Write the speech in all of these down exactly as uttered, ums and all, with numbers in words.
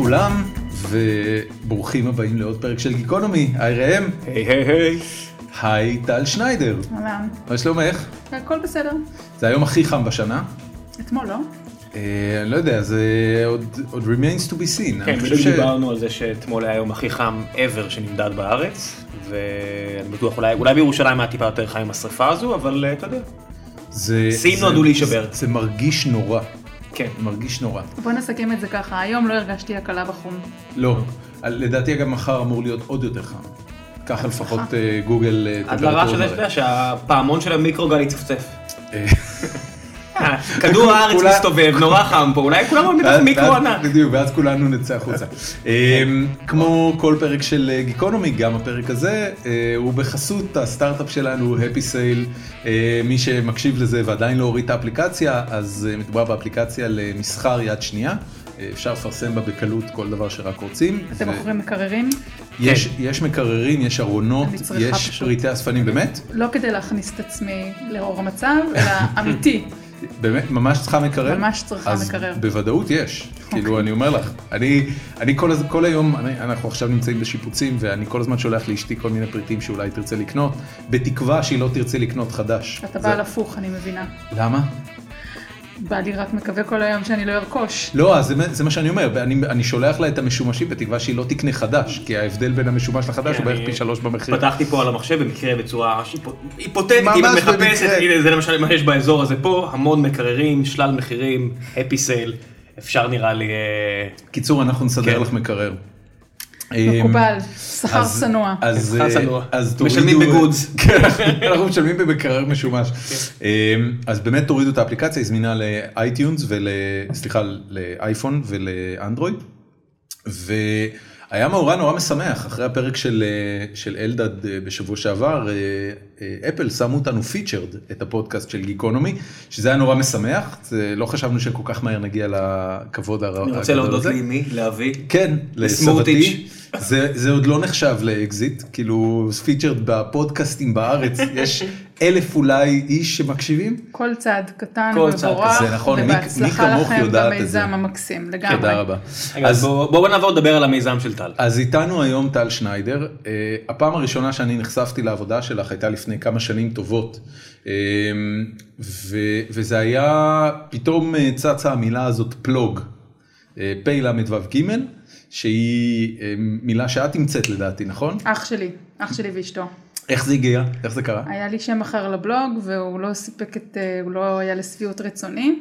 לכולם, וברוכים הבאים לעוד פרק של גיקונומי. היי ראם. היי היי היי. היי טל שניידר. אהלן. מה שלומך? הכל בסדר. זה היום הכי חם בשנה. אתמול לא? אני לא יודע, זה עוד, עוד remains to be seen. כן, בדיוק דיברנו על זה שאתמול היה היום הכי חם ever שנמדד בארץ, ואני בטוח אולי, אולי בירושלים היה טיפה יותר חם עם השריפה הזו, אבל אתה יודע. סין נועדו להישבר. זה מרגיש נורא. כן. מרגיש נורא. בוא נסכם את זה ככה, היום לא הרגשתי הקלה בחום. לא, לדעתי גם מחר אמור להיות עוד יותר חם. ככה לפחות גוגל... עד לרעש הזה שאתה יודע שהפעמון של המיקרוגל יצפצף. כדור הארץ מסתובב, נורא חם פה, אולי כולנו מתוך מיקרו ענק. בדיוק, ואז כולנו נצא החוצה. כמו כל פרק של גיקונומי, גם הפרק הזה, הוא בחסות הסטארט-אפ שלנו, Happy Sale. מי שמקשיב לזה ועדיין לא הוריד את האפליקציה, אז מדובר באפליקציה למסחר יד שנייה. אפשר לפרסם בה בקלות כל דבר שרק רוצים. אתם מוכרים מקררים? יש, יש מקררים, יש ארונות, יש פריטי אספנים, באמת? לא כדי להכניס את עצמי לאור המצב, אלא אמיתי. באמת, ממש צריכה מקרר? ממש צריכה מקרר. אז בוודאות יש, כאילו אני אומר לך, אני, אני כל, כל היום, אני, אנחנו עכשיו נמצאים בשיפוצים, ואני כל הזמן שולח לאשתי כל מיני פריטים שאולי תרצה לקנות, בתקווה שהיא לא תרצה לקנות חדש. אתה בא על הפוך, אני מבינה. למה? בא לי רק מקווה כל היום שאני לא ארכוש. לא, זה, זה מה שאני אומר, אני, אני שולח לה את המשומשים בתקווה שהיא לא תקנה חדש, כי ההבדל בין המשומש לחדש הוא בערך פי שלוש במחיר. פתחתי פה על המחשב במקרה בצורה היפותטית, אם את מחפשת, הנה זה למשל מה יש באזור הזה פה, המון מקררים, שלל מחירים, Happy Sale, אפשר נראה לי... קיצור, אנחנו נסדר לך מקרר. מקובל, שכר צנוע. משלמים בגודס. אנחנו משלמים במקרר משומש. אז באמת תורידו את האפליקציה, היא זמינה לאייטיונס, סליחה, לאייפון ולאנדרואיד. והיה מאורע נורא משמח, אחרי הפרק של אלדד בשבוע שעבר, אפל שמו אותנו פיצ'רד את הפודקאסט של גיקונומי, שזה היה נורא משמח, לא חשבנו שכל כך מהר נגיע לכבוד הגדול הזה. אני רוצה להודות לאמי, לאבי. כן, לסבתי. זה עוד לא נחשב לאקזיט, כאילו פיצ'רד בפודקאסטים בארץ, יש אלף אולי איש שמקשיבים? כל צעד קטן ובורח, ובהצלחה לכם במיזם המקסים, לגמרי. תודה רבה. אז בואו נעבור לדבר על המיזם של טל. אז איתנו היום טל שניידר, הפעם הראשונה שאני נחשפתי לעבודה שלך הייתה לפני כמה שנים טובות, וזה היה, פתאום צצה המילה הזאת פלוג, פי למד וו גימל, שהיא מילה שאת המצאת לדעתי, נכון? אח שלי, אח שלי ואשתו. איך זה הגיע? איך זה קרה? היה לי שם אחר לבלוג, והוא לא סיפק את, הוא לא היה לשביעות רצוני,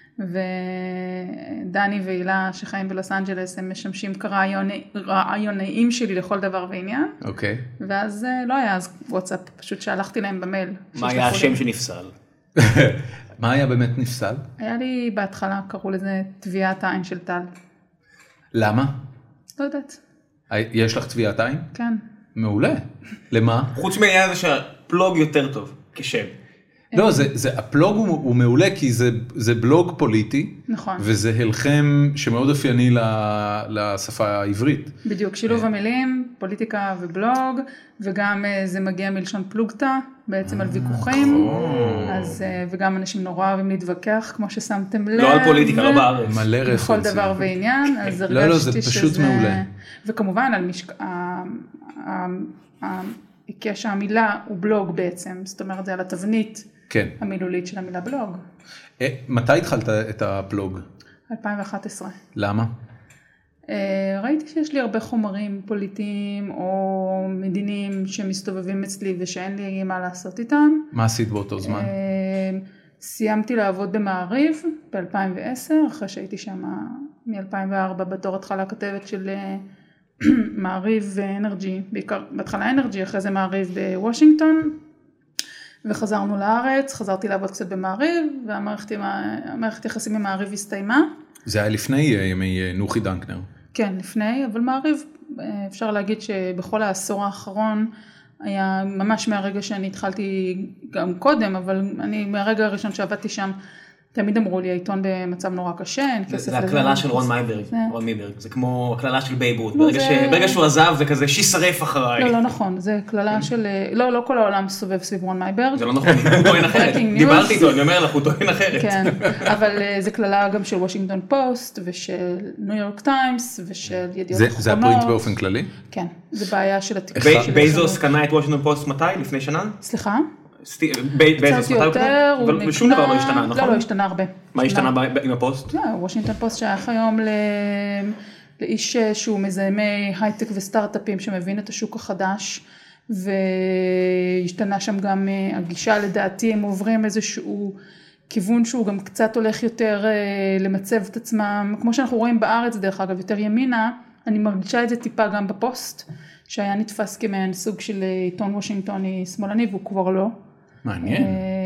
ודני והילה שחיים בלוס אנג'לס, הם משמשים כרעיונאים שלי לכל דבר ועניין. אוקיי. ואז לא היה אז וואטסאפ, פשוט שלחתי להם במייל. מה היה השם שנפסל? מה היה באמת נפסל? היה לי בהתחלה, קראו לזה טביעת העין של טל. למה? לא יודעת. יש לך טביעת עין? כן. מעולה. למה? חוץ מהעניין הזה שהפלוג יותר טוב, כשם. לא, זה, זה, הפלוג הוא, הוא מעולה כי זה, זה בלוג פוליטי. נכון. וזה הלחם שמאוד אופייני לשפה העברית. בדיוק, שילוב המילים, פוליטיקה ובלוג, וגם זה מגיע מלשון פלוגתא, בעצם על ויכוחים. אז, וגם אנשים נורא אוהבים להתווכח, כמו ששמתם לב. לא על פוליטיקה, לא בארץ. מלא רפרנסים. בכל דבר ועניין, אז הרגשתי שזה... לא, לא, זה פשוט מעולה. וכמובן, על משק... היקש המילה הוא בלוג בעצם, זאת אומרת זה על התבנית כן. המילולית של המילה בלוג. מתי התחלת את הפלוג? אלפיים ואחת עשרה. למה? ראיתי שיש לי הרבה חומרים פוליטיים או מדיניים שמסתובבים אצלי ושאין לי מה לעשות איתם. מה עשית באותו זמן? סיימתי לעבוד במעריב ב-אלפיים ועשר, אחרי שהייתי שם מ-אלפיים וארבע בתור התחלה כתבת של... מעריב ואנרג'י, בעיקר בהתחלה אנרג'י, אחרי זה מעריב בוושינגטון, וחזרנו לארץ, חזרתי לעבוד קצת במעריב, והמערכת יחסים עם מעריב הסתיימה. זה היה לפני ימי נוחי דנקנר. כן, לפני, אבל מעריב, אפשר להגיד שבכל העשור האחרון, היה ממש מהרגע שאני התחלתי גם קודם, אבל אני מהרגע הראשון שעבדתי שם, תמיד אמרו לי, העיתון במצב נורא קשה, אין כסף לזה. זה הכללה של רון מייברג, רון מייברג, זה כמו הכללה של בייב רות, ברגע שהוא עזב זה כזה שישרף אחריי. לא, לא נכון, זה כללה של, לא, לא כל העולם סובב סביב רון מייברג. זה לא נכון, הוא טוען אחרת, דיברתי איתו, אני אומר לך, הוא טוען אחרת. כן, אבל זה כללה גם של וושינגטון פוסט, ושל ניו יורק טיימס, ושל ידיעות אחרונות. זה הפרינט באופן כללי? כן, זה בעיה של התקשורת. בייזוס קנה את וושינגטון פוסט מתי? לפני שנה? סליחה? קצת יותר, אבל שום דבר לא השתנה, נכון? לא, לא השתנה הרבה. מה השתנה עם הפוסט? וושינגטון פוסט שייך היום לאיש שהוא מזהמי הייטק וסטארט-אפים שמבין את השוק החדש, והשתנה שם גם הגישה, לדעתי הם עוברים איזשהו כיוון שהוא גם קצת הולך יותר למצב את עצמם, כמו שאנחנו רואים בארץ דרך אגב, יותר ימינה, אני מרגישה את זה טיפה גם בפוסט, שהיה נתפס כמעין סוג של עיתון וושינגטוני שמאלני, והוא כבר לא. מעניין.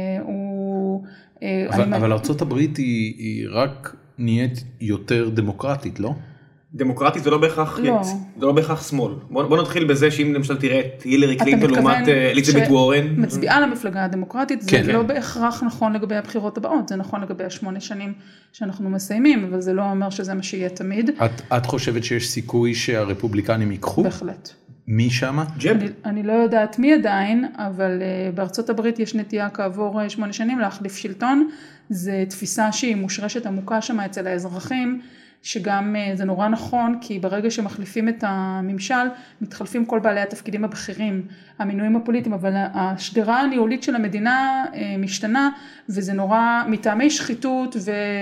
אבל ארצות הברית היא רק נהיית יותר דמוקרטית, לא? דמוקרטית זה לא בהכרח, זה לא בהכרח שמאל. בוא נתחיל בזה שאם למשל תראה את הילרי קלינטון לעומת אליזבת וורן. מצביעה למפלגה הדמוקרטית, זה לא בהכרח נכון לגבי הבחירות הבאות, זה נכון לגבי השמונה שנים שאנחנו מסיימים, אבל זה לא אומר שזה מה שיהיה תמיד. את חושבת שיש סיכוי שהרפובליקנים ייקחו? בהחלט. מי שמה? אני, אני לא יודעת מי עדיין, אבל uh, בארצות הברית יש נטייה כעבור שמונה שנים להחליף שלטון, זה תפיסה שהיא מושרשת עמוקה שמה אצל האזרחים, שגם uh, זה נורא נכון, כי ברגע שמחליפים את הממשל, מתחלפים כל בעלי התפקידים הבכירים, המינויים הפוליטיים, אבל השדרה הניהולית של המדינה uh, משתנה, וזה נורא, מטעמי שחיתות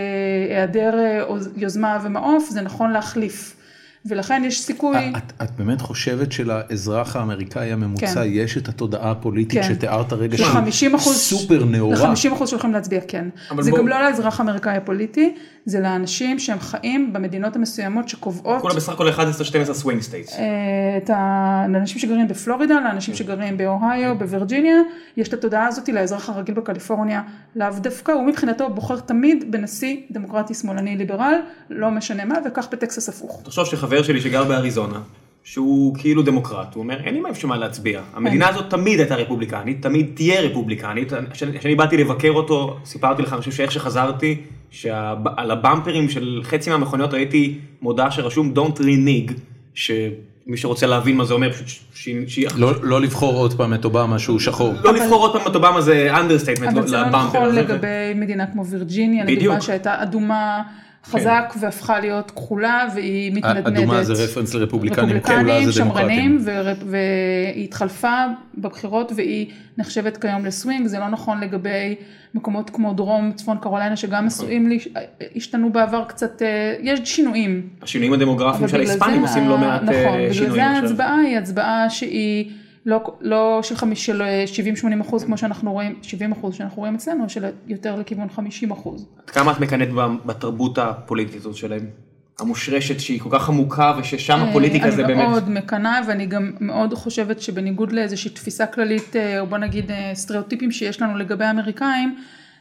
והיעדר uh, יוזמה ומעוף, זה נכון להחליף. ולכן יש סיכוי... את, את באמת חושבת שלאזרח האמריקאי הממוצע כן. יש את התודעה הפוליטית כן. שתיארת רגע שהיא סופר נאורה? ל-חמישים אחוז שהולכים להצביע כן. זה בוא... גם לא לאזרח האמריקאי הפוליטי, זה לאנשים שהם חיים במדינות המסוימות שקובעות... כולה בסך הכל אחת עשרה שתים עשרה סווינג סטייטס. את האנשים שגרים בפלורידה, לאנשים שגרים באוהיו, בווירג'יניה, יש את התודעה הזאת לאזרח הרגיל בקליפורניה, לאו דווקא, הוא מבחינתו בוחר תמיד בנשיא דמוקרטי שמאלני ליברל, לא משנה מה, וכך בטקסס הפוך. תחשוב שחבר שלי שגר באריזונה, שהוא כאילו דמוקרט, הוא אומר, אין לי מה שמה להצביע. המדינה הזאת תמיד הייתה רפובליקנית, תמיד תהיה רפובליקנית. כשאני באתי לבקר אותו, סיפרתי לך, אני חושב שאיך שחזרתי, שעל הבמפרים של חצי מהמכוניות ראיתי מודעה שרשום Don't renege, שמי שרוצה להבין מה זה אומר, פשוט... לא לבחור עוד פעם את אובמה שהוא שחור. לא לבחור עוד פעם את אובמה זה understatement לבמפר. אבל זה לא נכון לגבי מדינה כמו וירג'יניה, לדוגמה שהייתה אדומה, חזק והפכה להיות כחולה והיא מתנדנדת. אדומה זה רפרנס לרפובליקנים, כחולה זה דמוקרטים. והיא התחלפה בבחירות והיא נחשבת כיום לסווינג, זה לא נכון לגבי מקומות כמו דרום, צפון קרוליינה, שגם עשויים השתנו בעבר קצת, יש שינויים. השינויים הדמוגרפיים של ההיספנים עושים לא מעט שינויים. נכון, בגלל זה ההצבעה היא הצבעה שהיא לא, לא של שבעים שמונים אחוז כמו שאנחנו רואים, שבעים אחוז שאנחנו רואים אצלנו, של יותר לכיוון חמישים אחוז. כמה את מקנאת בתרבות הפוליטית הזאת שלהם? המושרשת שהיא כל כך עמוקה וששם הפוליטיקה זה באמת... אני מאוד מקנאה ואני גם מאוד חושבת שבניגוד לאיזושהי תפיסה כללית, או בוא נגיד סטריאוטיפים שיש לנו לגבי האמריקאים,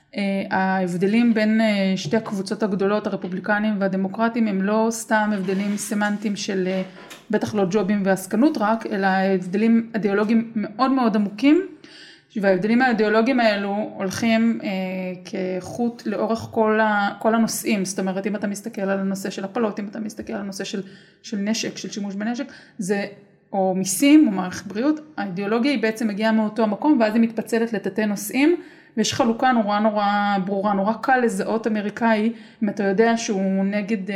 ההבדלים בין שתי הקבוצות הגדולות, הרפובליקנים והדמוקרטים, הם לא סתם הבדלים סמנטיים של בטח לא ג'ובים ועסקנות רק, אלא הבדלים אידיאולוגיים מאוד מאוד עמוקים, וההבדלים האידיאולוגיים האלו הולכים אה, כחוט לאורך כל, ה, כל הנושאים, זאת אומרת אם אתה מסתכל על הנושא של הפלות, אם אתה מסתכל על הנושא של, של נשק, של שימוש בנשק, זה או מיסים או מערכת בריאות, האידיאולוגיה היא בעצם מגיעה מאותו המקום, ואז היא מתפצלת לתתי נושאים, ויש חלוקה נורא נורא ברורה, נורא קל לזהות אמריקאי, אם אתה יודע שהוא נגד... אה,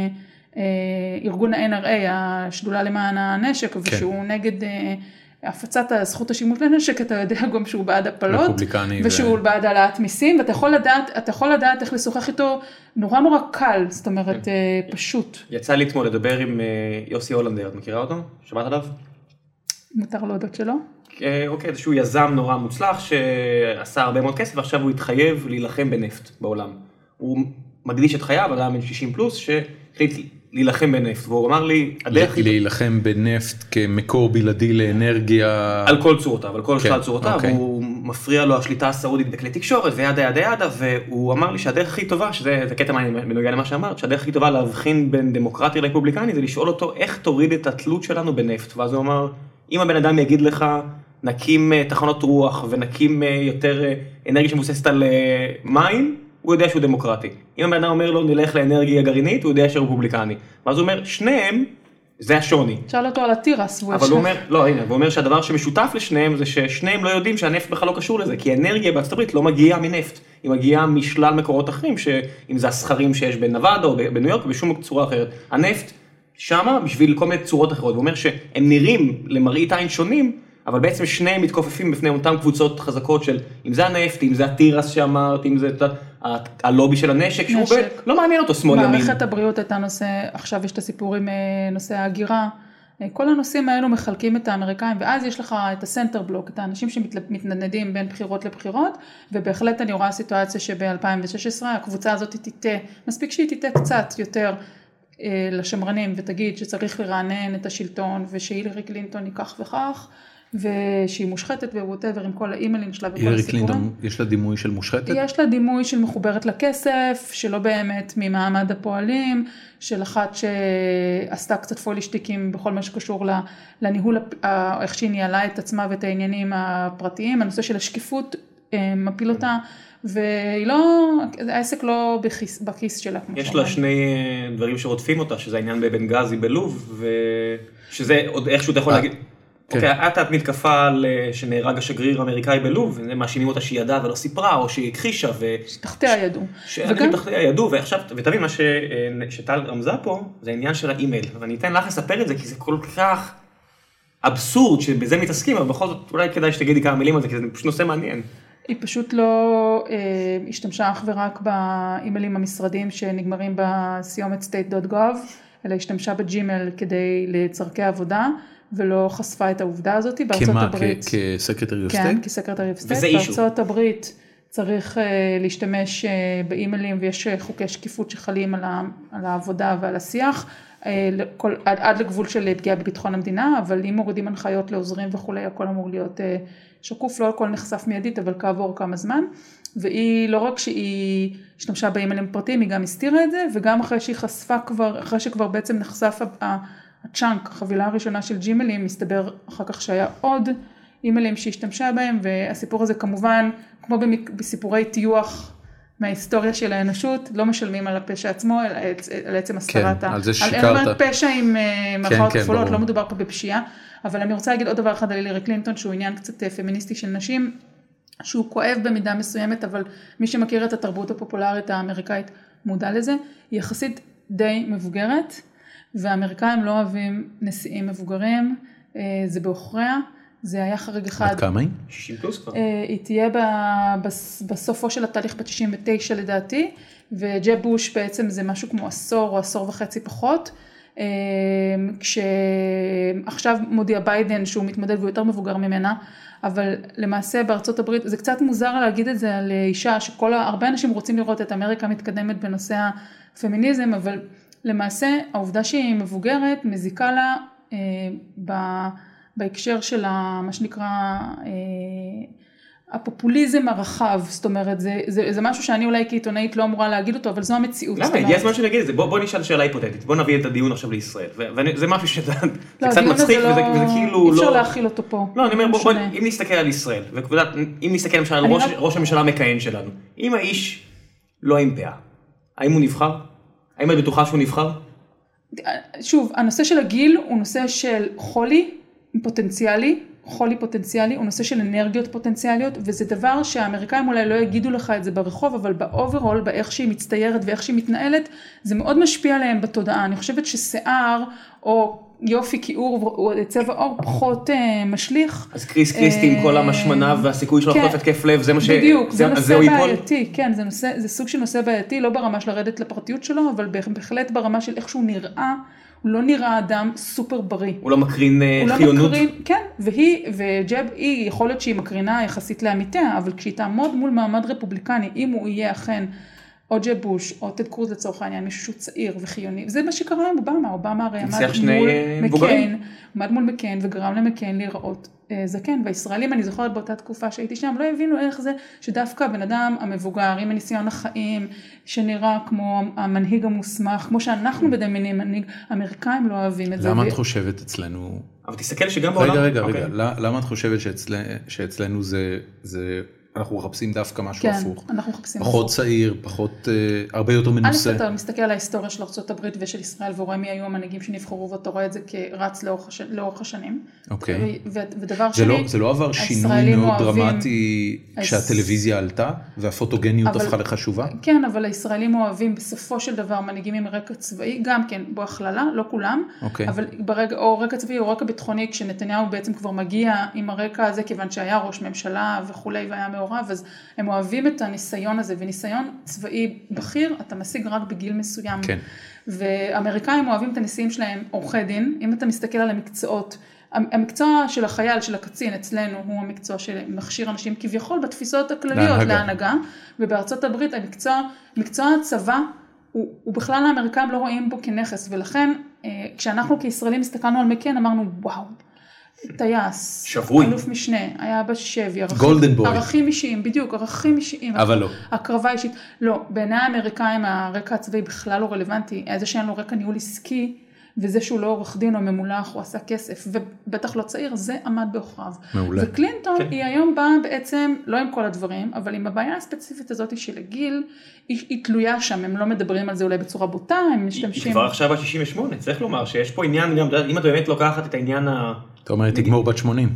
ארגון ה-אן אר איי, השדולה למען הנשק, ושהוא נגד הפצת הזכות השימוש לנשק, אתה יודע גם שהוא בעד הפלות, ושהוא בעד העלאת מיסים, ואתה יכול לדעת, אתה יכול לדעת איך לשוחח איתו נורא נורא קל, זאת אומרת, פשוט. יצא לי אתמול לדבר עם יוסי הולנדר, את מכירה אותו? שמעת עליו? מותר להודות שלא? אוקיי, איזשהו יזם נורא מוצלח, שעשה הרבה מאוד כסף, ועכשיו הוא התחייב להילחם בנפט בעולם. הוא מקדיש את חייו, אדם בן שישים פלוס, שהחליט להילחם בנפט, והוא אמר לי, הדרך... להילחם בנפט כמקור בלעדי לאנרגיה... על כל צורותיו, על כל שלל צורותיו, הוא מפריע לו השליטה הסעודית בכלי תקשורת, וידה ידה ידה, והוא אמר לי שהדרך הכי טובה, שזה קטע בנוגע למה שאמרת, שהדרך הכי טובה להבחין בין דמוקרטי לרפובליקני, זה לשאול אותו איך תוריד את התלות שלנו בנפט, ואז הוא אמר, אם הבן אדם יגיד לך, נקים תחנות רוח, ונקים יותר אנרגיה שמבוססת על מים, הוא יודע שהוא דמוקרטי. אם הבן אדם אומר לו, נלך לאנרגיה גרעינית, הוא יודע שהוא רפובליקני. ואז הוא אומר, שניהם, זה השוני. שאל אותו על הטירס, והוא אבל הוא אומר, לא, הנה, הוא אומר שהדבר שמשותף לשניהם, זה ששניהם לא יודעים שהנפט בכלל לא קשור לזה, כי אנרגיה בארצות הברית לא מגיעה מנפט, היא מגיעה משלל מקורות אחרים, שאם זה הסחרים שיש בנבדה או בניו יורק, בשום צורה אחרת. הנפט שמה בשביל כל מיני צורות אחרות, הוא אומר שהם נראים למראית עין שונים, אבל בעצם שניהם מתכופפים בפני אותם קבוצות חזקות של, אם זה הנפט, אם זה הטירס שאמרת, אם זה הלובי של הנשק, שהוא לא מעניין אותו שמאל ימין. מערכת הבריאות הייתה נושא, עכשיו יש את הסיפור עם נושא ההגירה, כל הנושאים האלו מחלקים את האמריקאים, ואז יש לך את הסנטר בלוק, את האנשים שמתנדנדים בין בחירות לבחירות, ובהחלט אני רואה סיטואציה שב-אלפיים ושש עשרה הקבוצה הזאת תיטה, מספיק שהיא תיטה קצת יותר לשמרנים, ותגיד שצריך לרענן את השלטון, ושהילרי קלינטון ייקח וכך, ושהיא מושחתת ווואטאבר עם כל האימיילים שלה וכל הילרי הסיפורים. קלינטון, יש לה דימוי של מושחתת? יש לה דימוי של מחוברת לכסף, שלא באמת ממעמד הפועלים, של אחת שעשתה קצת פולישטיקים בכל מה שקשור לניהול, איך שהיא ניהלה את עצמה ואת העניינים הפרטיים, הנושא של השקיפות מפיל אותה, והיא לא, העסק לא בכיס, בכיס שלה. יש לה שני דברים שרודפים אותה, שזה העניין בבנגזי בלוב, ושזה עוד איכשהו אתה יכול להגיד, אוקיי, הייתה את מתקפה שנהרג השגריר האמריקאי בלוב, ומאשימים אותה שהיא ידעה ולא סיפרה, או שהיא הכחישה, שתחתיה ידעו. שתחתיה ידעו, ועכשיו, ותבין מה שטל רמזה פה, זה העניין של האימייל, ואני אתן לך לספר את זה, כי זה כל כך אבסורד שבזה מתעסקים, אבל בכל זאת אולי כדאי שתגידי כמה מילים על זה, כי זה פשוט נושא מעניין. היא פשוט לא אה, השתמשה אך ורק באימיילים המשרדיים שנגמרים בסיומת סטייט דוט גוב, אלא השתמשה בג'ימייל כדי לצרכי עבודה, ולא חשפה את העובדה הזאת. בארצות הברית, כסקרטרי אוף כן, סטייט? כסקרטרי אוף סטייט. בארצות הברית צריך uh, להשתמש uh, באימיילים, ויש חוקי שקיפות שחלים על, ה, על העבודה ועל השיח, uh, לכל, עד, עד לגבול של פגיעה בביטחון המדינה, אבל אם מורידים הנחיות לעוזרים וכולי, הכל אמור להיות uh, שקוף, לא הכל נחשף מיידית, אבל כעבור כמה זמן, והיא לא רק שהיא השתמשה באימיילים פרטיים, היא גם הסתירה את זה, וגם אחרי שהיא חשפה כבר, אחרי שכבר בעצם נחשף ה... הצ'אנק, החבילה הראשונה של ג'ימיילים, מסתבר אחר כך שהיה עוד אימיילים שהשתמשה בהם, והסיפור הזה כמובן, כמו בסיפורי טיוח מההיסטוריה של האנושות, לא משלמים על הפשע עצמו, אלא על עצם הסתרת. כן, על זה ששיקרת. על אין פשע עם מרכאות כפולות, לא מדובר פה בפשיעה, אבל אני רוצה להגיד עוד דבר אחד על הילרי קלינטון, שהוא עניין קצת פמיניסטי של נשים, שהוא כואב במידה מסוימת, אבל מי שמכיר את התרבות הפופולרית האמריקאית מודע לזה, היא יחסית די מבוגרת, והאמריקאים לא אוהבים נשיאים מבוגרים, זה באוכריה, זה היה חריג אחד. עד כמה היא? שישים פלוס כבר. היא תהיה בסופו של התהליך בת שישים ותשע לדעתי, וג'ב בוש בעצם זה משהו כמו עשור או עשור וחצי פחות, כשעכשיו מודיע ביידן שהוא מתמודד והוא יותר מבוגר ממנה, אבל למעשה בארצות הברית, זה קצת מוזר להגיד את זה על אישה, שכל הרבה אנשים רוצים לראות את אמריקה מתקדמת בנושא הפמיניזם, אבל למעשה, העובדה שהיא מבוגרת, מזיקה לה אה, ב, בהקשר של ה, מה שנקרא, אה, הפופוליזם הרחב, זאת אומרת, זה, זה, זה משהו שאני אולי כעיתונאית לא אמורה להגיד אותו, אבל זו המציאות. למה? הגיע הזמן שנגיד את זה, בוא, בוא נשאל שאלה היפותטית, בוא נביא את הדיון עכשיו לישראל, וזה משהו שזה לא, קצת מצחיק, לא, וזה, וזה כאילו אי אפשר לא... להכיל אותו פה. לא, אני אומר, בוא, בוא, אם נסתכל על ישראל, ואם נסתכל למשל על ראש, רק... ראש הממשלה המכהן שלנו, אם האיש לא עם פאה, האם הוא נבחר? האם את בטוחה שהוא נבחר? שוב, הנושא של הגיל הוא נושא של חולי פוטנציאלי, חולי פוטנציאלי, הוא נושא של אנרגיות פוטנציאליות, וזה דבר שהאמריקאים אולי לא יגידו לך את זה ברחוב, אבל באוברול, באיך שהיא מצטיירת ואיך שהיא מתנהלת, זה מאוד משפיע עליהם בתודעה. אני חושבת ששיער או יופי, כיעור או צבע עור פחות אה, משליך. אז קריס קריסטי עם כל המשמנה והסיכוי שלו לחטוף התקף לב, זה מה ש... בדיוק, זה נושא בעייתי, כן, זה, נושא, זה סוג של נושא בעייתי, לא ברמה של לרדת לפרטיות שלו, אבל בהחלט ברמה של איך שהוא נראה, הוא לא נראה אדם סופר בריא. הוא לא מקרין הוא חיונות? לא מקרין, כן, והיא, וג'ב, היא יכול להיות שהיא מקרינה יחסית לעמיתיה, אבל כשהיא תעמוד מול מעמד רפובליקני, אם הוא יהיה אכן או ג'ב בוש, או טד קרוז לצורך העניין, מישהו שהוא צעיר וחיוני, וזה מה שקרה עם אובמה, אובמה הרי עמד מול מקיין, עמד מול מקיין וגרם למקיין להיראות זקן, והישראלים, אני זוכרת באותה תקופה שהייתי שם, לא הבינו איך זה, שדווקא בן אדם המבוגר, עם הניסיון החיים, שנראה כמו המנהיג המוסמך, כמו שאנחנו מדמיינים מנהיג, האמריקאים לא אוהבים את זה. למה את חושבת אצלנו? אבל תסתכל שגם בעולם... רגע, רגע, רגע, למה את חושבת שאצלנו זה אנחנו מחפשים דווקא משהו כן, הפוך. אנחנו מחפשים פחות הפוך. צעיר, פחות, הרבה יותר מנוסה. א', אתה מסתכל על ההיסטוריה של ארצות הברית ושל ישראל, ורואה מי היו המנהיגים שנבחרו, ואתה רואה את זה כרץ לאורך, הש... לאורך השנים. אוקיי. ו... ודבר זה שני, לא, זה לא עבר שינוי מאוד דרמטי כשהטלוויזיה עלתה, והפוטוגניות הפכה לחשובה? כן, אבל הישראלים אוהבים בסופו של דבר מנהיגים עם רקע צבאי, גם כן, בו הכללה, לא כולם, אוקיי. אבל ברגע, או רקע צבאי או רקע ביטחוני, כשנתניהו בעצם כבר מגיע עם הרקע הזה, כיוון שהיה ראש ממשלה וכולי והיה מעורב, אז הם אוהבים את הניסיון הזה, וניסיון צבאי בכיר, אתה משיג רק בגיל מסוים. כן. ואמריקאים אוהבים את הנשיאים שלהם עורכי דין, אם אתה מסתכל על המקצועות, המקצוע של החייל, של הקצין אצלנו, הוא המקצוע שמכשיר אנשים כביכול בתפיסות הכלליות להנהגה, להנהגה ובארצות הברית המקצוע, מקצוע הצבא, הוא, הוא בכלל האמריקאים לא רואים בו כנכס, ולכן כשאנחנו כישראלים הסתכלנו על מקן, אמרנו וואו, טייס, שבוי, אלוף משנה, היה בשבי, גולדן בוי, ערכים אישיים, בדיוק, ערכים אישיים, אבל לא. הקרבה אישית, לא, בעיני האמריקאים הרקע הצבאי בכלל לא רלוונטי, איזה שאין לו רקע ניהול עסקי, וזה שהוא לא עורך דין או ממולח, הוא עשה כסף, ובטח לא צעיר, זה עמד בעוכריו. מעולה. וקלינטון כן. היא היום באה בעצם, לא עם כל הדברים, אבל עם הבעיה הספציפית הזאת של הגיל, היא, היא תלויה שם, הם לא מדברים על זה אולי בצורה בוטה, הם משתמשים... היא כבר עכשיו ב-שישים ושמונה, צריך לומר שיש פה עניין, גם, אם את באמת לוקחת את העניין ה... אתה אומר, תגמור בת שמונים.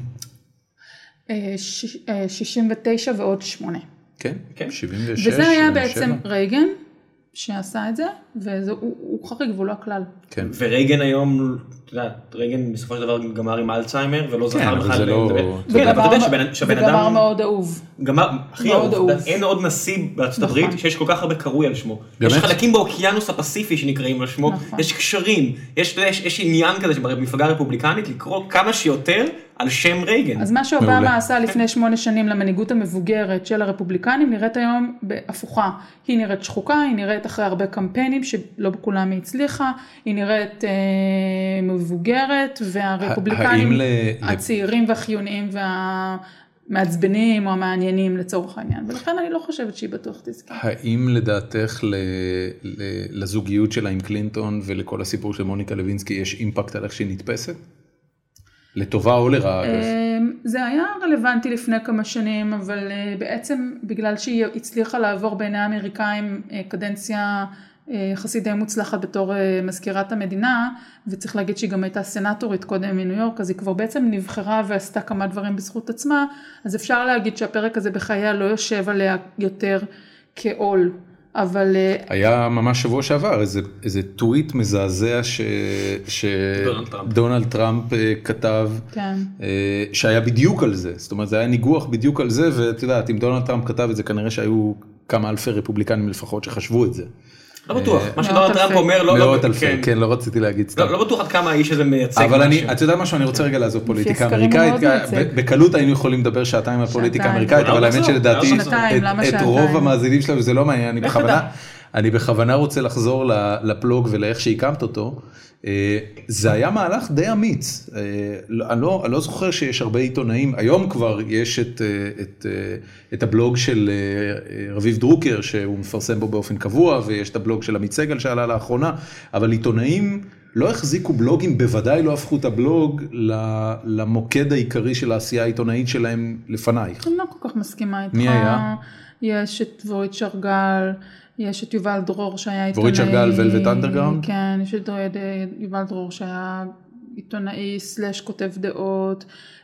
שישים ותשע ועוד שמונה. כן, כן. שבעים ושש. וזה היה בעצם רייגן, שעשה את זה, והוא חריג והוא לא הכלל. כן. ורייגן היום, אתה יודע, רייגן בסופו של דבר גמר עם אלצהיימר, ולא זכר בכלל לדבר. כן, אבל אתה יודע שבן אדם... וגמר מאוד אהוב. גמר, הכי אהוב. אין עוד נשיא בארצות הברית שיש כל כך הרבה קרוי על שמו. יש חלקים באוקיינוס הפסיפי שנקראים על שמו, יש קשרים, יש עניין כזה שבמפלגה הרפובליקנית לקרוא כמה שיותר על שם רייגן. אז מה שאובמה עשה לפני שמונה שנים למנהיגות המבוגרת של הרפובליקנים, נראית היום בהפוכה. היא נראית שחוקה, היא נראית אחרי הרבה קמפיינים שלא בכולם היא הצליחה, היא נראית אה, מבוגרת, והרפובליקנים ל... הצעירים והחיוניים והמעצבנים או המעניינים לצורך העניין. ולכן אני לא חושבת שהיא בטוח תזכה. האם לדעתך ל... ל... לזוגיות שלה עם קלינטון ולכל הסיפור של מוניקה לוינסקי יש אימפקט על איך שהיא נתפסת? לטובה או לרעה, אגב? זה היה רלוונטי לפני כמה שנים, אבל בעצם בגלל שהיא הצליחה לעבור בעיני האמריקאים קדנציה יחסית די מוצלחת בתור מזכירת המדינה, וצריך להגיד שהיא גם הייתה סנטורית קודם מניו יורק, אז היא כבר בעצם נבחרה ועשתה כמה דברים בזכות עצמה, אז אפשר להגיד שהפרק הזה בחייה לא יושב עליה יותר כעול. אבל... היה ממש שבוע שעבר, איזה, איזה טוויט מזעזע ש... שדונלד טראמפ כתב, כן. שהיה בדיוק על זה, זאת אומרת, זה היה ניגוח בדיוק על זה, ואת יודעת, אם דונלד טראמפ כתב את זה, כנראה שהיו כמה אלפי רפובליקנים לפחות שחשבו את זה. לא בטוח, מה שדונלד טראמפ אומר, לא... מאות אלפי, כן, לא רציתי להגיד סתם. לא בטוח עד כמה האיש הזה מייצג. אבל אני, את יודעת משהו, אני רוצה רגע לעזוב פוליטיקה אמריקאית, בקלות היינו יכולים לדבר שעתיים על פוליטיקה אמריקאית, אבל האמת שלדעתי, את רוב המאזינים שלנו, זה לא מעניין, אני בכוונה, אני בכוונה רוצה לחזור לפלוג ולאיך שהקמת אותו, זה היה מהלך די אמיץ, אני לא, אני לא זוכר שיש הרבה עיתונאים, היום כבר יש את, את, את הבלוג של רביב דרוקר, שהוא מפרסם בו באופן קבוע, ויש את הבלוג של עמית סגל שעלה לאחרונה, אבל עיתונאים לא החזיקו בלוגים, בוודאי לא הפכו את הבלוג למוקד העיקרי של העשייה העיתונאית שלהם לפנייך. אני לא כל כך מסכימה איתך. מי היה? יש את דבורית שרגל, יש את יובל דרור שהיה עיתונאי. דבורית שרגל ולווט אנדרגראונד? כן, יש את יובל דרור שהיה עיתונאי סלש כותב דעות.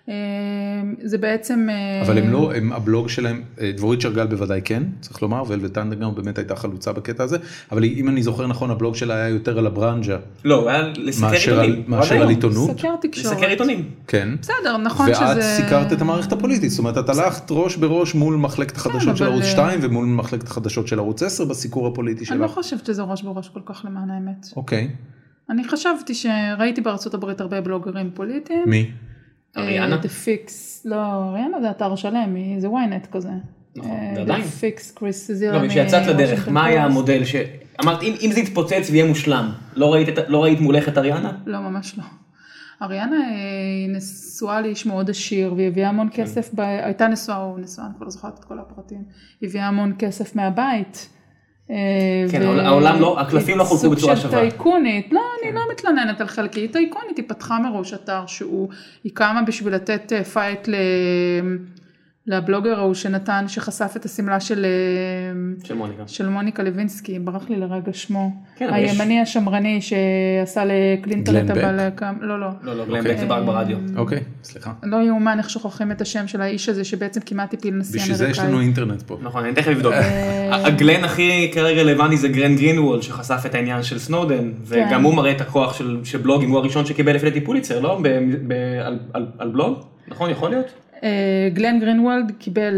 זה בעצם... אבל הם לא, הם הבלוג שלהם, דבורית שרגל בוודאי כן, צריך לומר, ולווט אנדרגראונד באמת הייתה חלוצה בקטע הזה, אבל אם אני זוכר נכון, הבלוג שלה היה יותר על הברנז'ה. לא, הוא היה לסקר עיתונים. מאשר על עיתונות. לסקר תקשורת. לסקר עיתונים. כן. בסדר, נכון שזה... ואת סיקרת את המערכת הפוליטית, זאת אומרת, את הלכת ראש בראש מול מחלקת החדשות של ערוץ שתיים, ומול מחלקת החדשות של ערוץ עשר בסיקור הפוליטי שלך. אני לא חושבת שזה ראש בראש כל כך למען האמת. אוקיי. אני חשבתי שראיתי בארצות הברית הרבה בלוגרים פוליטיים. מי? אריאנה? The Fix, לא, אריאנה זה אתר שלם, זה וויינט כזה. נכון, זה עדיין. The Fix, קריס זירה. לא, כשיצאת לדרך, מה היה המודל ש... אמרת, אם זה יתפוצץ ויהיה מושלם, לא ראית מולך את אריאנה? לא, ממש לא. אריאנה היא נשואה לאיש מאוד עשיר, והיא הביאה המון כסף, הייתה נשואה או נשואה, אני כבר לא זוכרת את כל הפרטים, היא הביאה המון כסף מהבית. כן, העולם לא, הקלפים לא חולקו בצורה שווה. סוג של טייקונית, לא, אני לא מתלוננת על חלקי, היא טייקונית, היא פתחה מראש אתר שהוא, היא קמה בשביל לתת פייט לבלוגר ההוא שנתן, שחשף את הסמלה של, של מוניקה. של מוניקה לוינסקי, ברח לי לרגע שמו. כן, הימני יש... השמרני שעשה לקלינטון את הבעל... לא, לא. לא, לא, גלן בק זה ברק ברדיו. אוקיי, סליחה. לא יאומן איך שוכחים את השם של האיש הזה, שבעצם כמעט הפיל נשיא אמריקאי. בשביל זה יש לנו אינטרנט פה. נכון, אני תכף לבדוק. הגלן הכי כרגע רלוונטי זה גרן גרינוולד, שחשף את העניין של סנודן, וגם הוא מראה את הכוח של בלוגים, הוא הראשון שקיבל לפני טיפוליצר, לא? על בלוג? נכון, יכול להיות? גלן גרינוולד קיבל,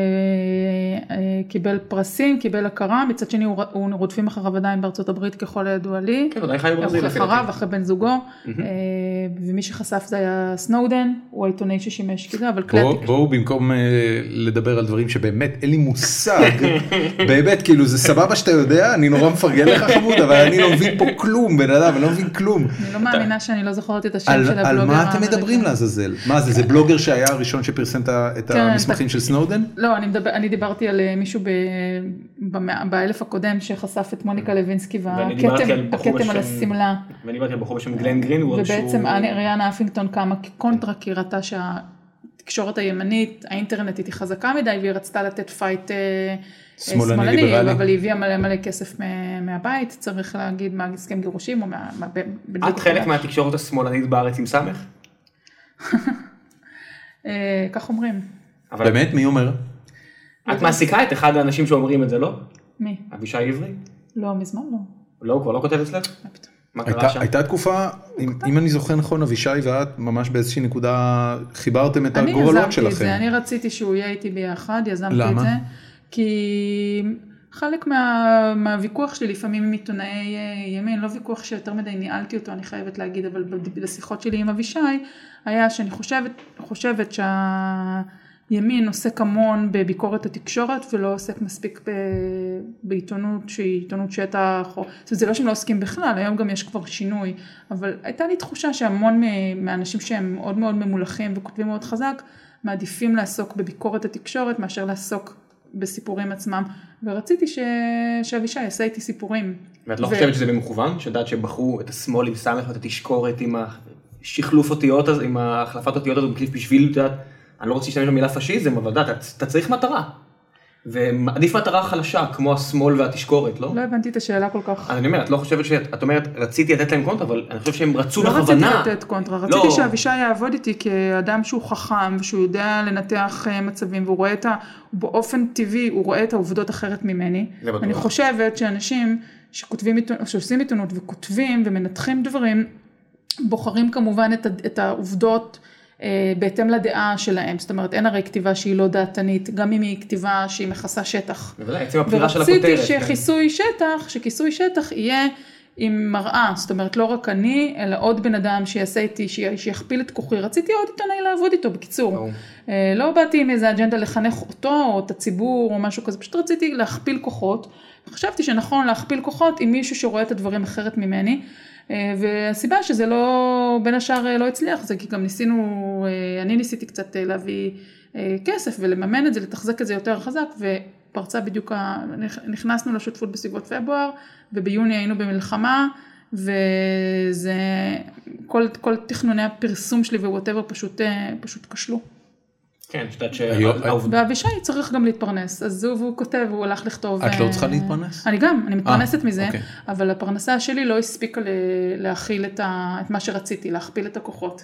קיבל פרסים, קיבל הכרה, מצד שני הוא רודפים אחריו עדיין בארצות הברית ככל הידוע לי. כן, עדיין חי בברזיל. אחריו, אחרי בן זוגו, ומי שחשף זה היה סנודן, הוא העיתונאי ששימש כזה, אבל קלטי. בואו במקום לדבר על דברים שבאמת אין לי מושג, באמת כאילו זה סבבה שאתה יודע, אני נורא מפרגן לך חמוד, אבל אני לא מבין פה כלום, בן אדם, אני לא מבין כלום. אני לא מאמינה שאני לא זוכרת את השם של הבלוגר. על מה אתם מדברים לעזאזל? מה זה, זה בלוגר שהיה הראשון שפרסם את המסמכים של סנודן? לא, אני דיברתי על מישהו באלף הקודם שחשף את מוניקה לוינסקי והכתם על הסמלה. ואני דיברתי על בחור בשם גלן גרינוולד. ובעצם ריאנה אפינגטון קמה כקונטרה, כי ראתה שהתקשורת הימנית, האינטרנטית היא חזקה מדי, והיא רצתה לתת פייט שמאלני ליברלי, אבל היא הביאה מלא מלא כסף מהבית, צריך להגיד מה הסכם גירושים או מה... את חלק מהתקשורת השמאלנית בארץ עם סמך? כך אומרים. באמת? מי אומר? את מעסיקה את אחד האנשים שאומרים את זה, לא? מי? אבישי עברי? לא, מזמן לא. לא, הוא כבר לא כותב אצלך? מה קרה שם? הייתה תקופה, אם אני זוכר נכון, אבישי ואת ממש באיזושהי נקודה חיברתם את הגורלות שלכם. אני יזמתי את זה, אני רציתי שהוא יהיה איתי ביחד, יזמתי את זה. כי חלק מהוויכוח שלי לפעמים עם עיתונאי ימין, לא ויכוח שיותר מדי ניהלתי אותו, אני חייבת להגיד, אבל בשיחות שלי עם אבישי, היה שאני חושבת, חושבת שהימין עוסק המון בביקורת התקשורת, ולא עוסק מספיק בעיתונות שהיא עיתונות שטח, זאת אומרת, זה לא שהם לא עוסקים בכלל, היום גם יש כבר שינוי, אבל הייתה לי תחושה שהמון מהאנשים שהם מאוד מאוד ממולכים וכותבים מאוד חזק, מעדיפים לעסוק בביקורת התקשורת, מאשר לעסוק בסיפורים עצמם, ורציתי ש... שאבישי יעשה איתי סיפורים. ואת לא ו... חושבת שזה במכוון? שדעת שבחרו את השמאל עם סמך ואת התשקורת עם השחלוף אותיות, עם ההחלפת אותיות הזאת, בשביל, יודעת, אני לא רוצה להשתמש במילה פשיזם, אבל יודעת, אתה צריך מטרה. ועדיף מטרה חלשה, כמו השמאל והתשקורת, לא? לא הבנתי את השאלה כל כך. אני אומר, את לא חושבת שאת אומרת, רציתי לתת להם קונטרה, אבל אני חושב שהם רצו בכוונה. לא רציתי לתת קונטרה, רציתי שאבישי יעבוד איתי כאדם שהוא חכם, ושהוא יודע לנתח מצבים, והוא רואה את ה... באופן טבעי, הוא רואה את העובדות אחרת ממני. אני חושבת שאנשים שכותבים, שעושים עיתונות וכותבים ומנתחים דברים, בוחרים כמובן את העובדות בהתאם לדעה שלהם, זאת אומרת, אין הרי כתיבה שהיא לא דעתנית, גם אם היא כתיבה שהיא מכסה שטח. בוודאי, עצם הבחירה של הכותרת. ורציתי שכיסוי שטח, שכיסוי שטח יהיה עם מראה, זאת אומרת, לא רק אני, אלא עוד בן אדם שיעשה איתי, שיכפיל את כוחי, רציתי עוד עיתונאי לעבוד איתו, בקיצור. לא באתי עם איזה אג'נדה לחנך אותו, או את הציבור, או משהו כזה, פשוט רציתי להכפיל כוחות, וחשבתי שנכון להכפיל כוחות עם מישהו שרואה את הדברים אחרת ממני, והסיבה שזה לא, בין השאר לא הצליח, זה כי גם ניסינו, אני ניסיתי קצת להביא כסף ולממן את זה, לתחזק את זה יותר חזק, ופרצה בדיוק, נכנסנו לשותפות בסביבות פברואר, וביוני היינו במלחמה, וזה, כל, כל תכנוני הפרסום שלי ווואטאבר פשוט, פשוט כשלו. כן, שתת ש... ואבישי צריך גם להתפרנס, אז הוא כותב, הוא הלך לכתוב... את לא צריכה להתפרנס? אני גם, אני מתפרנסת מזה, אבל הפרנסה שלי לא הספיקה להכיל את מה שרציתי, להכפיל את הכוחות.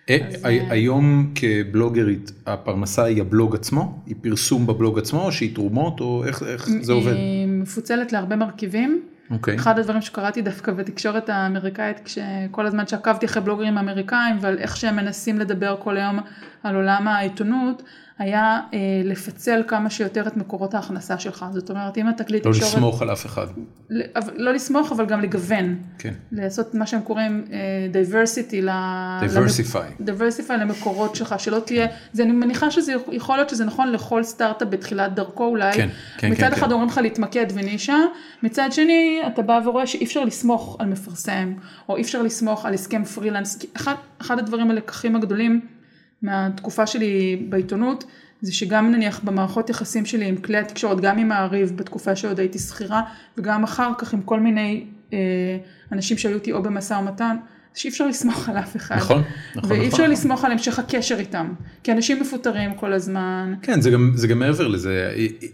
היום כבלוגרית, הפרנסה היא הבלוג עצמו? היא פרסום בבלוג עצמו, או שהיא תרומות, או איך זה עובד? היא מפוצלת להרבה מרכיבים. Okay. אחד הדברים שקראתי דווקא בתקשורת האמריקאית, כשכל הזמן שעקבתי אחרי בלוגרים אמריקאים, ועל איך שהם מנסים לדבר כל היום על עולם העיתונות, היה אה, לפצל כמה שיותר את מקורות ההכנסה שלך. זאת אומרת, אם התקליט לא תקשורת... לא לסמוך על אף אחד. לא, לא לסמוך, אבל גם לגוון. כן. לעשות מה שהם קוראים אה, diversity. diversify. למק... diversify למקורות שלך, שלא תהיה... זה, אני מניחה שזה יכול להיות שזה נכון לכל סטארט-אפ בתחילת דרכו אולי. כן, כן, מצד כן, אחד כן. אומרים לך להתמקד ונישה, מצד שני אתה בא ורואה שאי אפשר לסמוך על מפרסם, או אי אפשר לסמוך על הסכם פרילנס. אחד, אחד הדברים הלקחים הגדולים מהתקופה שלי בעיתונות, זה שגם נניח במערכות יחסים שלי עם כלי התקשורת, גם עם מעריב בתקופה שעוד הייתי שכירה, וגם אחר כך עם כל מיני אה, אנשים שהיו אותי או במשא ומתן, שאי אפשר לסמוך על אף אחד. נכון, נכון. ואי אפשר נכון. לסמוך על המשך הקשר איתם, כי אנשים מפוטרים כל הזמן. כן, זה גם, זה גם מעבר לזה.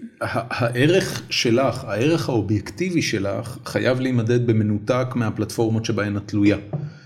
הערך שלך, הערך האובייקטיבי שלך, חייב להימדד במנותק מהפלטפורמות שבהן את תלויה.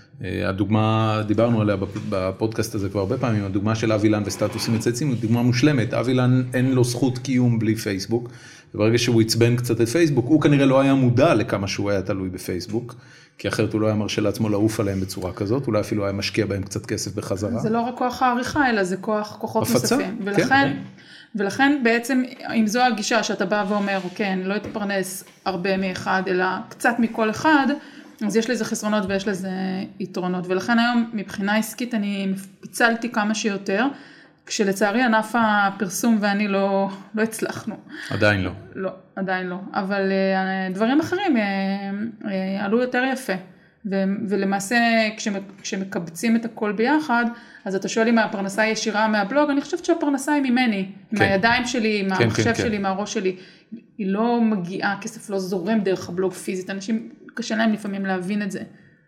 הדוגמה, דיברנו עליה בפודקאסט הזה כבר הרבה פעמים, הדוגמה של אבילן וסטטוסים מצייצים, היא דוגמה מושלמת. אבילן אין לו זכות קיום בלי פייסבוק, וברגע שהוא יצבן קצת את פייסבוק, הוא כנראה לא היה מודע לכמה שהוא היה תלוי בפייסבוק, כי אחרת הוא לא היה מרשה לעצמו לעוף עליהם בצורה כזאת, אולי אפילו היה משקיע בהם קצת כסף בחזרה. זה לא רק כוח העריכה, אלא זה כוח, כוחות הפצה, נוספים. ולכן, כן. ולכן בעצם, אם זו הגישה שאתה בא ואומר, אוקיי, אני לא אתפרנס הרבה מאחד, אלא קצת מכל אחד, אז יש לזה חסרונות ויש לזה יתרונות. ולכן היום, מבחינה עסקית, אני פיצלתי כמה שיותר, כשלצערי ענף הפרסום ואני לא, לא הצלחנו. עדיין לא. לא, עדיין לא. אבל uh, דברים אחרים uh, uh, עלו יותר יפה. ו- ולמעשה, כשמקבצים את הכל ביחד, אז אתה שואל אם הפרנסה היא ישירה מהבלוג, אני חושבת שהפרנסה היא ממני, כן. מהידיים שלי, כן, מהמחשב כן, שלי, כן. מהראש שלי. היא לא מגיעה, כסף לא זורם דרך הבלוג פיזית, אנשים קשה להם לפעמים להבין את זה.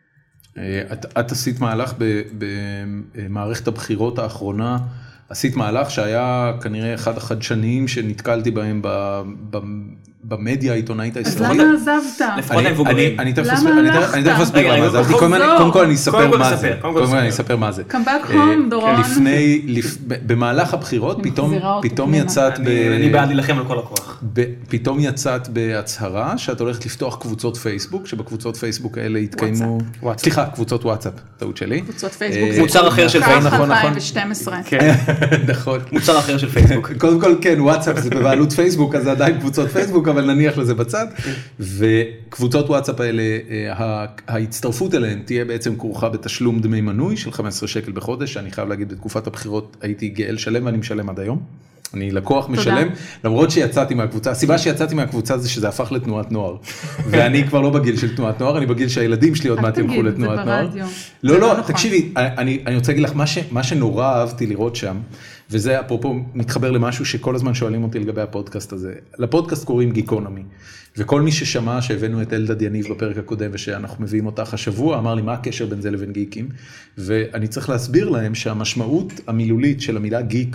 את, את עשית מהלך במערכת הבחירות האחרונה, עשית מהלך שהיה כנראה אחד החדשניים שנתקלתי בהם ב, ב, במדיה העיתונאית הישראלית. אז למה עזבת? לפחות למבוגרים. אני תכף למה אסביר למה עזבתי, קודם כל אני אספר מה זה. קודם כל אני אספר מה זה. Come back home, דורון. לפני, במהלך הבחירות פתאום יצאת, אני בעד להילחם על כל הכוח. פתאום יצאת בהצהרה שאת הולכת לפתוח קבוצות פייסבוק, שבקבוצות פייסבוק האלה התקיימו, סליחה, קבוצות וואטסאפ, טעות שלי. קבוצות פייסבוק. מוצר אחר של פייסבוק. אלפיים ושתים עשרה. נכון. מוצר אחר של פייסבוק. קודם כל כן, וואטסאפ זה בבעלות פייסבוק, אז זה עדיין קבוצות פייסבוק, אבל נניח לזה בצד. וקבוצות וואטסאפ האלה, ההצטרפות אליהן תהיה בעצם כרוכה בתשלום דמי מנוי של חמישה עשר שקל בחודש, שאני חייב להגיד, בתקופת הבחירות הייתי גאה לשלם ואני משלם עד היום. אני לקוח משלם, למרות שיצאתי מהקבוצה, הסיבה שיצאתי מהקבוצה זה שזה הפך לתנועת נוער, ואני כבר לא בגיל של תנועת נוער, אני בגיל שהילדים שלי עוד מעט ילכו לתנועת נוער. לא, לא, תקשיבי, אני, אני רוצה להגיד לך, מה, ש, מה שנורא אהבתי לראות שם, וזה אפרופו מתחבר למשהו שכל הזמן שואלים אותי לגבי הפודקאסט הזה, לפודקאסט קוראים גיקונומי, וכל מי ששמע שהבאנו את אלדד יניב בפרק הקודם, ושאנחנו מביאים אותך השבוע, אמר לי מה הקשר בין זה לבין גיקים, ואני צריך להסביר להם שהמשמעות המילולית של המילה גיק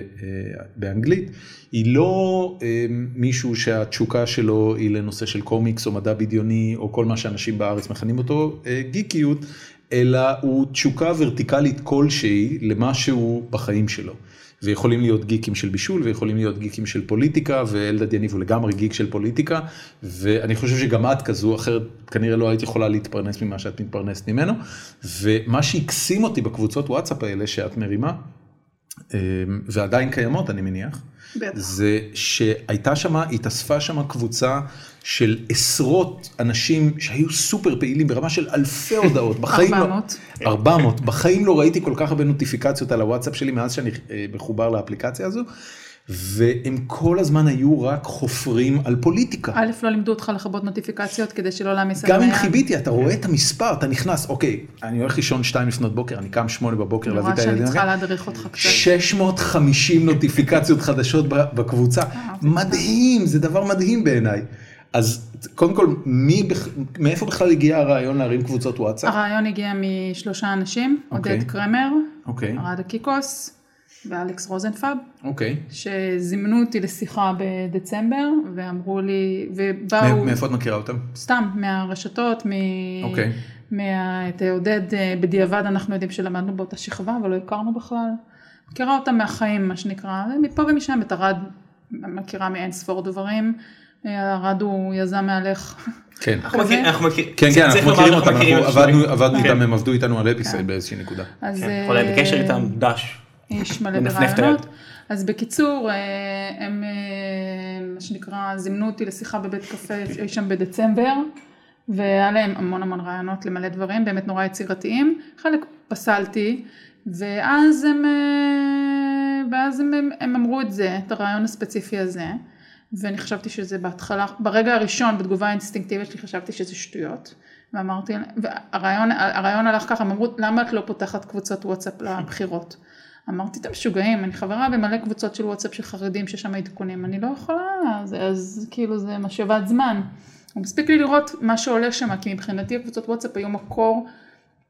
באנגלית, היא לא מישהו שהתשוקה שלו היא לנושא של קומיקס או מדע בדיוני, או כל מה שאנשים בארץ מכנים אותו גיקיות, אלא הוא תשוקה ורטיקלית כלשהי למשהו בחיים שלו. ויכולים להיות גיקים של בישול, ויכולים להיות גיקים של פוליטיקה, ואלדד יניב הוא לגמרי גיק של פוליטיקה, ואני חושב שגם את כזו, אחרת כנראה לא היית יכולה להתפרנס ממה שאת מתפרנסת ממנו, ומה שהקסים אותי בקבוצות וואטסאפ האלה שאת מרימה, ועדיין קיימות אני מניח, זה שהייתה שמה, התאספה שמה קבוצה של עשרות אנשים שהיו סופר פעילים ברמה של אלפי הודעות. ארבע מאות. ארבע מאות. בחיים לא ראיתי כל כך הרבה נוטיפיקציות על הוואטסאפ שלי מאז שאני מחובר לאפליקציה הזו, והם כל הזמן היו רק חופרים על פוליטיקה. א', לא לימדו אותך לכבות נוטיפיקציות כדי שלא להמיס על גם אם חיביתי, אתה רואה את המספר, אתה נכנס, אוקיי, אני הולך לישון שתיים לפנות בוקר, אני קם שמונה בבוקר להביא את הילדים. נורא שאני צריכה להדריך אותך קצת. שש מאות וחמישים נוטיפיקציות חדשות בקבוצה. מדהים, זה דבר מדהים בעיניי. אז קודם כל, מאיפה בכלל הגיע הרעיון להרים קבוצות וואטסאפ? הרעיון הגיע משלושה אנשים, עודד קרמר, ערד הקיקוס, ואלכס רוזנפאב, אוקיי. שזימנו אותי לשיחה בדצמבר, ואמרו לי, ובאו... מאיפה את מכירה אותם? סתם, מהרשתות, מ... אוקיי. את עודד, בדיעבד אנחנו יודעים שלמדנו באותה שכבה, אבל לא הכרנו בכלל. מכירה אותם מהחיים, מה שנקרא, מפה ומשם, את ארד מכירה מאין ספור דברים, ארד הוא יזם מהלך. כן. אנחנו מכירים, כן, כן, אנחנו מכירים אותם, אנחנו עבדנו איתם, הם עבדו איתנו על אפיסייל באיזושהי נקודה. יכולה בקשר איתם דש. יש מלא ברעיונות. אז בקיצור, הם, מה שנקרא, זימנו אותי לשיחה בבית קפה, אי שם בדצמבר, והיה להם המון המון רעיונות למלא דברים, באמת נורא יצירתיים. חלק פסלתי, ואז הם, ואז הם, הם אמרו את זה, את הרעיון הספציפי הזה, ואני חשבתי שזה בהתחלה, ברגע הראשון, בתגובה האינסטינקטיבית שלי, חשבתי שזה שטויות. ואמרתי, והרעיון, הרעיון הלך ככה, הם אמרו, למה את לא פותחת קבוצות וואטסאפ לבחירות? אמרתי, אתם משוגעים, אני חברה במלא קבוצות של וואטסאפ של חרדים ששם עדכונים, אני לא יכולה, אז, אז כאילו זה משאבת זמן. הוא מספיק לי לראות מה שעולה שם, כי מבחינתי הקבוצות וואטסאפ היו מקור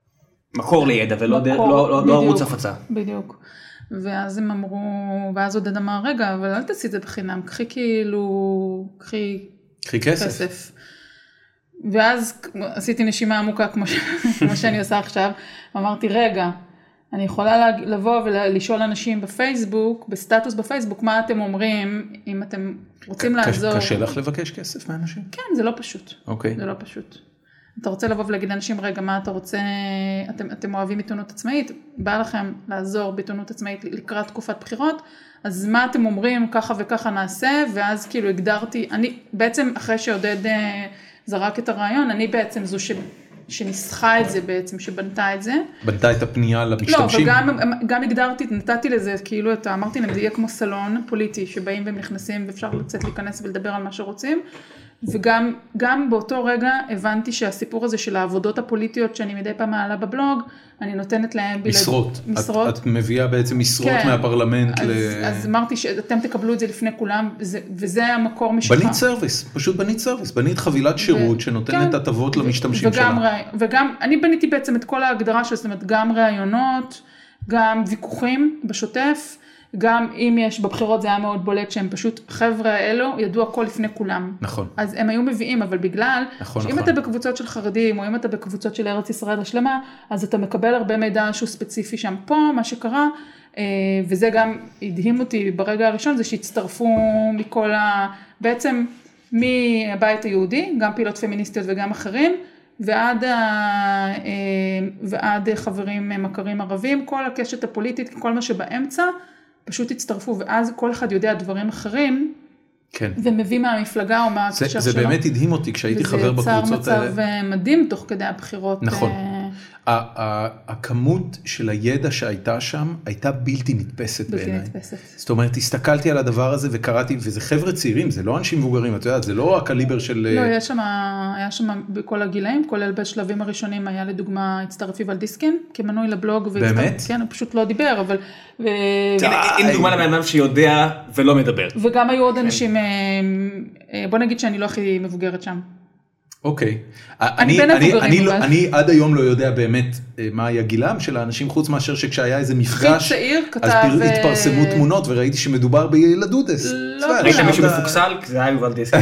מקור לידע ולא ערוץ הפצה. בדיוק. ואז הם אמרו, ואז עודד אמר, רגע, אבל אל תעשי את זה בחינם, קחי כאילו, קחי כסף. ואז עשיתי נשימה עמוקה כמו שאני עושה עכשיו, אמרתי, רגע, אני יכולה לבוא ולשאול אנשים בפייסבוק, בסטטוס בפייסבוק, מה אתם אומרים, אם אתם רוצים לעזור. קשה לך לבקש כסף מאנשים? כן, זה לא פשוט. אוקיי. זה לא פשוט. אתה רוצה לבוא ולהגיד לאנשים, רגע, מה אתה רוצה, אתם, אתם אוהבים עיתונות עצמאית, בא לכם לעזור בעיתונות עצמאית לקראת תקופת בחירות, אז מה אתם אומרים, ככה וככה נעשה, ואז כאילו הגדרתי, אני בעצם אחרי שעודד זרק את הרעיון, אני בעצם זו ש... שניסחה את זה בעצם, שבנתה את זה. בנתה את הפנייה למשתמשים? לא, אבל גם, גם הגדרתי, נתתי לזה, כאילו, אתה, אמרתי להם, זה יהיה כמו סלון פוליטי, שבאים והם נכנסים, ואפשר לצאת להיכנס ולדבר על מה שרוצים, וגם גם באותו רגע הבנתי שהסיפור הזה של העבודות הפוליטיות, שאני מדי פעם מעלה בבלוג, אני נותנת להם... משרות. בלד... משרות. את, את מביאה בעצם משרות כן. מהפרלמנט אז, ל... אז אמרתי שאתם תקבלו את זה לפני כולם, וזה, וזה המקור משכה. בנית סרוויס, פשוט בנית סרוויס, בנית חבילת שירות ו... שנותנת כן. הטבות ו... למשתמשים וגם שלה. רעי... וגם, אני בניתי בעצם את כל ההגדרה של, זאת אומרת, גם רעיונות, גם ויכוחים בשוטף, גם אם יש בבחירות זה היה מאוד בולט שהם פשוט חבר'ה האלו ידעו הכל לפני כולם. נכון. אז הם היו מביאים, אבל בגלל נכון, שאם נכון. אתה בקבוצות של חרדים או אם אתה בקבוצות של ארץ ישראל השלמה, אז אתה מקבל הרבה מידע שהוא ספציפי שם פה, מה שקרה, וזה גם הדהים אותי ברגע הראשון, זה שהצטרפו מכל ה... בעצם מהבית היהודי, גם פעילות פמיניסטיות וגם אחרים, ועד, ה... ועד חברים מכרים ערבים, כל הקשת הפוליטית, כל מה שבאמצע, פשוט הצטרפו, ואז כל אחד יודע דברים אחרים, כן. ומביא מהמפלגה או מהקשר שלו. זה באמת הדהים אותי כשהייתי חבר בקבוצות האלה. וזה יצר מצב מדהים תוך כדי הבחירות. נכון. הכמות של הידע שהייתה שם, הייתה בלתי נתפסת בעיניי. בלתי נתפסת. זאת אומרת, הסתכלתי על הדבר הזה וקראתי, וזה חבר'ה צעירים, זה לא אנשים מבוגרים, את יודעת, זה לא הקליבר של... לא, היה שם, היה שם בכל הגילאים, כולל בשלבים הראשונים, היה לדוגמה, הצטרף יובל דיסקין, כמנוי לבלוג. באמת? כן, הוא פשוט לא דיבר, אבל... הנה דוגמה לבן שיודע ולא מדבר. וגם היו עוד אנשים, בוא נגיד שאני לא הכי מבוגרת שם. אוקיי. אני בין המבוגרים. אבל... אני עד היום לא יודע באמת מה היה גילם של האנשים, חוץ מאשר שכשהיה איזה מפגש, אז התפרסמו תמונות וראיתי שמדובר בילדודס. ראית מישהו מפוקסל? זה היה יובל דיסקין.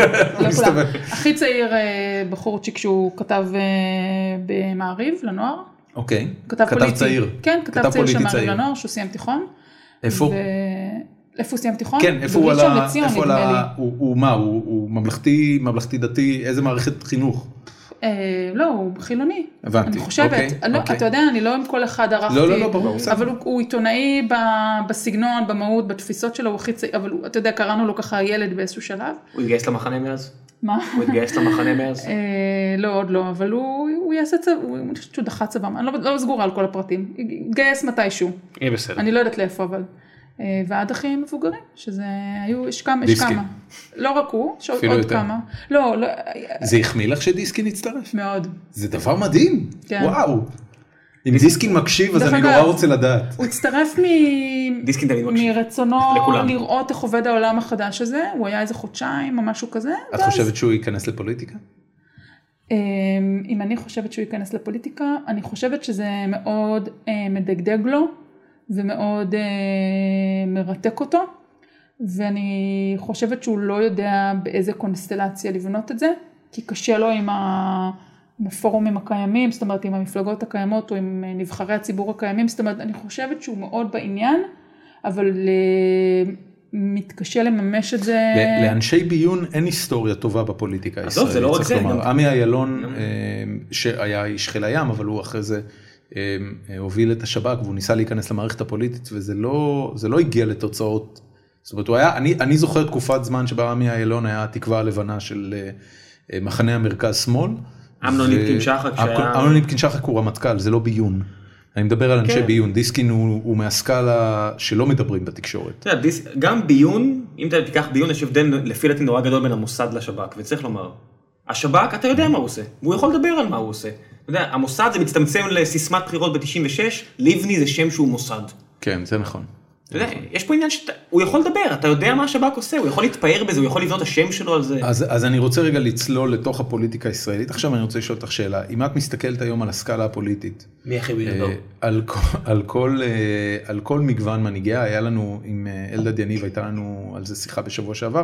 הכי צעיר בחורצ'יק שהוא כתב במעריב לנוער. אוקיי. כתב צעיר. כן, כתב צעיר של מעריב לנוער, שהוא סיים תיכון. איפה? איפה הוא סיים תיכון? כן, איפה הוא עלה, איפה עלה, הוא מה, הוא ממלכתי, ממלכתי דתי, איזה מערכת חינוך? לא, הוא חילוני. הבנתי, אני חושבת, אתה יודע, אני לא עם כל אחד ערכתי, לא, לא, לא, ברור. אבל הוא עיתונאי בסגנון, במהות, בתפיסות שלו, הוא הכי צעיר, אבל אתה יודע, קראנו לו ככה ילד באיזשהו שלב. הוא התגייס למחנה מאז? מה? הוא התגייס למחנה מאז? לא, עוד לא, אבל הוא יעשה צבא, אני חושבת שהוא דחה צבא, אני לא סגורה על כל הפרטים, התגייס מתישהו. יהיה בסדר. אני לא יודעת לאיפה, אבל... ועד הכי מבוגרים, שזה היו, יש כמה, יש כמה. לא רק הוא, יש עוד כמה. לא, לא. זה החמיא לך שדיסקין הצטרף? מאוד. זה דבר מדהים. וואו. אם דיסקין מקשיב, אז אני נורא רוצה לדעת. הוא הצטרף מרצונו לראות איך עובד העולם החדש הזה, הוא היה איזה חודשיים או משהו כזה. את חושבת שהוא ייכנס לפוליטיקה? אם אני חושבת שהוא ייכנס לפוליטיקה, אני חושבת שזה מאוד מדגדג לו. ומאוד אה, מרתק אותו, ואני חושבת שהוא לא יודע באיזה קונסטלציה לבנות את זה, כי קשה לו עם, ה, עם הפורומים הקיימים, זאת אומרת עם המפלגות הקיימות, או עם נבחרי הציבור הקיימים, זאת אומרת אני חושבת שהוא מאוד בעניין, אבל ל... מתקשה לממש את זה. לאנשי ביון אין היסטוריה טובה בפוליטיקה הישראלית. זה לא רק זה. עמי איילון, שהיה איש חיל הים, אבל הוא אחרי זה, הוביל את השב"כ והוא ניסה להיכנס למערכת הפוליטית וזה לא, זה לא הגיע לתוצאות. זאת אומרת, הוא היה, אני, אני זוכר תקופת זמן שבה עמי איילון היה התקווה הלבנה של מחנה המרכז שמאל. אמנון ליפקין שחק שהיה... אמנון ליפקין שחק הוא רמטכ"ל, זה לא ביון. אני מדבר על אנשי ביון. דיסקין הוא, הוא מהסקאלה שלא מדברים בתקשורת. גם ביון, אם אתה תיקח ביון, יש הבדל לפי דעתי נורא גדול בין המוסד לשב"כ, וצריך לומר, השב"כ, אתה יודע מה הוא עושה, והוא יכול לדבר על מה הוא עושה. אתה יודע, המוסד זה מצטמצם לסיסמת בחירות ב-תשעים ושש, ליבני זה שם שהוא מוסד. כן, זה נכון. אתה יודע, יש פה עניין שהוא יכול לדבר, אתה יודע מה השב"כ עושה, הוא יכול להתפאר בזה, הוא יכול לבנות השם שלו על זה. אז, אז אני רוצה רגע לצלול לתוך הפוליטיקה הישראלית. עכשיו אני רוצה לשאול אותך שאלה, אם את מסתכלת היום על הסקאלה הפוליטית, מי הכי בלדו? על, על, כל, על כל מגוון מנהיגיה, היה לנו עם אלדד יניב, הייתה לנו על זה שיחה בשבוע שעבר,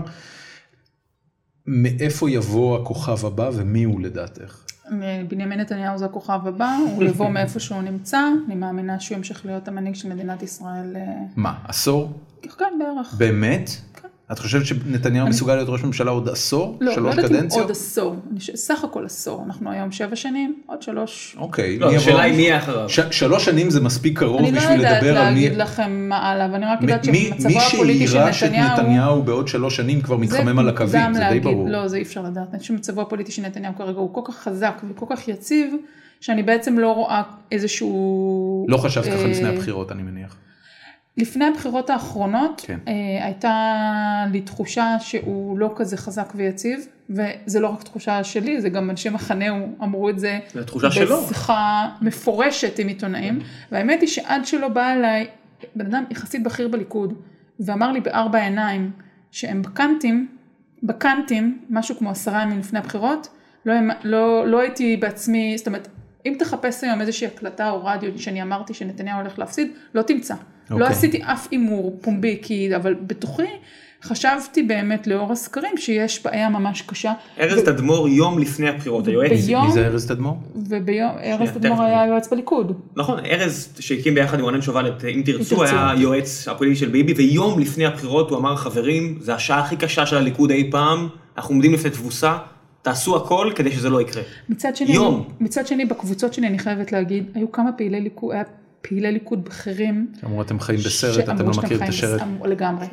מאיפה יבוא הכוכב הבא ומי הוא לדעתך? בנימין נתניהו זה הכוכב הבא, הוא יבוא מאיפה שהוא נמצא, אני מאמינה שהוא ימשיך להיות המנהיג של מדינת ישראל. מה, עשור? כן, בערך. באמת? כן. את חושבת שנתניהו מסוגל להיות ראש ממשלה עוד עשור? לא, שלוש לא יודעת אם קדנציות? עוד עשור, סך הכל עשור, אנחנו היום שבע שנים, עוד שלוש. אוקיי. לא, השאלה היא מי יהיה אחריו. שלוש שנים זה מספיק קרוב בשביל לדבר על מי... אני לא יודעת להגיד לכם מה עליו, אני רק יודעת שמצבו הפוליטי של נתניהו... מי שיירש את נתניהו בעוד שלוש שנים כבר מתחמם על הקווים, זה די ברור. לא, זה אי אפשר לדעת, אני חושבת שמצבו הפוליטי של נתניהו כרגע הוא כל כך חזק וכל כך יציב, שאני בעצם לא רואה איזשהו... לא חשבת ככה לפני הבחירות, אני מניח. לפני הבחירות האחרונות, כן. הייתה לי תחושה שהוא לא כזה חזק ויציב, וזה לא רק תחושה שלי, זה גם אנשי מחנהו אמרו את זה, זה התחושה שלו. בשיחה מפורשת עם עיתונאים, והאמת היא שעד שלא בא אליי, בן אדם יחסית בכיר בליכוד, ואמר לי בארבע עיניים, שהם בקנטים, בקנטים, משהו כמו עשרה ימים לפני הבחירות, לא, לא, לא הייתי בעצמי, זאת אומרת, אם תחפש היום איזושהי הקלטה או רדיו שאני אמרתי שנתניהו הולך להפסיד, לא תמצא. Okay. לא עשיתי אף אימור פומבי, כי, אבל בתוכי חשבתי באמת לאור הסקרים שיש בעיה ממש קשה. ארז ו... תדמור יום לפני הבחירות, היועץ. ביום... מי זה ארז תדמור? וביום, ארז תדמור היה יועץ בליכוד. נכון, ארז שהקים ביחד עם רונן שובל את אם תרצו, היה יועץ הפוליטי של ביבי, ויום לפני הבחירות הוא אמר, חברים, זה השעה הכי קשה של הליכוד אי פעם, אנחנו עומדים לפני תבוסה, תעשו הכל כדי שזה לא יקרה. מצד שני, יום. מצד שני, בקבוצות שלי אני חייבת להגיד, היו כמה פעילי ליכוד, פעילי ליכוד בכירים. אמרו, אתם חיים בסרט, אתם לא מכירים את השרט. לגמרי.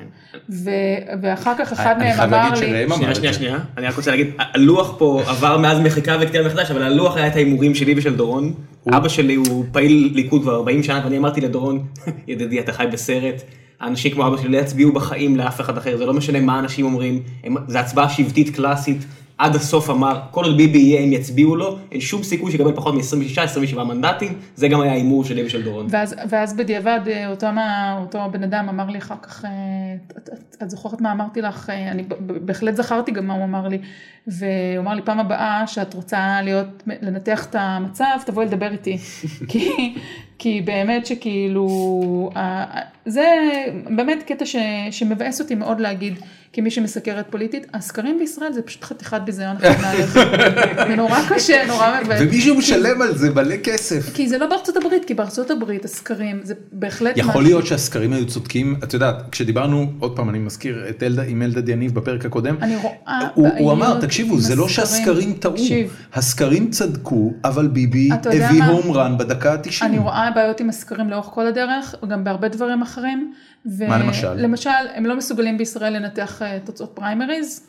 ואחר כך אחד מהם אמר לי... שנייה, שנייה, שנייה. אני רק רוצה להגיד, הלוח פה עבר מאז מחיקה וכתיבה מחדש, אבל הלוח היה את ההימורים שלי ושל דורון. אבא שלי הוא פעיל ליכוד כבר ארבעים שנה, ואני אמרתי לדורון, ידידי, אתה חי בסרט. האנשים כמו אבא שלי לא יצביעו בחיים לאף אחד אחר, זה לא משנה מה אנשים אומרים, זה הצבעה שבטית קלאסית, עד הסוף אמר, כל עוד ביבי יהיה, הם יצביעו לו, אין שום סיכוי שיקבל פחות מ-עשרים ושש עשרים ושבע מנדטים, זה גם היה האימור שלי ושל דורון. ואז, ואז בדיעבד, אותו, אותו בן אדם אמר לי אחר כך, את, את, את זוכרת מה אמרתי לך, אני בהחלט זכרתי גם מה הוא אמר לי, והוא אמר לי, פעם הבאה שאת רוצה להיות, לנתח את המצב, תבואי לדבר איתי, כי, כי באמת שכאילו, זה באמת קטע ש, שמבאס אותי מאוד להגיד, כמי שמסקרת פוליטית, הסקרים בישראל זה פשוט חתיכת ביזיון אחד מעלה. זה נורא קשה, נורא מבאס. ומישהו משלם על זה מלא כסף. כי זה לא בארצות הברית, כי בארצות הברית הסקרים זה בהחלט... יכול להיות שהסקרים היו צודקים, את יודעת, כשדיברנו, עוד פעם אני מזכיר את אלדד, עם אלדד יניב בפרק הקודם, אני רואה... הוא אמר, תקשיבו, זה לא שהסקרים טעו, הסקרים צדקו, אבל ביבי הביא הום רן בדקה ה-תשעים. אני רואה בעיות עם הסקרים לאורך כל הדרך, וגם בהרבה דברים אחרים. מה למשל? למשל, הם לא מסוגלים בישראל לנתח תוצאות פריימריז.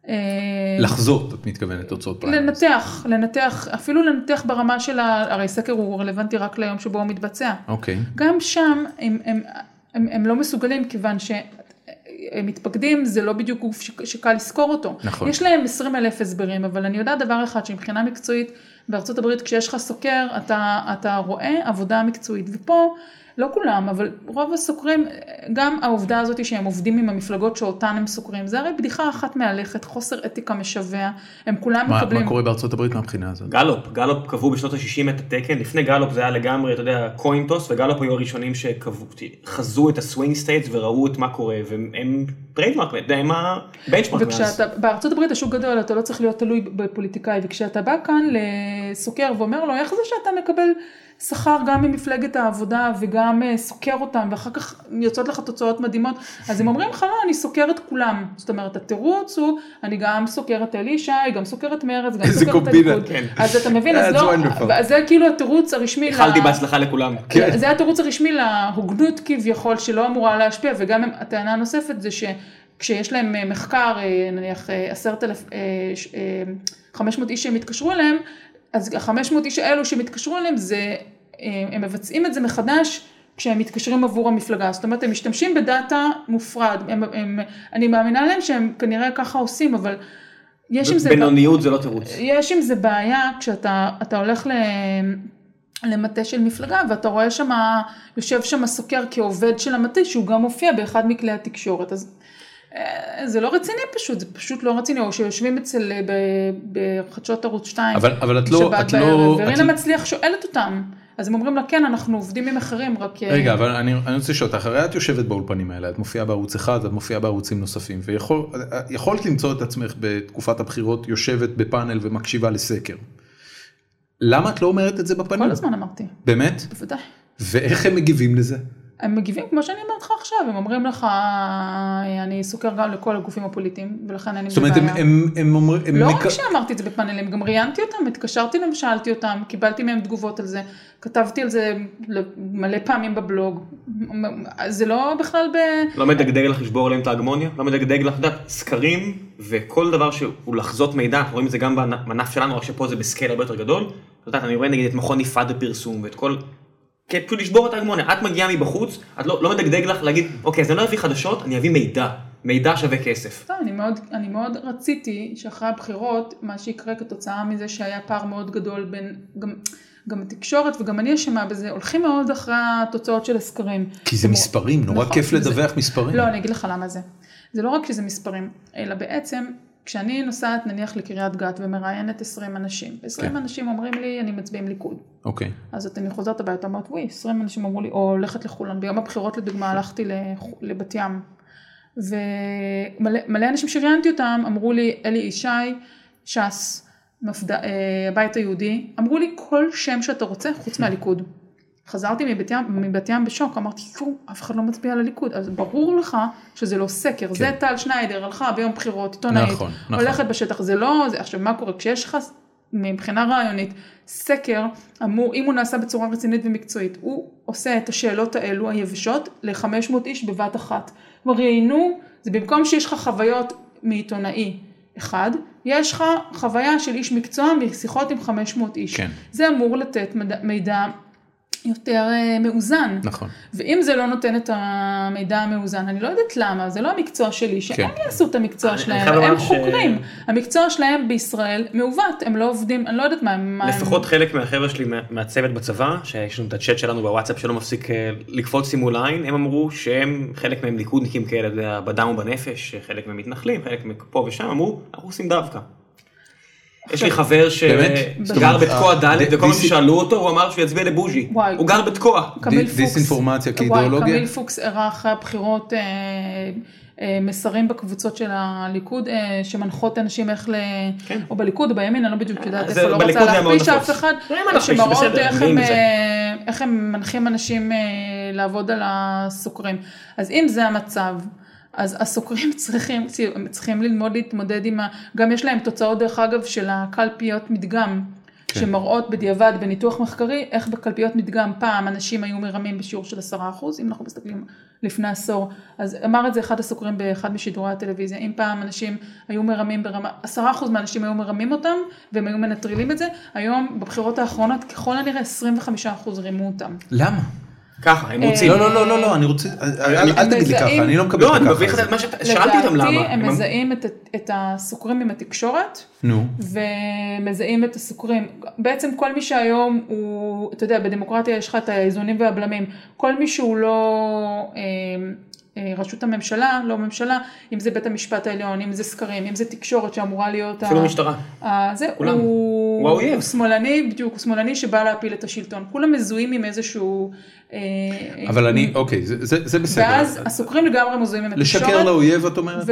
לחזות, את מתכוונת, תוצאות פריימריז. לנתח, לנתח, אפילו לנתח ברמה של, הרי סקר הוא רלוונטי רק ליום שבו הוא מתבצע. אוקיי. גם שם הם, הם, הם, הם לא מסוגלים, כיוון שהם מתפקדים, זה לא בדיוק גוף שקל לזכור אותו. נכון. יש להם עשרים אלף הסברים, אבל אני יודעת דבר אחד, שמבחינה מקצועית, בארצות הברית, כשיש לך סוקר, אתה, אתה רואה עבודה מקצועית, ופה, לא כולם, אבל רוב הסוקרים, גם העובדה הזאת שהם עובדים עם המפלגות שאותן הם סוקרים, זה הרי בדיחה אחת מהלכת, חוסר אתיקה משווה, הם כולם מה, מקבלים... מה קורה בארצות הברית מהבחינה הזאת? גלופ, גלופ קבעו בשנות ה-שישים את התקן, לפני גלופ זה היה לגמרי, אתה יודע, קוינטוס, וגלופ היו הראשונים שחזו את הסווינג סטייטס וראו את מה קורה, והם טריידמרק, הם הבנצ'מרק מאז. בארצות הברית השוק גדול, אתה לא צריך להיות תלוי בפוליטיקאי, וכשאתה בא כאן לסוקר ואומר לו, איך זה שאתה מקבל שכר גם ממפלגת העבודה וגם סוקר אותם, ואחר כך יוצאות לך תוצאות מדהימות, אז הם אומרים לך, לא, אני סוקר את כולם. זאת אומרת, התירוץ הוא, אני גם סוקר את אלי שי, גם סוקר את מרץ, גם סוקר את הליכוד. אז אתה מבין, אז לא, זה כאילו התירוץ הרשמי. התחלתי בהצלחה לכולם. זה התירוץ הרשמי להוגנות כביכול שלא אמורה להשפיע, וגם הטענה הנוספת זה שכשיש להם מחקר, נניח עשרת אלף, חמש מאות איש שהם התקשרו אליהם, אז ה-חמש מאות איש האלו שמתקשרו אליהם, זה, הם מבצעים את זה מחדש כשהם מתקשרים עבור המפלגה. זאת אומרת, הם משתמשים בדאטה מופרד. הם, הם, אני מאמינה להם שהם כנראה ככה עושים, אבל יש עם זה... בינוניות זה לא תירוץ. יש עם זה בעיה, כשאתה אתה הולך ל... למטה של מפלגה, ואתה רואה שם, יושב שם סוקר כעובד של המטה, שהוא גם מופיע באחד מכלי התקשורת, אז זה לא רציני פשוט, זה פשוט לא רציני, או שיושבים אצל, בחדשות ערוץ שתיים, אבל, אבל את לא, את לא... ורינה מצליח שואלת אותם, אז הם אומרים לה, כן, אנחנו עובדים עם אחרים, רק... רגע, אבל אני, אני רוצה לשאול, אחרי את יושבת באולפנים האלה, את מופיעה בערוץ אחד, את מופיעה בערוצים נוספים, ויכולת למצוא את עצמך בתקופת הבחירות, יושבת בפאנל ומקשיבה לסקר. למה את לא אומרת את זה בפנים? כל הזמן אמרתי. באמת? בוודאי. ואיך הם מגיבים לזה? הם מגיבים כמו שאני אומרת לך עכשיו, הם אומרים לך, אני סוקר גם לכל הגופים הפוליטיים, ולכן אני... זאת אומרת, הם, הם, הם אומרים... לא רק שאמרתי את זה בפאנלים, גם ראיינתי אותם, התקשרתי להם ושאלתי אותם, קיבלתי מהם תגובות על זה, כתבתי על זה מלא פעמים בבלוג, זה לא בכלל ב... לא מדגדג לך לשבור עליהם את ההגמוניה? לא מדגדג לך, דעת, סקרים וכל דבר שהוא לחזות מידע, אנחנו רואים את זה גם במנף שלנו, רק שפה זה בסקייל הרבה יותר גדול, זאת אומרת, אני רואה נגיד את מכון נפרד בפרסום ואת כל... כן, פשוט לשבור את ההגמוניה, את מגיעה מבחוץ, את לא, לא מדגדג לך להגיד, אוקיי, אז אני לא אביא חדשות, אני אביא מידע, מידע שווה כסף. טוב, אני מאוד, אני מאוד רציתי שאחרי הבחירות, מה שיקרה כתוצאה מזה שהיה פער מאוד גדול בין, גם, גם התקשורת וגם אני אשמה בזה, הולכים מאוד אחרי התוצאות של הסקרים. כי זה מספרים, נורא נכון, כיף לדווח זה, מספרים. לא, אני אגיד לך למה זה. זה לא רק שזה מספרים, אלא בעצם, כשאני נוסעת נניח לקריית גת ומראיינת עשרים אנשים, עשרים אנשים אומרים לי, אני מצביעים ליכוד. אוקיי. אז אני חוזרת הביתה, אמרת, וואי, עשרים אנשים אמרו לי, או הולכת לחולון, ביום הבחירות לדוגמה הלכתי לבת ים, ומלא אנשים שראיינתי אותם, אמרו לי, אלי ישי, ש"ס, הבית היהודי, אמרו לי כל שם שאתה רוצה, חוץ מהליכוד. חזרתי מבית ים, מבית ים בשוק, אמרתי, יו, אף אחד לא מצביע לליכוד, אז ברור לך שזה לא סקר, כן. זה טל שניידר, הלכה ביום בחירות, עיתונאית, נכון, נכון. הולכת בשטח, זה לא, זה, עכשיו מה קורה, כשיש לך מבחינה רעיונית, סקר, אמור, אם הוא נעשה בצורה רצינית ומקצועית, הוא עושה את השאלות האלו, היבשות, ל-חמש מאות איש בבת אחת, וראיינו, זה במקום שיש לך חוויות מעיתונאי אחד, יש לך חוויה של איש מקצוע, משיחות עם חמש מאות איש, כן. זה אמור לתת מידע, יותר מאוזן. נכון. ואם זה לא נותן את המידע המאוזן, אני לא יודעת למה, זה לא המקצוע שלי, שהם יעשו את המקצוע שלהם, הם חוקרים. המקצוע שלהם בישראל מעוות, הם לא עובדים, אני לא יודעת מה... לפחות חלק מהחבר'ה שלי מהצוות בצבא, שיש לנו את הצ'אט שלנו בוואטסאפ שלא מפסיק לקפוץ שימו ליין, הם אמרו שהם חלק מהם ליכודניקים כאלה בדם ובנפש, חלק מהם מתנחלים, חלק מפה ושם, אמרו, אנחנו עושים דווקא. יש לי חבר שגר בתקוע ד' וכל מה ששאלו אותו, הוא אמר שהוא יצביע לבוז'י. הוא גר בתקוע. דיסאינפורמציה כאידיאולוגיה. קמיל פוקס הראה אחרי הבחירות מסרים בקבוצות של הליכוד, שמנחות אנשים איך ל... או בליכוד או בימין, אני לא בדיוק יודעת איפה, לא רוצה להכפיש אף אחד, שמראות איך הם מנחים אנשים לעבוד על הסוקרים. אז אם זה המצב, אז הסוקרים צריכים, צריכים ללמוד להתמודד עם ה... גם יש להם תוצאות דרך אגב של הקלפיות מדגם, כן. שמראות בדיעבד בניתוח מחקרי, איך בקלפיות מדגם פעם אנשים היו מרמים בשיעור של עשרה אחוז, אם אנחנו מסתכלים לפני עשור. אז אמר את זה אחד הסוקרים באחד משידורי הטלוויזיה, אם פעם אנשים היו מרמים ברמה, עשרה אחוז מהאנשים היו מרמים אותם, והם היו מנטרלים את זה, היום בבחירות האחרונות ככל הנראה עשרים וחמישה אחוז רימו אותם. למה? ככה, הם רוצים. לא, לא, לא, לא, אני רוצה, אל תגיד לי ככה, אני לא מקבל את ככה. שאלתי אותם למה. לדעתי, הם מזהים את הסוקרים עם התקשורת, ומזהים את הסוקרים. בעצם כל מי שהיום הוא, אתה יודע, בדמוקרטיה יש לך את האיזונים והבלמים, כל מי שהוא לא רשות הממשלה, לא ממשלה, אם זה בית המשפט העליון, אם זה סקרים, אם זה תקשורת שאמורה להיות... אפילו משטרה. זה, הוא שמאלני, בדיוק, הוא שמאלני שבא להפיל את השלטון. כולם מזוהים עם איזשהו... אבל אני, אוקיי, זה בסדר. ואז הסוקרים לגמרי מזוהים עם התקשורת. לשקר לאויב, את אומרת?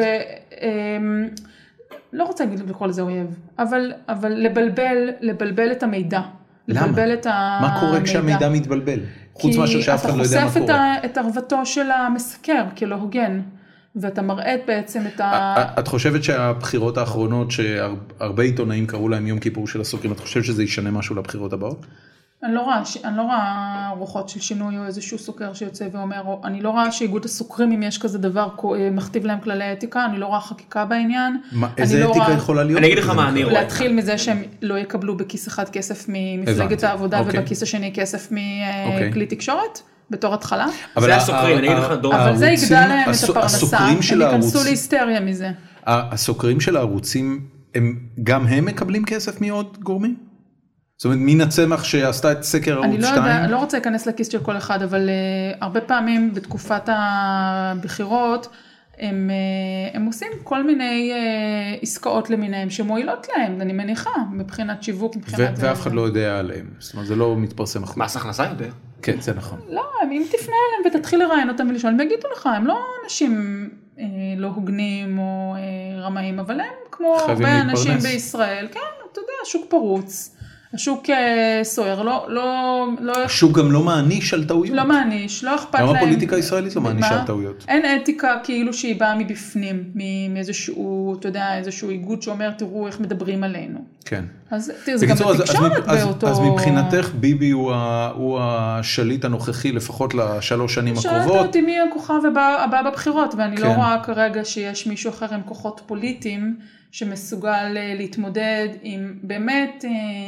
לא רוצה להגיד לכל זה אויב, אבל לבלבל, לבלבל את המידע. למה? מה קורה כשהמידע מתבלבל? חוץ מאשר שאף אחד לא יודע מה קורה. כי אתה חושף את ערוותו של המסקר, כלא הוגן, ואתה מראה בעצם את ה... את חושבת שהבחירות האחרונות, שהרבה עיתונאים קראו להם יום כיפור של הסוקרים, את חושבת שזה ישנה משהו לבחירות הבאות? אני לא רואה, אני לא רואה רוחות של שינוי או איזשהו סוקר שיוצא ואומר, אני לא רואה שאיגוד הסוקרים, אם יש כזה דבר, מכתיב להם כללי אתיקה, אני לא רואה חקיקה בעניין. איזה אתיקה יכולה להיות? אני אגיד לך מה אני רואה. להתחיל מזה שהם לא יקבלו בכיס אחד כסף ממפלגת העבודה, ובכיס השני כסף מכלי תקשורת, בתור התחלה. זה הסוקרים, אני אגיד לך דור. אבל זה יגדל להם את הפרנסה, הם ייכנסו להיסטריה מזה. הסוקרים של הערוצים, גם הם מקבלים כסף מעוד גורמים? זאת אומרת, מינה צמח שעשתה את סקר ערוץ שתיים? אני לא יודע, לא רוצה להיכנס לכיס של כל אחד, אבל uh, הרבה פעמים בתקופת הבחירות, הם, uh, הם עושים כל מיני uh, עסקאות למיניהם שמועילות להם, אני מניחה, מבחינת שיווק, מבחינת... ו- ואף אחד לא יודע עליהם, זאת אומרת, זה לא מתפרסם אחרי. מס הכנסה יודע? כן, זה נכון. לא, אם תפנה אליהם ותתחיל לראיין אותם ולשאול, הם יגידו לך, הם לא אנשים אה, לא הוגנים או אה, רמאים, אבל הם כמו הרבה אנשים בישראל, כן, אתה יודע, השוק פרוץ, השוק אה, סוער, לא, לא, לא... השוק גם לא מעניש על טעויות. לא מעניש, לא אכפת להם. גם הפוליטיקה הישראלית לא מענישה על טעויות. אין אתיקה כאילו שהיא באה מבפנים, מאיזשהו, אתה יודע, איזשהו איגוד שאומר, תראו איך מדברים עלינו. כן. אז תראה, זה גם בתקשורת באותו... אז מבחינתך ביבי הוא השליט הנוכחי לפחות לשלוש שנים הקרובות. שאלת אותי מי הכוכב הבא בבחירות, ואני לא רואה כרגע שיש מישהו אחר עם כוחות פוליטיים, שמסוגל להתמודד עם באמת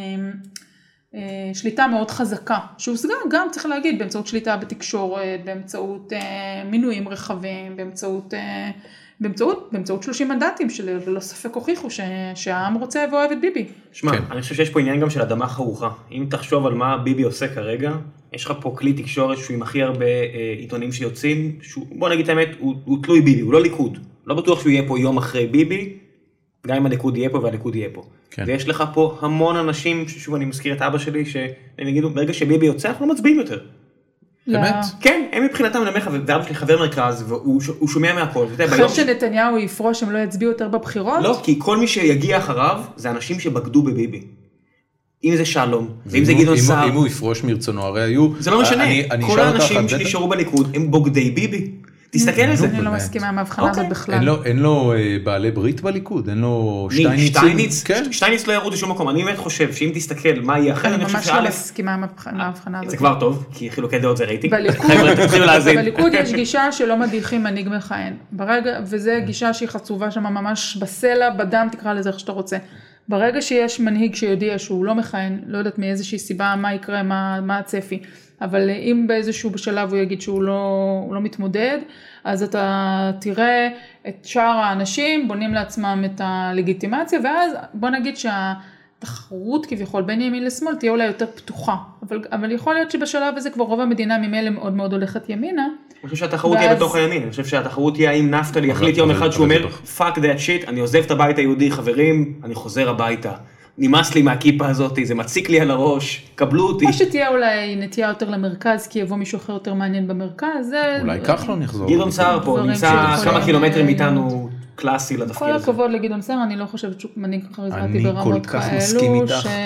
שליטה מאוד חזקה, שהושגה גם, צריך להגיד, באמצעות שליטה בתקשורת, באמצעות מינויים רחבים, באמצעות... באמצעות, באמצעות שלושים מנדטים שללא ספק הוכיחו שהעם רוצה ואוהב את ביבי. שמע, כן. אני חושב שיש פה עניין גם של אדמה חרוכה. אם תחשוב על מה ביבי עושה כרגע, יש לך פה כלי תקשורת שהוא עם הכי הרבה אה, עיתונים שיוצאים, שהוא, בוא נגיד את האמת, הוא, הוא תלוי ביבי, הוא לא ליכוד. לא בטוח שהוא יהיה פה יום אחרי ביבי, גם אם הליכוד יהיה פה והליכוד יהיה פה. כן. ויש לך פה המון אנשים, ששוב אני מזכיר את אבא שלי, שהם יגידו, ברגע שביבי יוצא, אנחנו לא מצביעים יותר. באמת? כן, הם מבחינתם נמך, ואבא שלי חבר מרכז, והוא שומע מהכל. אחרי שנתניהו יפרוש, הם לא יצביעו יותר בבחירות? לא, כי כל מי שיגיע אחריו, זה אנשים שבגדו בביבי. אם זה שלום, ואם זה גדעון סער. אם הוא יפרוש מרצונו, הרי היו... זה לא משנה, כל האנשים שנשארו בליכוד, הם בוגדי ביבי. תסתכל על זה. אני לא מסכימה עם ההבחנה הזאת בכלל. אין לו בעלי ברית בליכוד? אין לו שטייניץ? שטייניץ לא ירוד לשום מקום. אני באמת חושב שאם תסתכל מה יהיה אחר, אני ממש לא מסכימה עם ההבחנה הזאת. זה כבר טוב, כי חילוקי דעות זה רייטינג. בליכוד יש גישה שלא מדיחים מנהיג מכהן. ברגע, וזה גישה שהיא חצובה שם ממש בסלע, בדם, תקרא לזה איך שאתה רוצה. ברגע שיש מנהיג שיודע שהוא לא מכהן, לא יודעת מאיזושהי סיבה מה יקרה, מה הצפי. אבל אם באיזשהו בשלב הוא יגיד שהוא לא, הוא לא מתמודד, אז אתה תראה את שאר האנשים, בונים לעצמם את הלגיטימציה, ואז בוא נגיד שהתחרות כביכול בין ימין לשמאל תהיה אולי יותר פתוחה, אבל, אבל יכול להיות שבשלב הזה כבר רוב המדינה ממילא מאוד מאוד הולכת ימינה. אני חושב שהתחרות תהיה בתוך הימין, אני חושב שהתחרות תהיה אם נפתלי יחליט יום אחד שהוא אומר, fuck that shit, אני עוזב את הבית היהודי, חברים, אני חוזר הביתה. נמאס לי מהכיפה הזאת, זה מציק לי על הראש, קבלו אותי. או שתהיה אולי נטייה יותר למרכז, כי יבוא מישהו אחר יותר מעניין במרכז, זה... אולי כך לא נחזור. גדעון סער פה נמצא כמה קילומטרים איתנו קלאסי לתפקיד הזה. כל הכבוד לגדעון סער, אני לא חושבת שהוא מנהיג כריזמטי ברמות כאלו,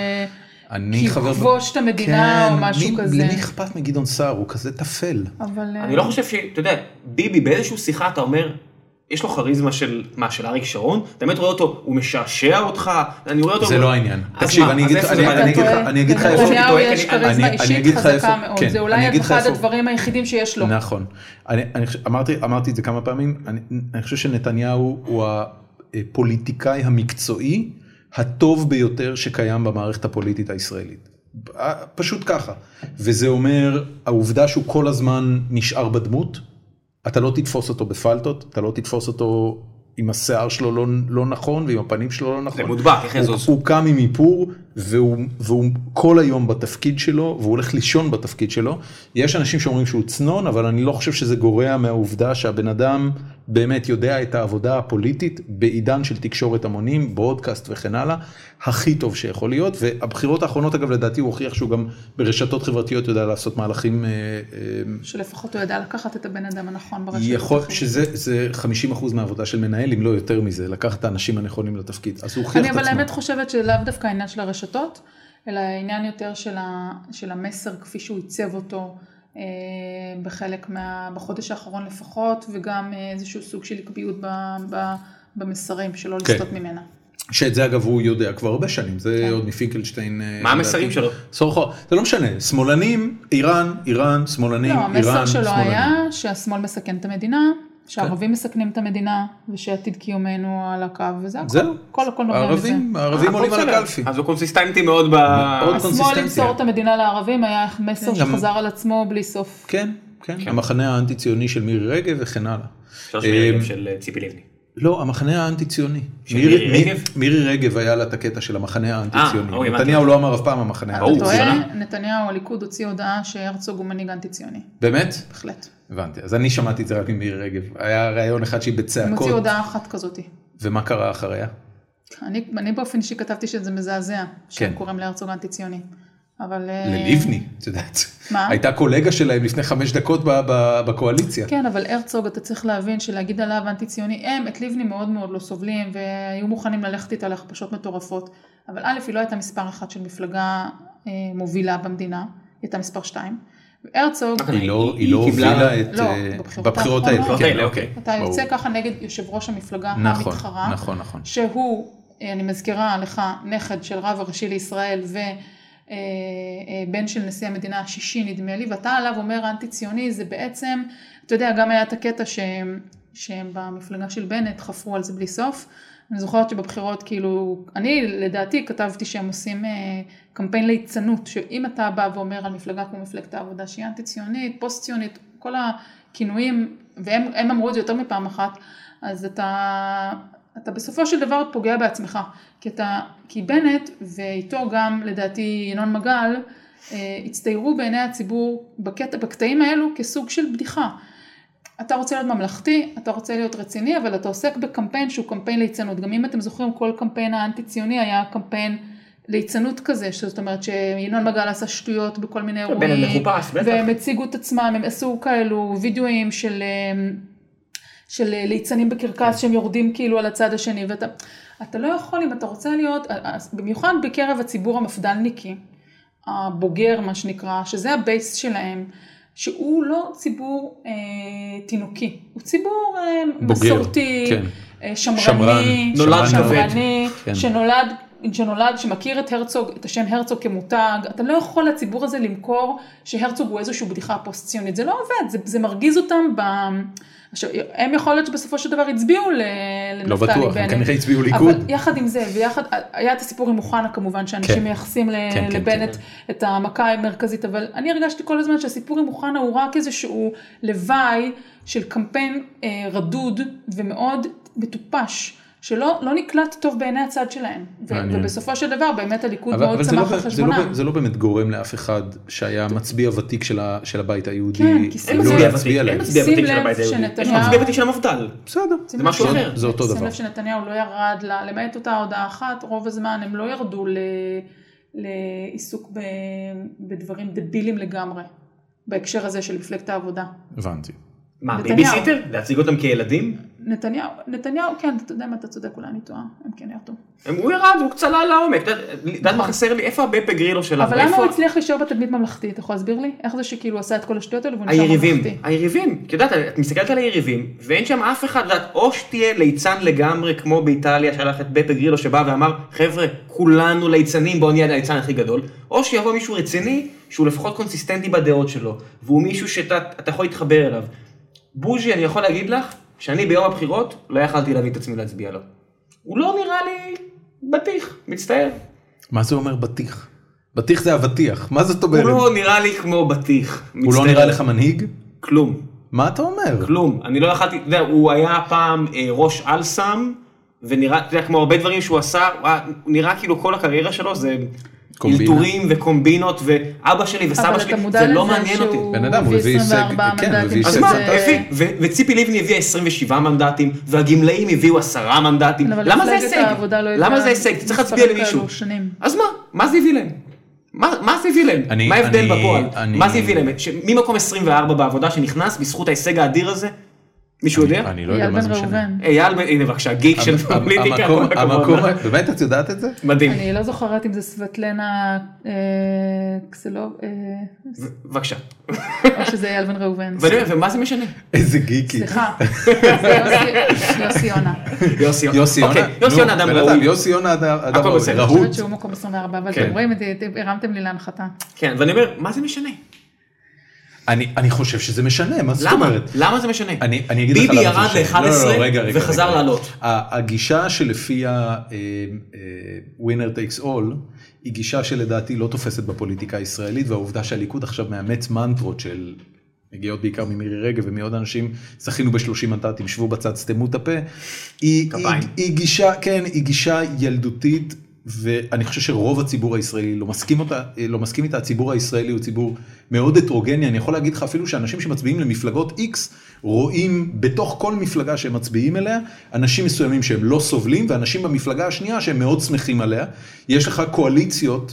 כי כבוש את המדינה או משהו כזה. למי אכפת מגדעון סער, הוא כזה תפל. אני לא חושב ש... אתה יודע, ביבי באיזשהו שיחה אתה אומר... יש לו חריזמה של, מה, של אריק שרון? אתה באמת רואה אותו, הוא משעשע אותך, אני רואה אותו... זה לא העניין. תקשיב, אני אגיד לך איפה... נתניהו יש כריזמה אישית חזקה מאוד, זה אולי אחד הדברים היחידים שיש לו. נכון. אמרתי את זה כמה פעמים, אני חושב שנתניהו הוא הפוליטיקאי המקצועי הטוב ביותר שקיים במערכת הפוליטית הישראלית. פשוט ככה. וזה אומר, העובדה שהוא כל הזמן נשאר בדמות, אתה לא תתפוס אותו בפלטות, אתה לא תתפוס אותו עם השיער שלו לא, לא נכון, ועם הפנים שלו לא נכון. זה מודבק, איך זה עושה? הוא קם עם איפור, והוא, והוא כל היום בתפקיד שלו, והוא הולך לישון בתפקיד שלו. יש אנשים שאומרים שהוא צנון, אבל אני לא חושב שזה גורע מהעובדה שהבן אדם באמת יודע את העבודה הפוליטית, בעידן של תקשורת המונים, ברודקאסט וכן הלאה, הכי טוב שיכול להיות, והבחירות האחרונות אגב לדעתי הוא הוכיח שהוא גם ברשתות חברתיות יודע לעשות מהלכים... שלפחות הוא יודע לקחת את הבן אדם הנכון ברשתות. יכול, שזה חמישים אחוז מהעבודה של מנהל, אם לא יותר מזה, לקחת את האנשים הנכונים לתפקיד, אז הוא הוכיח את עצמו. אני אבל האמת חושבת שלאו דווקא העניין של הרשתות, אלא העניין יותר של, ה, של המסר כפי שהוא ייצב אותו, בחלק מה, בחודש האחרון לפחות, וגם איזשהו סוג של עקביות במסרים שלא לסטות ממנה. שאת זה אגב הוא יודע כבר הרבה שנים, זה עוד מפינקלשטיין. מה המסרים שלו? סורחו, זה לא משנה, שמאלנים, איראן, איראן, שמאלנים, איראן, שמאלנים. לא, המסר שלו היה שהשמאל מסכן את המדינה, שהערבים מסכנים את המדינה, ושעתיד קיומנו על הקו, וזה הכל, כל הכל נובע מזה. הערבים עולים על הקלפי. אז הוא קונסיסטנטי מאוד ב... השמאל למסור את המדינה לערבים, היה מסר שחזר על עצמו בלי סוף. כן, כן, המחנה האנטי-ציוני של מירי רגב וכן הלאה. שלוש מירי רגב של ציפי לבני. לא, המחנה האנטי-ציוני. מירי רגב? מירי רגב היה לה את הקטע של המחנה האנטי-ציוני. אה, אוי, נתניהו לא אמר אף פעם המחנה האנטי-ציוני. אתה טועה, נתניהו, הליכוד הוציא הודעה שהרצוג הוא מנהיג אנטי-ציוני. באמת? בהחלט. הבנתי, אז אני שמעתי את זה רק עם מירי רגב. היה ראיון אחד שהיא בצעקות. הם הוציאו הודעה אחת כזאת. ומה קרה אחריה? אני, אני באופן אישי כתבתי שזה מזעזע, שהם קוראים להרצוג אנטי-ציוני. אבל... לליבני, את יודעת. מה? הייתה קולגה שלהם לפני חמש דקות בקואליציה. כן, אבל הרצוג, אתה צריך להבין שלהגיד עליו אנטי-ציוני, הם את ליבני מאוד מאוד לא סובלים, והיו מוכנים ללכת איתה להכפשות מטורפות. אבל א', היא לא הייתה מספר אחת של מפלגה אה, מובילה במדינה, היא הייתה מספר שתיים. הרצוג... היא לא הובילה את... לא, בבחירות האלה. אוקיי. אתה יוצא ככה נגד יושב ראש המפלגה המתחרה. נכון, נכון. שהוא, אני מזכירה לך, נכד של רב הראשי לישראל ו... בן של נשיא המדינה השישי נדמה לי, ואתה עליו אומר אנטי-ציוני, זה בעצם, אתה יודע, גם היה את הקטע שהם, שהם במפלגה של בנט חפרו על זה בלי סוף. אני זוכרת שבבחירות, כאילו, אני לדעתי כתבתי שהם עושים קמפיין ליצנות, שאם אתה בא ואומר על מפלגה כמו מפלגת העבודה, שהיא אנטי-ציונית, פוסט-ציונית, כל הכינויים, והם אמרו את זה יותר מפעם אחת, אז אתה... אתה בסופו של דבר פוגע בעצמך, כי, אתה, כי בנט ואיתו גם לדעתי ינון מגל, אה, הצטיירו בעיני הציבור בקטע, בקטעים האלו כסוג של בדיחה. אתה רוצה להיות ממלכתי, אתה רוצה להיות רציני, אבל אתה עוסק בקמפיין שהוא קמפיין ליצנות. גם אם אתם זוכרים, כל קמפיין האנטי-ציוני היה קמפיין ליצנות כזה, זאת אומרת שינון מגל עשה שטויות בכל מיני אירועים, והם הציגו את עצמם, הם עשו כאלו וידאוים של... של ליצנים בקרקס שהם יורדים כאילו על הצד השני, ואתה אתה לא יכול, אם אתה רוצה להיות, במיוחד בקרב הציבור המפדלניקי, הבוגר מה שנקרא, שזה הבייס שלהם, שהוא לא ציבור אה, תינוקי, הוא ציבור אה, מסורתי, כן. אה, שמרני, נולד שמרני, כן. שנולד, שנולד, שמכיר את הרצוג, את השם הרצוג כמותג, אתה לא יכול לציבור הזה למכור שהרצוג הוא איזושהי בדיחה פוסט-ציונית, זה לא עובד, זה, זה מרגיז אותם ב... עכשיו, הם יכול להיות שבסופו של דבר הצביעו לנפתלי בנט. לא בטוח, הם כנראה הצביעו ליכוד. אבל יחד עם זה, ויחד, היה את הסיפור עם מוחנה כמובן, שאנשים מייחסים לבנט את המכה המרכזית, אבל אני הרגשתי כל הזמן שהסיפור עם מוחנה הוא רק איזשהו לוואי של קמפיין רדוד ומאוד מטופש, שלא לא נקלט טוב בעיני הצד שלהם. ובסופו של דבר, באמת הליכוד מאוד צמח על חשבונם. זה לא באמת גורם לאף אחד שהיה מצביע ותיק של הבית היהודי. כן, כי שים לב של המפד"ל. בסדר, זה משהו אחר. זה אותו דבר. שים לב שנתניהו לא ירד, למעט אותה הודעה אחת, רוב הזמן הם לא ירדו לעיסוק בדברים דבילים לגמרי, בהקשר הזה של מפלגת העבודה. הבנתי. מה, בייביסיטר? להציג אותם כילדים? נתניהו, נתניהו, כן, אתה יודע מה, אתה צודק, אולי אני טועה, הם כן ירדו. הוא ירד, הוא קצלה לעומק, דעת מה חסר לי, איפה הבפה גרילו שלה? אבל למה הוא הצליח להישאר בתדמית ממלכתי, אתה יכול להסביר לי? איך זה שכאילו עשה את כל השטויות האלו והוא נשאר ממלכתי? היריבים, היריבים, כי יודעת, את מסתכלת על היריבים, ואין שם אף אחד, או שתהיה ליצן לגמרי, כמו באיטליה, שהלך את בפה גרילו שבא ואמר, חבר'ה, כולנו ליצנים, בואו נהיה הליצן הכי גדול, או שיבוא מישהו רציני, שהוא לפחות קונסיסטנטי בדעות שלו, והוא מישהו שאתה יכול להתחבר אליו. בוז'י, אני יכול להגיד לך שאני ביום הבחירות לא יכלתי להביא את עצמי להצביע לו. הוא לא נראה לי בטיח, מצטער. מה זה אומר בטיח? בטיח זה הבטיח, מה זאת אומרת? הוא לא נראה לי כמו בטיח, מצטער. הוא לא נראה לך מנהיג? כלום. מה אתה אומר? כלום, אני לא יכלתי, אתה יודע, הוא היה פעם אה, ראש אלסם, ונראה, אתה יודע, כמו הרבה דברים שהוא עשה, הוא נראה כאילו כל הקריירה שלו זה... אלתורים וקומבינות, ואבא שלי וסבא שלי, זה לא מעניין אותי. בן אדם, הוא הביא הישג, כן, הוא הביא הישג. אז מה, וציפי לבני הביאה עשרים ושבעה מנדטים, והגמלאים הביאו עשרה מנדטים. למה זה הישג? למה זה הישג? צריך להצביע למישהו. אז מה? מה זה הביא להם? מה זה הביא להם? מה ההבדל בפועל? מה זה הביא להם? ממקום עשרים וארבע בעבודה שנכנס, בזכות ההישג האדיר הזה, מישהו יודע? אני לא יודע מה זה משנה. אייל בן ראובן. הנה בבקשה, גיק של פוליטיקה. המקום, באמת את יודעת את זה? מדהים. אני לא זוכרת אם זה סבטלנה קסלוב. בבקשה. או שזה אייל בן ראובן. ומה זה משנה? איזה גיקי. סליחה, זה יוסי יונה. יוסי יונה? יוסי יונה אדם ראוי. יוסי יונה אדם ראוי. אני חושבת שהוא מקום עשרים וארבע, אבל אתם רואים, הרמתם לי להנחתה. כן, ואני אומר, מה זה משנה? אני, אני חושב שזה משנה, מה זאת אומרת? למה זה משנה? אני, אני אגיד לך ביבי ירד ל-אחת עשרה וחזר לעלות. הגישה שלפיה winner takes all, היא גישה שלדעתי לא תופסת בפוליטיקה הישראלית, והעובדה שהליכוד עכשיו מאמץ מנטרות של מגיעות בעיקר ממירי רגב ומעוד אנשים, זכינו בשלושים מנדטים, שבו בצד, סתמו את הפה. היא, היא, היא גישה, כן, היא גישה ילדותית, ואני חושב שרוב הציבור הישראלי לא מסכים אותה, לא מסכים איתה. הציבור הישראלי הוא ציבור מאוד הטרוגני. אני יכול להגיד לך אפילו שאנשים שמצביעים למפלגות X, רואים בתוך כל מפלגה שהם מצביעים אליה, אנשים מסוימים שהם לא סובלים, ואנשים במפלגה השנייה שהם מאוד שמחים עליה. יש לך קואליציות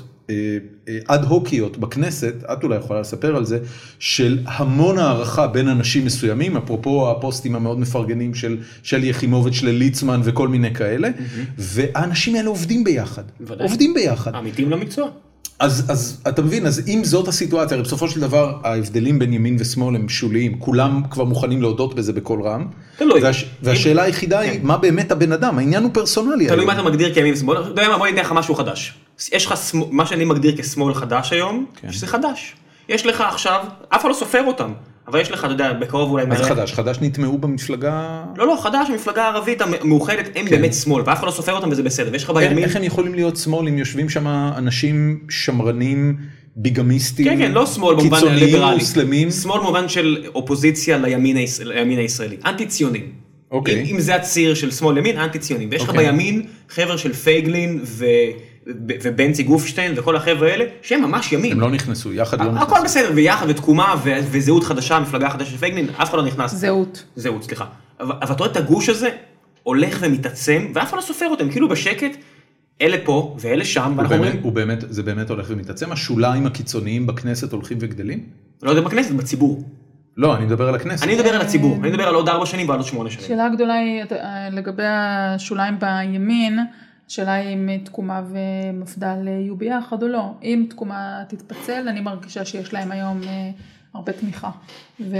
אד-הוקיות בכנסת, את אולי יכולה לספר על זה, של המון הערכה בין אנשים מסוימים, אפרופו הפוסטים המאוד מפרגנים של שלי יחימוביץ' לליצמן וכל מיני כאלה, והאנשים האלה עובדים ביחד, עובדים ביחד. עמיתים למקצוע. אז, אז אתה מבין, אז אם זאת הסיטואציה, בסופו של דבר ההבדלים בין ימין ושמאל הם שוליים, כולם כבר מוכנים להודות בזה בכל רעם, והש, והשאלה היחידה היא, מה באמת הבן אדם, העניין הוא פרסונלי. תלוי מה אתה מגדיר כימין ושמאל, אתה יודע מה, בוא ניתן לך משהו חדש. יש לך, מה שאני מגדיר כשמאל חדש היום, שזה חדש. יש לך עכשיו, אף אחד לא סופר אותם, אבל יש לך, אתה יודע, בקרוב אולי... מה זה חדש? חדש נטמעו במפלגה... לא, לא, חדש, המפלגה הערבית המאוחדת, הם באמת שמאל, ואף אחד לא סופר אותם וזה בסדר, ויש לך בימין... איך הם יכולים להיות שמאל אם יושבים שם אנשים שמרנים, ביגמיסטים, כן, כן, לא שמאל במובן קיצוניים, ליברלי. מוסלמים? שמאל במובן של אופוזיציה לימין הישראלי, אנטי-ציונים. אוקיי. אם זה הציר של שמאל ימין, אנטי-ציונים. ויש לך בימין חבר של פייגלין ו... ובנצי גופשטיין וכל החבר'ה האלה, שהם ממש ימין. הם לא נכנסו, יחד לא נכנסו. הכל בסדר, ויחד, ותקומה, וזהות חדשה, מפלגה חדשה של פייגלין, אף אחד לא נכנס. זהות. זהות, סליחה. אבל אתה רואה את הגוש הזה, הולך ומתעצם, ואף אחד לא סופר אותם, כאילו בשקט, אלה פה ואלה שם, ואנחנו אומרים... הוא באמת, זה באמת הולך ומתעצם, השוליים הקיצוניים בכנסת הולכים וגדלים? לא יודע בכנסת, בציבור. לא, אני מדבר על הכנסת. אני מדבר על הציבור, אני מדבר על עוד ארבע שנים ועל עוד שמונה שנים. שאלה גדולה היא לגבי השוליים בימין, השאלה היא אם תקומה ומפד"ל יהיו ביחד או לא. אם תקומה תתפצל, אני מרגישה שיש להם היום הרבה תמיכה. ו...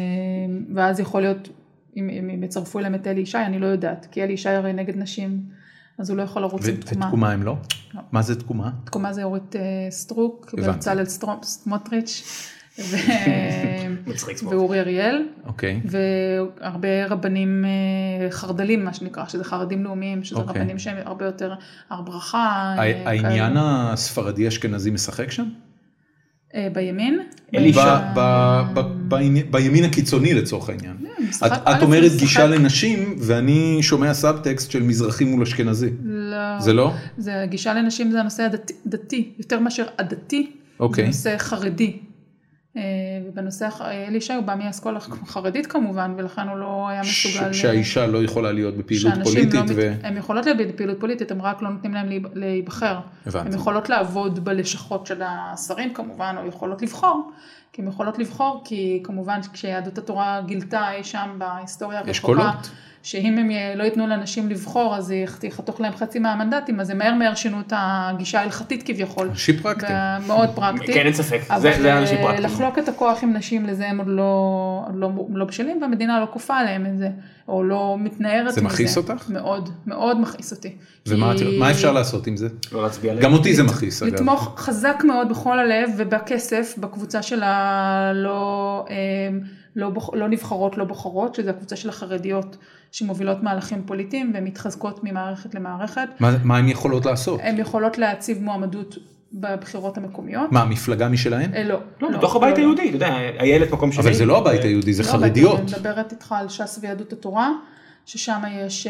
ואז יכול להיות, אם הם יצרפו אליהם את אלי ישי, אני לא יודעת, כי אלי ישי הרי נגד נשים, אז הוא לא יכול לרוץ עם תקומה. ותקומה הם לא? לא. מה זה תקומה? תקומה זה אורית סטרוק, ובצלאל סמוטריץ', ו... ואורי אריאל, אוקיי. והרבה רבנים חרדלים, מה שנקרא, שזה חרדים לאומיים, שזה אוקיי. רבנים שהם הרבה יותר הר ברכה. העניין כאלה. הספרדי אשכנזי משחק שם? בימין? ב- ב- ב- בימין הקיצוני לצורך העניין. את, את אומרת גישה לנשים, ואני שומע סאבטקסט של מזרחי מול אשכנזי. לא. זה לא? זה, גישה לנשים זה הנושא הדתי, דתי, יותר מאשר הדתי, אוקיי. זה נושא חרדי. ובנושא, אלי ישי הוא בא מאסכולה חרדית כמובן, ולכן הוא לא היה מסוגל... שהאישה לא יכולה להיות בפעילות פוליטית. ו... הן יכולות להיות בפעילות פוליטית, הם רק לא נותנים להם להיבחר. הן יכולות לעבוד בלשכות של השרים כמובן, או יכולות לבחור. כי הן יכולות לבחור, כי כמובן כשיהדות התורה גילתה אי שם בהיסטוריה הרחוקה, שאם הם לא ייתנו לאנשים לבחור, אז יחתוך להם חצי מהמנדטים, אז הם מהר מהר שינו את הגישה ההלכתית כביכול. אנשי פרקטי. מאוד פרקטי. כן, אין ספק. זה אנשי פרקטי. לחלוק את הכוח עם נשים לזה הם עוד לא בשלים, והמדינה לא כופה עליהם את זה, או לא מתנערת מזה. זה מכעיס אותך? מאוד, מאוד מכעיס אותי. ומה אפשר לעשות עם זה? לא להצביע עליהם. גם אותי זה מכעיס, אגב. לתמוך חזק מאוד בכל הלב ובכסף, בקבוצה של הלא... לא, לא נבחרות, לא בוחרות, שזה הקבוצה של החרדיות שמובילות מהלכים פוליטיים ומתחזקות ממערכת למערכת. מה, מה הן יכולות לעשות? הן יכולות להציב מועמדות בבחירות המקומיות. מה, מפלגה משלהן? לא. לא, בתוך הבית היהודי, אתה יודע, איילת מקום שני. אבל זה לא הבית היהודי, זה חרדיות. אני מדברת איתך על ש"ס ויהדות התורה, ששם יש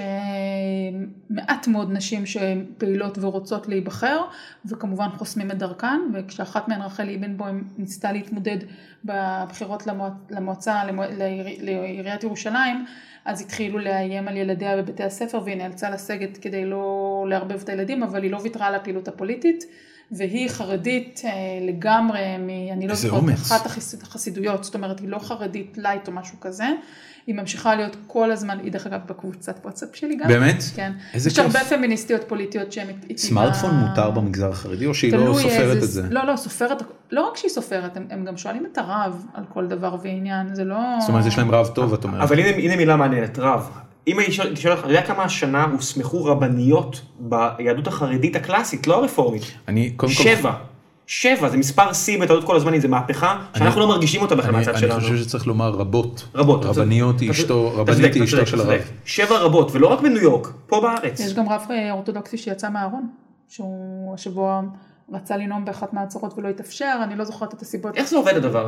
מעט מאוד נשים שפעילות ורוצות להיבחר, וכמובן חוסמים את דרכן, וכשאחת מהן רחל אבנבוים ניסתה להתמודד בבחירות למועצה, לעיריית ירושלים, אז התחילו לאיים על ילדיה בבתי הספר, והיא נאלצה לסגת כדי לא לערבב את הילדים, אבל היא לא ויתרה על הפעילות הפוליטית, והיא חרדית לגמרי, אני לא זוכרת, אחת החסידויות, זאת אומרת, היא לא חרדית לייט או משהו כזה, היא ממשיכה להיות כל הזמן, היא דרך אגב בקבוצת וואטסאפ שלי גם. באמת? כן. איזה כיף. יש הרבה פמיניסטיות פוליטיות שהן איתי. סמארטפון מותר במגזר החרדי, או שהיא לא סופרת את זה? לא, לא, סופרת, לא רק שהיא סופרת, הם גם שואלים את הרב על כל דבר ועניין, זה לא... זאת אומרת, יש להם רב טוב, את אומרת. אבל הנה מילה מעניינת, רב. אם אני שואל לך, אתה יודע כמה השנה הוסמכו רבניות ביהדות החרדית הקלאסית, לא הרפורמית? אני, קודם כל... שבע. שבע, זה מספר C בתעודות כל הזמן, זה מהפכה, שאנחנו לא מרגישים אותה בכלל מהצד שלנו. אני חושב שצריך לומר רבות. רבות. רבניות היא אשתו, רבנית היא אשתו של הרב. שבע רבות, ולא רק בניו יורק, פה בארץ. יש גם רב אורתודוקסי שיצא מהארון, שהוא השבוע רצה לנאום באחת מהעצרות ולא התאפשר, אני לא זוכרת את הסיבות. איך זה עובד הדבר הזה?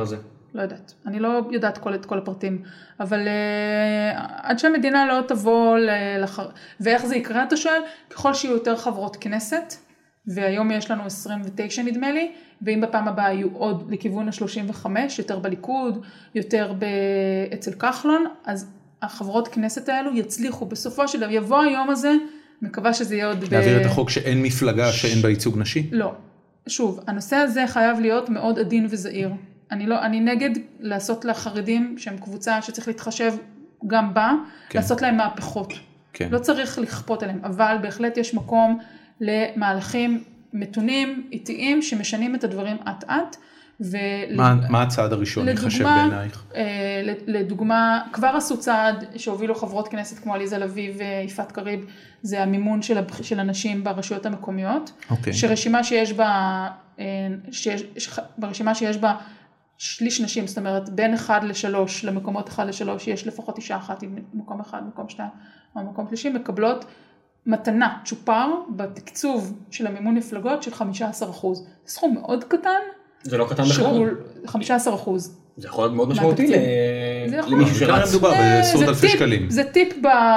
לא יודעת. אני לא יודעת כל, את כל הפרטים, אבל uh, עד שהמדינה לא תבוא לח... ואיך זה יקרה, אתה שואל, ככל שיהיו יותר חברות כנסת, והיום יש לנו עשרים ותשע נדמה לי, ואם בפעם הבאה יהיו עוד לכיוון ה-שלושים וחמש, יותר בליכוד, יותר ב... אצל כחלון, אז החברות כנסת האלו יצליחו, בסופו של דבר, יבוא היום הזה, מקווה שזה יהיה עוד... להעביר ב... את החוק שאין מפלגה שאין בה ייצוג נשי? לא. שוב, הנושא הזה חייב להיות מאוד עדין וזהיר. אני לא, אני נגד לעשות לחרדים, שהם קבוצה שצריך להתחשב גם בה, כן. לעשות להם מהפכות. כן. לא צריך לכפות עליהם, אבל בהחלט יש מקום למהלכים מתונים, איטיים, שמשנים את הדברים עט-עט. ול... מה, מה הצעד הראשון יחשב בעינייך? לדוגמה, כבר עשו צעד שהובילו חברות כנסת כמו עליזה לביא ויפעת קריב, זה המימון של, הבח... של אנשים ברשויות המקומיות, okay. שרשימה שיש בה, שיש, ברשימה שיש בה שליש נשים, זאת אומרת בין אחד לשלוש, למקומות אחד לשלוש, יש לפחות אישה אחת עם מקום אחד, מקום שתיים, או מקום שלישי, מקבלות מתנה, צ'ופר, בתקצוב של המימון מפלגות של חמישה עשר אחוז. זה סכום מאוד קטן. זה לא קטן בכלל. חמישה עשר אחוז. זה יכול להיות מאוד משמעותי למישהו שרץ. מדובר בעשרות אלפי שקלים. זה טיפ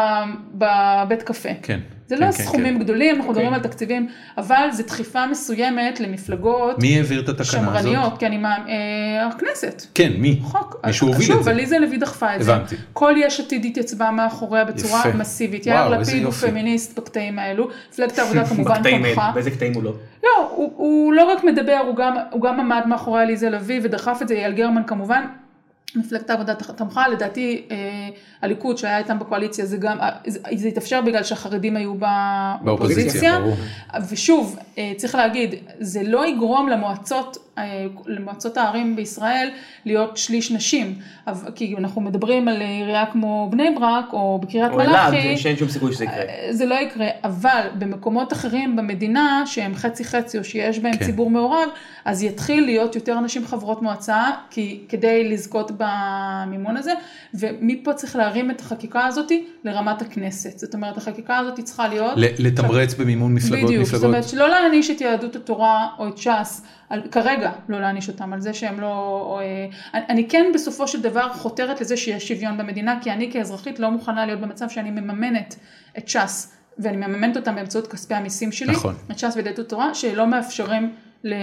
בבית קפה. כן. זה לא סכומים גדולים, אנחנו מדברים על תקציבים, אבל זה דחיפה מסוימת למפלגות מי העביר את התקנה הזאת? שמרניות, כי אני מה... הכנסת. כן, מי? חוק. מישהו הוביל את זה. שוב, עליזה לביא דחפה את זה. הבנתי. כל יש עתיד התייצבה מאחוריה בצורה מסיבית. יאיר לפיד הוא פמיניסט בקטעים האלו. מפלגת העבודה כמובן תמכה. באיזה קטעים הוא לא? לא, הוא לא רק מדבר, הוא גם עמד מאחורי עליזה לביא ודחף את זה, יעל גרמן כמובן. מפלגת העבודה תמכה, לדעתי הליכוד שהיה איתם בקואליציה, זה גם, זה התאפשר בגלל שהחרדים היו באופוזיציה, ושוב, צריך להגיד, זה לא יגרום למועצות, למועצות הערים בישראל להיות שליש נשים, כי אנחנו מדברים על עירייה כמו בני ברק, או בקריית מלאכי, שאין שום סיכוי שזה יקרה. זה לא יקרה, אבל במקומות אחרים במדינה, שהם חצי חצי, או שיש בהם ציבור מעורב, אז יתחיל להיות יותר נשים חברות מועצה, כי כדי לזכות במימון הזה, ומפה צריך להרים את החקיקה הזאת לרמת הכנסת. זאת אומרת, החקיקה הזאת צריכה להיות... לתמרץ במימון מפלגות. בדיוק, זאת אומרת, שלא להעניש את יהדות התורה או את ש"ס, כרגע לא להעניש אותם על זה שהם לא... אני כן בסופו של דבר חותרת לזה שיש שוויון במדינה, כי אני כאזרחית לא מוכנה להיות במצב שאני מממנת את ש"ס, ואני מממנת אותם באמצעות כספי המיסים שלי, נכון. את ש"ס ויהדות התורה, שלא מאפשרים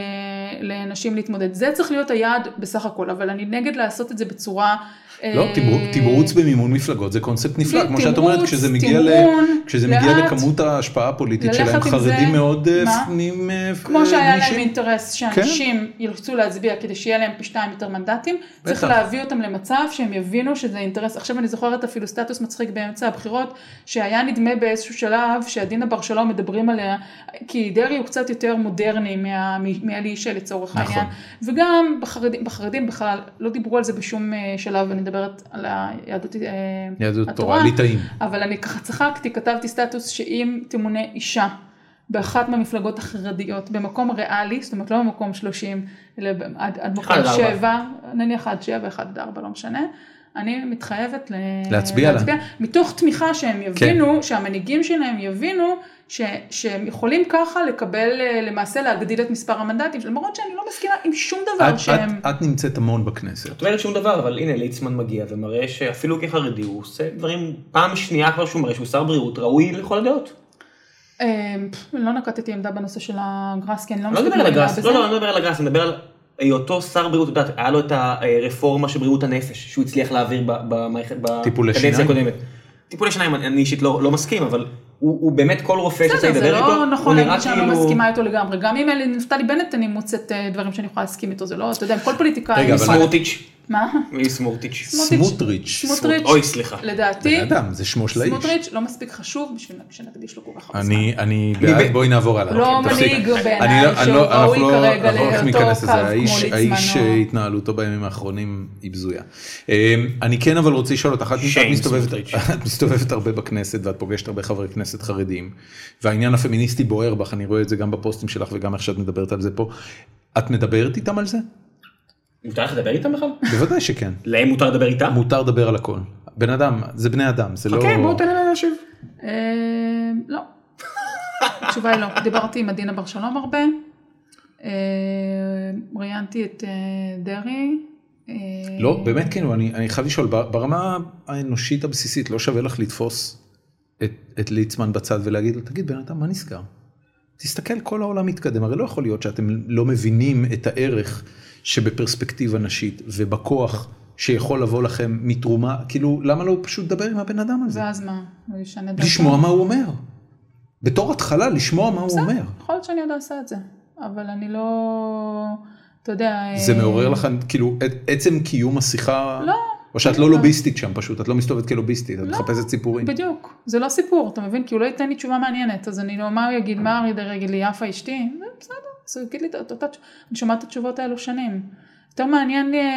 לנשים להתמודד. זה צריך להיות היעד בסך הכל, אבל אני נגד לעשות את זה בצורה... לא, תמרוץ במימון מפלגות זה קונספט נפלא, כמו שאת אומרת, כשזה מגיע לכמות ההשפעה הפוליטית שלהם, חרדים מאוד פנים נישים. כמו שהיה להם אינטרס שאנשים ירצו להצביע כדי שיהיה להם פי שתיים יותר מנדטים, צריך להביא אותם למצב שהם יבינו שזה אינטרס. עכשיו אני זוכרת אפילו סטטוס מצחיק באמצע הבחירות, שהיה נדמה באיזשהו שלב שעדינה בר שלום מדברים עליה, כי דרעי הוא קצת יותר מודרני מעלי אישה לצורך העניין, וגם בחרדים בכלל לא דיברו על זה בשום שלב, אני מדברת על היהדות התורה, ליטאים. אבל אני ככה צחקתי, כתבתי סטטוס שאם תמונה אישה באחת מהמפלגות החרדיות, במקום ריאלי, זאת אומרת לא במקום שלושים, אלא עד, עד מקום שבע, נניח עד שבע, אחד עד ארבע, לא משנה, אני מתחייבת להצביע, להצביע מתוך תמיכה שהם יבינו, כן. שהמנהיגים שלהם יבינו, ש, שהם יכולים ככה לקבל, למעשה להגדיל את מספר המנדטים, למרות שאני לא מסכימה עם שום דבר את, שהם... את, את נמצאת המון בכנסת. את אומרת שום דבר, אבל הנה ליצמן מגיע ומראה שאפילו כחרדי הוא עושה דברים, פעם שנייה כבר שהוא מראה שהוא שר בריאות ראוי לכל הדעות. לא נקטתי עמדה בנושא של הגראס, כי אני לא לא מדבר על הגראס, לא, לא, אני מדבר על הגראס, אני מדבר על היותו שר בריאות, יודעת, היה לו את הרפורמה של בריאות הנפש, שהוא הצליח להעביר בקדנציה הקודמת. טיפולי שיניים, אני אישית לא מסכים, אבל הוא באמת כל רופא שצריך לדבר איתו, זה לא נכון להגיד שאני לא מסכימה איתו לגמרי, גם אם אלי נפתלי בנט אני מוצאת דברים שאני יכולה להסכים איתו, זה לא, אתה יודע, כל פוליטיקאי... רגע, סמוטריץ'. מה? מי סמוטריץ'? סמוטריץ'. סמוטריץ'. אוי, סליחה. לדעתי, בן אדם, זה שמו של האיש. סמוטריץ' לא מספיק חשוב בשביל שנקדיש לו כל כך הרבה זמן. אני בעד, בואי נעבור הלאה. לא מנהיג בעיניי, שהוא ראוי כרגע לאותו קו כמו ליצמן. האיש התנהלותו בימים האחרונים היא בזויה. אני כן אבל רוצה לשאול אותך, את מסתובבת הרבה בכנסת ואת פוגשת הרבה חברי כנסת חרדים, והעניין הפמיניסטי בוער בך, אני רואה את זה גם בפוסטים שלך וגם איך שאת מדברת על זה פה. את מדברת איתם על זה? מותר לך לדבר איתם בכלל? בוודאי שכן. להם מותר לדבר איתם? מותר לדבר על הכל. בן אדם, זה בני אדם, זה לא... אוקיי, בואו תן לי להשיב. לא. התשובה היא לא. דיברתי עם עדינה בר שלום הרבה. ראיינתי את דרעי. לא, באמת כן, אני, אני חייב לשאול, ברמה האנושית הבסיסית, לא שווה לך לתפוס את, את ליצמן בצד ולהגיד לו, תגיד בן אדם, מה נסגר? תסתכל, כל העולם מתקדם, הרי לא יכול להיות שאתם לא מבינים את הערך שבפרספקטיבה נשית ובכוח שיכול לבוא לכם מתרומה, כאילו, למה לא פשוט לדבר עם הבן אדם הזה? ואז מה? לשמוע מה הוא אומר. בתור התחלה, לשמוע מה הוא אומר. יכול להיות שאני עוד אעשה את זה, אבל אני לא, אתה יודע... זה מעורר לך, כאילו, עצם קיום השיחה... לא. או שאת לא לוביסטית שם פשוט, את לא מסתובבת כלוביסטית, את מחפשת סיפורים. בדיוק, זה לא סיפור, אתה מבין? כי הוא לא ייתן לי תשובה מעניינת, אז אני לא, מה הוא יגיד, מה הוא יגיד לי, יפה אשתי? בסדר, אז הוא יגיד לי, אני שומעת את התשובות האלו שנים. יותר מעניין לי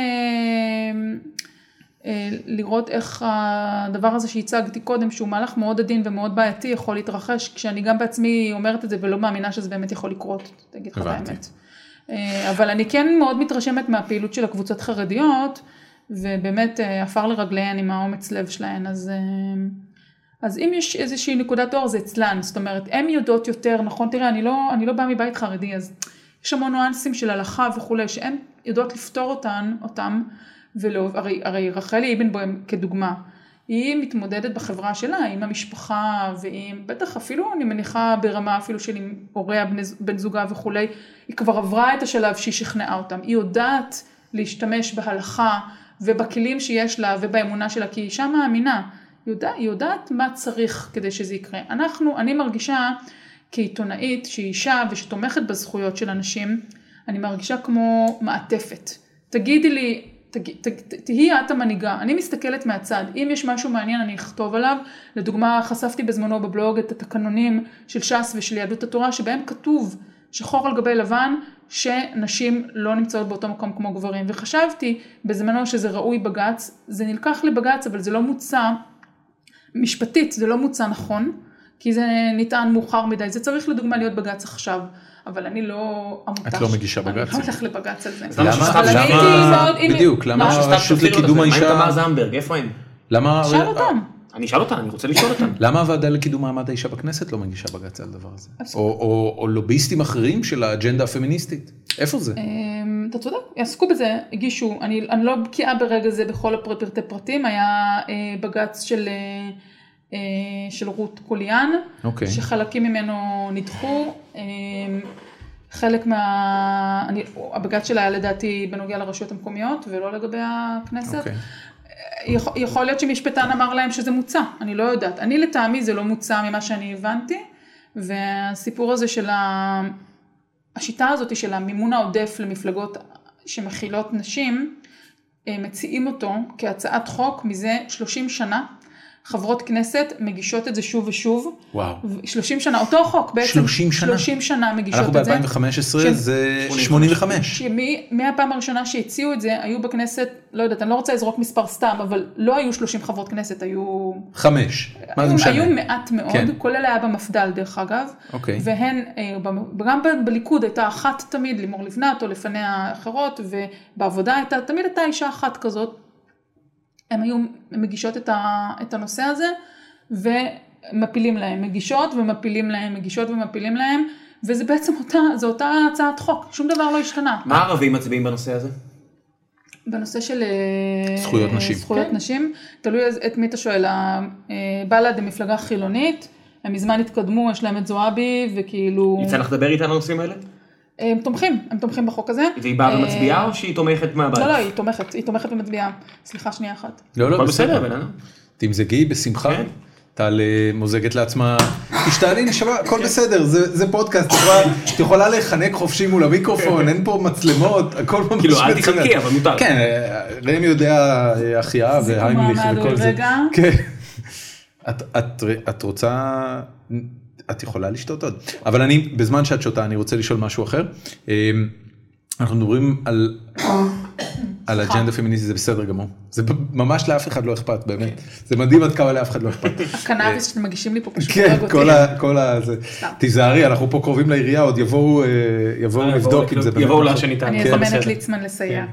לראות איך הדבר הזה שהצגתי קודם, שהוא מהלך מאוד עדין ומאוד בעייתי, יכול להתרחש, כשאני גם בעצמי אומרת את זה ולא מאמינה שזה באמת יכול לקרות, תגיד לך באמת. אבל אני כן מאוד מתרשמת מהפעילות של הקבוצות חרדיות, ובאמת עפר לרגליהן עם האומץ לב שלהן, אז, אז אם יש איזושהי נקודת אור זה אצלן, זאת אומרת, הן יודעות יותר, נכון, תראה, אני לא, אני לא באה מבית חרדי, אז יש המון נואנסים של הלכה וכולי, שהן יודעות לפתור אותן, אותם, ולא, הרי, הרי רחלי אבנבוים כדוגמה, היא מתמודדת בחברה שלה, עם המשפחה, ועם, בטח אפילו, אני מניחה ברמה אפילו של עם הוריה, בן, בן זוגה וכולי, היא כבר עברה את השלב שהיא שכנעה אותם, היא יודעת להשתמש בהלכה, ובכלים שיש לה ובאמונה שלה, כי היא אישה מאמינה, היא יודעת, היא יודעת מה צריך כדי שזה יקרה. אנחנו, אני מרגישה כעיתונאית, שהיא אישה ושתומכת בזכויות של אנשים, אני מרגישה כמו מעטפת. תגידי לי, תגיד, ת, ת, תהי את המנהיגה, אני מסתכלת מהצד, אם יש משהו מעניין אני אכתוב עליו, לדוגמה חשפתי בזמנו בבלוג את התקנונים של ש"ס ושל יהדות התורה, שבהם כתוב שחור על גבי לבן, שנשים לא נמצאות באותו מקום כמו גברים, וחשבתי בזמנו שזה ראוי בגץ, זה נלקח לבגץ, אבל זה לא מוצא, משפטית זה לא מוצא נכון, כי זה ניתן מאוחר מדי, זה צריך לדוגמה להיות בגץ עכשיו, אבל אני לא עמותה. את לא מגישה בגץ. אני לא הולך לבגץ על זה. למה? בדיוק, למה הרשות לקידום האישה? מה עם תמר זנדברג, איפה אין? למה? שאל אותם. אני אשאל אותם, אני רוצה לשאול אותם. למה הוועדה לקידום מעמד האישה בכנסת לא מגישה בג"ץ על הדבר הזה? או לוביסטים אחרים של האג'נדה הפמיניסטית? איפה זה? אתה צודק, יעסקו בזה, הגישו, אני לא בקיאה ברגע זה בכל הפרטי פרטים, היה בג"ץ של רות קוליאן, שחלקים ממנו נדחו, חלק מה... הבג"ץ שלה היה לדעתי בנוגע לרשויות המקומיות ולא לגבי הכנסת. יכול, יכול להיות שמשפטן אמר להם שזה מוצא, אני לא יודעת. אני לטעמי זה לא מוצא ממה שאני הבנתי, והסיפור הזה של ה... השיטה הזאת של המימון העודף למפלגות שמכילות נשים, מציעים אותו כהצעת חוק מזה שלושים שנה, חברות כנסת מגישות את זה שוב ושוב. וואו. שלושים שנה, אותו חוק בעצם. שלושים שנה? שלושים שנה מגישות את זה. אנחנו ב-אלפיים וחמש עשרה, ש... זה שמונים וחמש. מהפעם הראשונה שהציעו את זה, היו בכנסת, לא יודעת, אני לא רוצה לזרוק מספר סתם, אבל לא היו שלושים חברות כנסת, היו... חמש. מה זה משנה? היו מעט מאוד, כן. כולל היה במפדל דרך אגב. אוקיי. והן, גם בליכוד הייתה אחת תמיד, לימור לבנת או לפניה אחרות, ובעבודה הייתה, תמיד הייתה אישה אחת כזאת. הם היו מגישות את, ה, את הנושא הזה, ומפילים להם, מגישות ומפילים להם, מגישות ומפילים להם, וזה בעצם אותה, זו אותה הצעת חוק, שום דבר לא השתנה. מה הערבים מצביעים בנושא הזה? בנושא של זכויות נשים. זכויות כן. נשים, תלוי את מי אתה שואל, בל"ד היא מפלגה חילונית, הם מזמן התקדמו, יש להם את זועבי, וכאילו... יצא לך לדבר איתה על הנושאים האלה? הם תומכים, הם תומכים בחוק הזה. והיא באה ומצביעה או שהיא תומכת מהבית? לא, לא, היא תומכת, היא תומכת ומצביעה. סליחה, שנייה אחת. לא, לא, בסדר, בננו. תמזגי בשמחה, טל מוזגת לעצמה, תשתעלי נשמה, הכל בסדר, זה פודקאסט, את יכולה לחנק חופשי מול המיקרופון, אין פה מצלמות, הכל ממש מצוין. כאילו, אל תחנקי, אבל מותר. כן, ראם יודע אחיה והיימליך וכל זה. כן. את רוצה... את יכולה לשתות עוד. אבל אני, בזמן שאת שותה, אני רוצה לשאול משהו אחר. אנחנו מדברים על, על אג'נדה פמיניסטית, זה בסדר גמור. זה ממש לאף אחד לא אכפת, באמת. זה מדהים עד כמה לאף אחד לא אכפת. הקנאביס שאתם מגישים לי פה פשוט. כן, כל ה... תיזהרי, אנחנו פה קרובים לעירייה, עוד יבואו לבדוק אם זה באמת. יבואו לה שניתן. אני אזמן את ליצמן לסייע.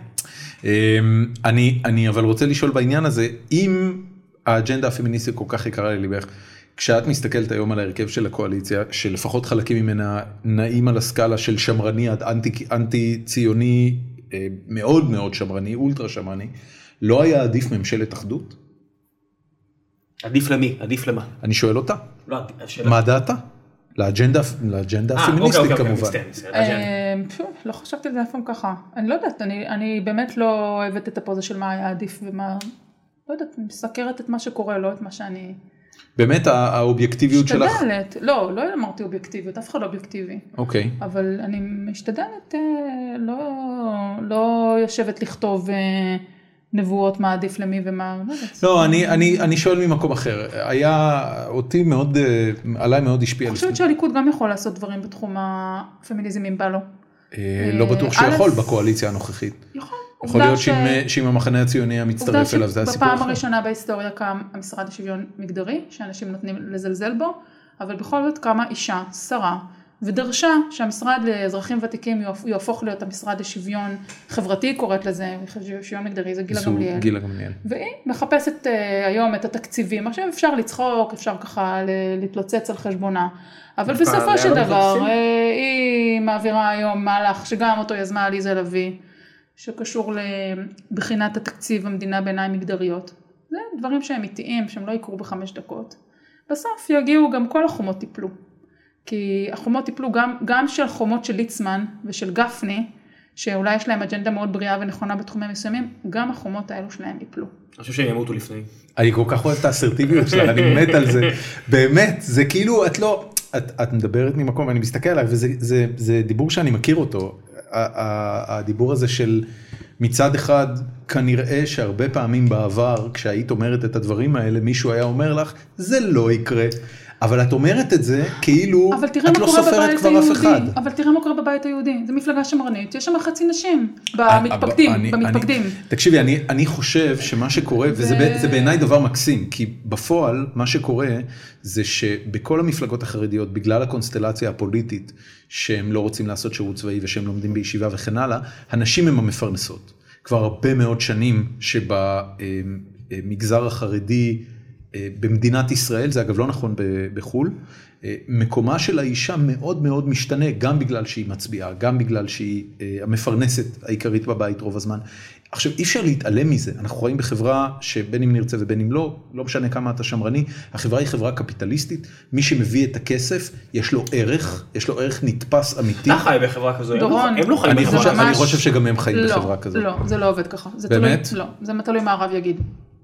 אני אבל רוצה לשאול בעניין הזה, אם האג'נדה הפמיניסטית כל כך יקרה לליבך, כשאת מסתכלת היום על ההרכב של הקואליציה, שלפחות חלקים ממנה נעים על הסקאלה של שמרני עד אנטי, אנטי ציוני מאוד מאוד שמרני, אולטרה שמרני, לא היה עדיף ממשלת אחדות? עדיף למי? עדיף למה? אני שואל אותה. לא, השאלה. מה דעתה? לאג'נדה, לאג'נדה הפמיניסטית כמובן. לא חשבתי על זה אפילו ככה. אני לא יודעת, אני באמת לא אוהבת את הפוזה של מה היה עדיף ומה, לא יודעת, אני מסקרת את מה שקורה, לא את מה שאני... באמת האובייקטיביות שלך? משתדלת, לא, לא אמרתי אובייקטיביות, אף אחד לא אובייקטיבי. אוקיי. אבל אני משתדלת, לא יושבת לכתוב נבואות מה עדיף למי ומה... לא, אני שואל ממקום אחר. היה, אותי מאוד, עליי מאוד השפיע. אני חושבת שהליכוד גם יכול לעשות דברים בתחום הפמיניזם אם בא לו. לא בטוח שהוא יכול בקואליציה הנוכחית. יכול. יכול להיות שאם המחנה הציוני המצטרף אליו, זה הסיפור. בפעם הראשונה בהיסטוריה קם המשרד לשוויון מגדרי, שאנשים נותנים לזלזל בו, אבל בכל זאת קמה אישה, שרה, ודרשה שהמשרד לאזרחים ותיקים יהפוך להיות המשרד לשוויון חברתי, קוראת לזה, שוויון מגדרי, זה גילה גמליאל. גילה גמליאל. והיא מחפשת היום את התקציבים, עכשיו אפשר לצחוק, אפשר ככה להתלוצץ על חשבונה, אבל בסופו של דבר, היא מעבירה היום מהלך שגם אותו יזמה עליזה לביא, שקשור לבחינת התקציב המדינה בעיניים מגדריות. זה דברים שהם איטיים, שהם לא יקרו בחמש דקות. בסוף יגיעו גם כל החומות טיפלו. כי החומות טיפלו גם, גם של חומות של ליצמן ושל גפני, שאולי יש להם אג'נדה מאוד בריאה ונכונה בתחומים מסוימים, גם החומות האלו שלהם ייפלו. אני חושב שהם ימותו לפני. אני כל כך אוהב את האסרטיביות שלך, אני מת על זה. באמת, זה כאילו, את לא, את, את מדברת ממקום, ואני מסתכל עליך, וזה זה, זה דיבור שאני מכיר אותו. הדיבור הזה של מצד אחד, כנראה שהרבה פעמים בעבר, כשהיית אומרת את הדברים האלה, מישהו היה אומר לך, זה לא יקרה. אבל את אומרת את זה כאילו את לא סופרת כבר אף אחד. אבל תראה מה קורה בבית היהודי, זו מפלגה שמרנית, יש שם חצי נשים במתפקדים, במתפקדים. תקשיבי, אני חושב שמה שקורה, וזה בעיניי דבר מקסים, כי בפועל מה שקורה זה שבכל המפלגות החרדיות, בגלל הקונסטלציה הפוליטית, שהם לא רוצים לעשות שירות צבאי ושהם לומדים בישיבה וכן הלאה, הנשים הם המפרנסות. כבר הרבה מאוד שנים שבמגזר החרדי, במדינת ישראל, זה אגב לא נכון בחול, מקומה של האישה מאוד מאוד משתנה, גם בגלל שהיא מצביעה, גם בגלל שהיא המפרנסת העיקרית בבית רוב הזמן. עכשיו, אי אפשר להתעלם מזה, אנחנו רואים בחברה שבין אם נרצה ובין אם לא, לא משנה כמה אתה שמרני, החברה היא חברה קפיטליסטית, מי שמביא את הכסף, יש לו ערך, יש לו ערך נתפס אמיתי. אתה חי בחברה כזו, דורון, הם לא חיים בחברה כזו. אני חושב שגם הם חיים בחברה כזו. לא, זה לא עובד ככה. באמת? לא, זה תלוי מה הרב יגיד.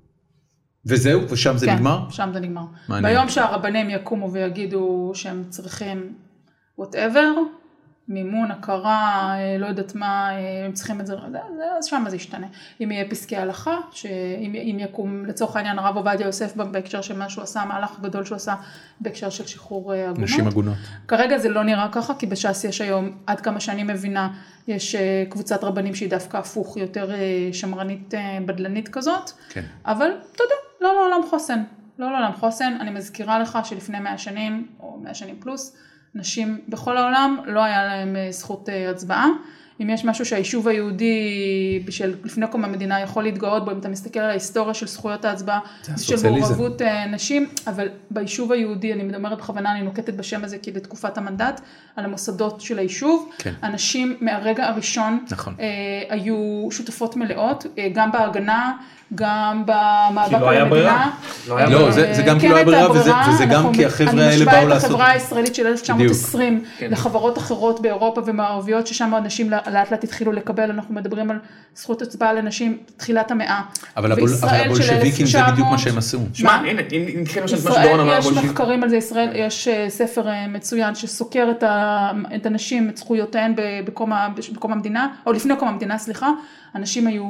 וזהו, ושם זה כן, נגמר? שם זה נגמר. מעניין. ביום שהרבנים יקומו ויגידו שהם צריכים whatever, מימון, הכרה, לא יודעת מה, הם צריכים את זה, אז שם זה ישתנה. אם יהיה פסקי הלכה, שאם יקום לצורך העניין הרב עובדיה יוסף בהקשר של מה שהוא עשה, המהלך הגדול שהוא עשה בהקשר של שחרור עגונות. נשים עגונות. כרגע זה לא נראה ככה, כי בש"ס יש היום, עד כמה שאני מבינה, יש קבוצת רבנים שהיא דווקא הפוך, יותר שמרנית בדלנית כזאת. כן. אבל אתה יודע, לא לעולם חוסן. לא לעולם חוסן. אני מזכירה לך שלפני מאה שנים, או מאה שנים פלוס, נשים בכל העולם לא היה להם זכות הצבעה. אם יש משהו שהיישוב היהודי של לפני קום המדינה יכול להתגאות בו, אם אתה מסתכל על ההיסטוריה של זכויות ההצבעה, זה של מעורבות נשים, אבל ביישוב היהודי, אני אומרת בכוונה, אני נוקטת בשם הזה כי לתקופת המנדט, על המוסדות של היישוב, כן. אנשים מהרגע הראשון נכון. אה, היו שותפות מלאות, אה, גם בהגנה, גם במאבק על המדינה. לא, היה לא זה, זה גם כי לא היה ברירה, וזה, וזה גם כי החבר'ה האלה באו לעשות. אני משווה את החברה הישראלית של אלף תשע מאות ועשרים כן. לחברות אחרות באירופה ומערביות, ששם אנשים לאט לאט התחילו לקבל, אנחנו מדברים על זכות הצבעה לנשים תחילת המאה. אבל הבולשביקים זה בדיוק מה שהם עשו. שמע, הנה, אם נתחיל מה שדורון אמר. יש מחקרים על זה, ישראל, יש ספר מצוין שסוקר את הנשים, את זכויותיהן בקום המדינה, או לפני קום המדינה, סליחה, אנשים היו...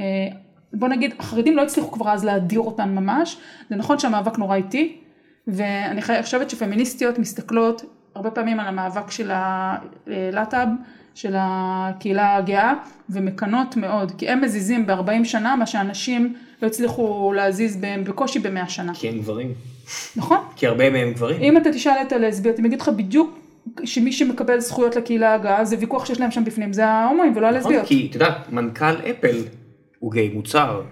בוא נגיד, החרדים לא הצליחו כבר אז להדיר אותן ממש, זה נכון שהמאבק נורא איטי, ואני חושבת שפמיניסטיות מסתכלות הרבה פעמים על המאבק של הלהט"ב, של הקהילה הגאה, ומקנות מאוד, כי הם מזיזים ב-ארבעים שנה, מה שאנשים לא הצליחו להזיז בהם בקושי ב-מאה שנה. כי הם גברים. נכון? כי הרבה מהם גברים. אם אתה תשאל את הלסביות, הם יגיד לך בדיוק, שמי שמקבל זכויות לקהילה הגאה, זה ויכוח שיש להם שם בפנים, זה ההומואים ולא הלסביות. כי, אתה יודע, מנכ"ל אפל, הוא גיי מוצר,